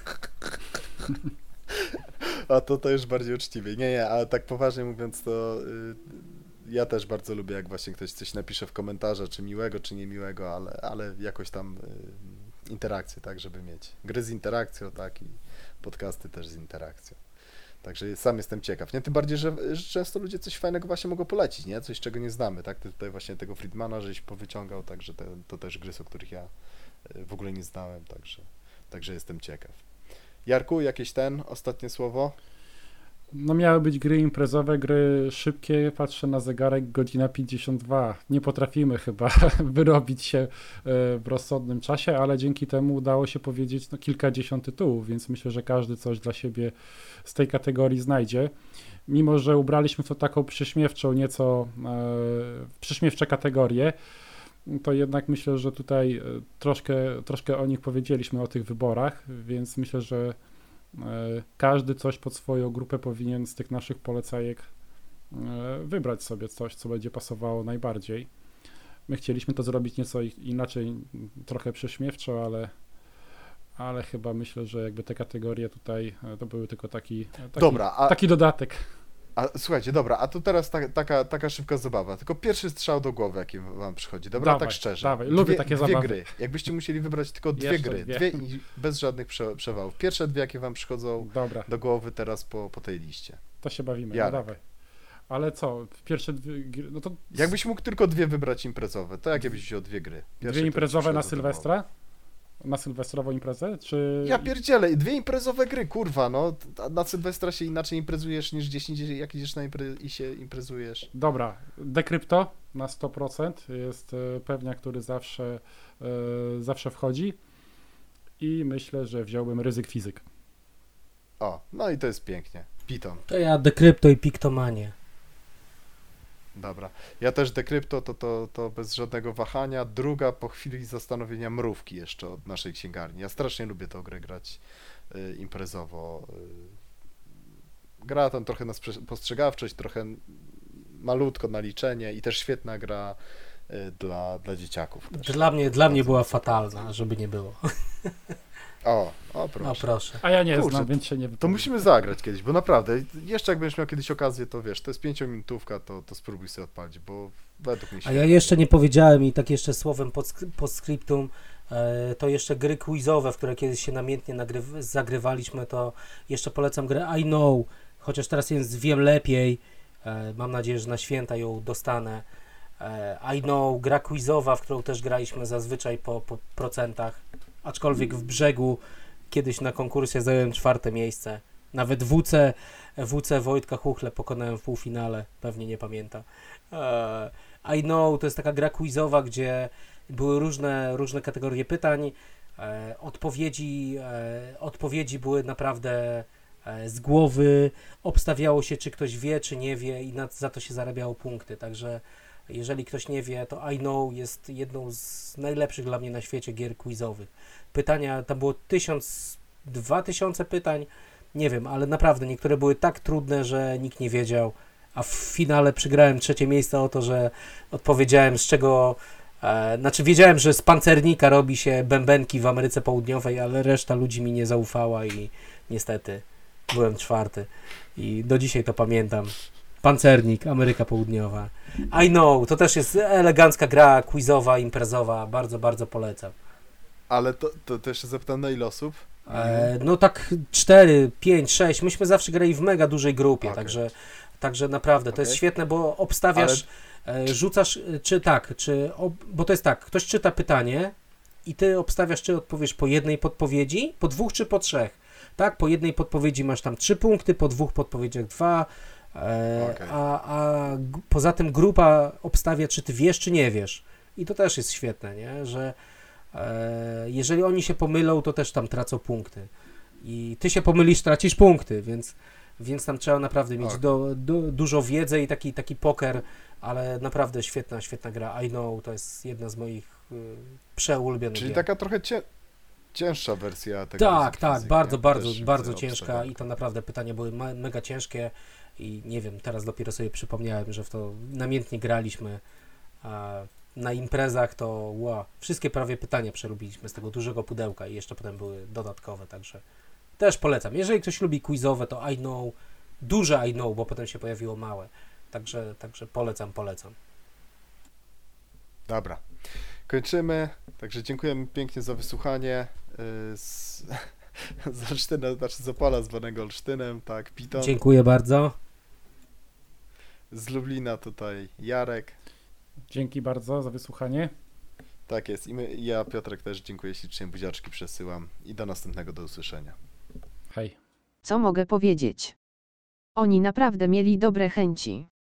A to już bardziej uczciwie. Nie, ale tak poważnie mówiąc, to ja też bardzo lubię, jak właśnie ktoś coś napisze w komentarze, czy miłego, czy niemiłego, ale jakoś tam interakcję, tak, żeby mieć gry z interakcją, tak, i podcasty też z interakcją. Także sam jestem ciekaw, nie? Tym bardziej, że często ludzie coś fajnego właśnie mogą polecić, nie? Coś, czego nie znamy, tak? Ty tutaj właśnie tego Friedmana żeś powyciągał, także to też gry są, których ja w ogóle nie znałem, także jestem ciekaw. Jarku, jakieś ostatnie słowo? No miały być gry imprezowe, gry szybkie, patrzę na zegarek, godzina 52. Nie potrafimy chyba wyrobić się w rozsądnym czasie, ale dzięki temu udało się powiedzieć kilkadziesiąt tytułów, więc myślę, że każdy coś dla siebie z tej kategorii znajdzie. Mimo że ubraliśmy to taką przyśmiewczą nieco, przyśmiewcze kategorie, to jednak myślę, że tutaj troszkę o nich powiedzieliśmy, o tych wyborach, więc myślę, że każdy coś pod swoją grupę powinien z tych naszych polecajek wybrać sobie coś, co będzie pasowało najbardziej. My chcieliśmy to zrobić nieco inaczej, trochę prześmiewczo, ale chyba myślę, że jakby te kategorie tutaj to były tylko taki dodatek. A słuchajcie, dobra, a tu teraz taka szybka zabawa, tylko pierwszy strzał do głowy, jaki wam przychodzi, dobra? Dawaj, tak szczerze. Dawaj. Lubię takie zabawy. Dwie gry, jakbyście musieli wybrać tylko dwie gry, dwie i bez żadnych przewałów. Pierwsze dwie, jakie wam przychodzą do głowy teraz po tej liście. To się bawimy, no dawaj. Ale co, pierwsze dwie gry, no to... Jakbyś mógł tylko dwie wybrać imprezowe, to jakie byś wziął dwie gry? Dwie imprezowe na Sylwestra? Na sylwestrową imprezę, czy... Ja pierdzielę, dwie imprezowe gry, kurwa, no. Na Sylwestra się inaczej imprezujesz niż gdzieś indziej, jak idziesz i się imprezujesz. Dobra, Decrypto na 100% jest pewniak, który zawsze wchodzi i myślę, że wziąłbym Ryzyk Fizyk. O, no i to jest pięknie. Piton. To ja Decrypto i Pictomanie. Dobra. Ja też Decrypto, to bez żadnego wahania. Druga po chwili zastanowienia Mrówki jeszcze od naszej księgarni. Ja strasznie lubię tę grę grać imprezowo. Gra tam trochę na postrzegawczość, trochę malutko na liczenie i też świetna gra dla dzieciaków. Też. Dla mnie była fatalna, żeby nie było. O, proszę. O, proszę. A ja nie znam, więc się nie wypowiem. To musimy zagrać kiedyś, bo naprawdę, jeszcze jak będziesz miał kiedyś okazję, to wiesz, to jest 5-minutówka, to spróbuj sobie odpalić, bo według mnie się... A ja jeszcze nie powiedziałem i tak jeszcze słowem postscriptum, to jeszcze gry quizowe, w które kiedyś się namiętnie zagrywaliśmy, to jeszcze polecam grę I Know, chociaż teraz wiem lepiej, mam nadzieję, że na święta ją dostanę. I Know, gra quizowa, w którą też graliśmy zazwyczaj po procentach, aczkolwiek w Brzegu kiedyś na konkursie zająłem 4. miejsce. Nawet WC Wojtka Chuchle pokonałem w półfinale, pewnie nie pamięta. I Know to jest taka gra quizowa, gdzie były różne kategorie pytań, odpowiedzi były naprawdę z głowy, obstawiało się, czy ktoś wie, czy nie wie i za to się zarabiało punkty, także Jeżeli ktoś nie wie, to I Know jest jedną z najlepszych dla mnie na świecie gier quizowych. Pytania, tam było 2000 pytań, nie wiem, ale naprawdę niektóre były tak trudne, że nikt nie wiedział, a w finale przegrałem 3. miejsce o to, że odpowiedziałem z czego, wiedziałem, że z pancernika robi się bębenki w Ameryce Południowej, ale reszta ludzi mi nie zaufała i niestety byłem 4. I do dzisiaj to pamiętam. Pancernik, Ameryka Południowa. I Know, to też jest elegancka gra quizowa, imprezowa, bardzo, bardzo polecam. Ale to też zapytam, na ile osób? No tak 4, 5, 6. Myśmy zawsze grali w mega dużej grupie, Okay. także naprawdę to jest świetne, bo obstawiasz, rzucasz, bo to jest tak, ktoś czyta pytanie i ty obstawiasz, czy odpowiesz po jednej podpowiedzi, po 2 czy po 3. Tak, po jednej podpowiedzi masz tam 3 punkty, po 2 podpowiedziach 2, a poza tym grupa obstawia, czy ty wiesz, czy nie wiesz. I to też jest świetne, nie? Że jeżeli oni się pomylą, to też tam tracą punkty. I ty się pomylisz, tracisz punkty, więc tam trzeba naprawdę mieć dużo wiedzy i taki poker, ale naprawdę świetna gra. I Know to jest jedna z moich przeulubionych Czyli gier. taka trochę cięższa wersja tego. Tak, bardzo ciężka i to naprawdę pytania były mega ciężkie i nie wiem, teraz dopiero sobie przypomniałem, że w to namiętnie graliśmy, a na imprezach to wszystkie prawie pytania przerobiliśmy z tego dużego pudełka i jeszcze potem były dodatkowe, także też polecam. Jeżeli ktoś lubi quizowe, to I Know, duże I Know, bo potem się pojawiło małe, także polecam. Dobra, kończymy, także dziękujemy pięknie za wysłuchanie z Olsztyna, z Opola zwanego Olsztynem, tak, Piton. Dziękuję bardzo. Z Lublina tutaj Jarek. Dzięki bardzo za wysłuchanie. Tak jest. I ja, Piotrek, też dziękuję ślicznie, buziaczki przesyłam i do następnego, do usłyszenia. Hej. Co mogę powiedzieć? Oni naprawdę mieli dobre chęci.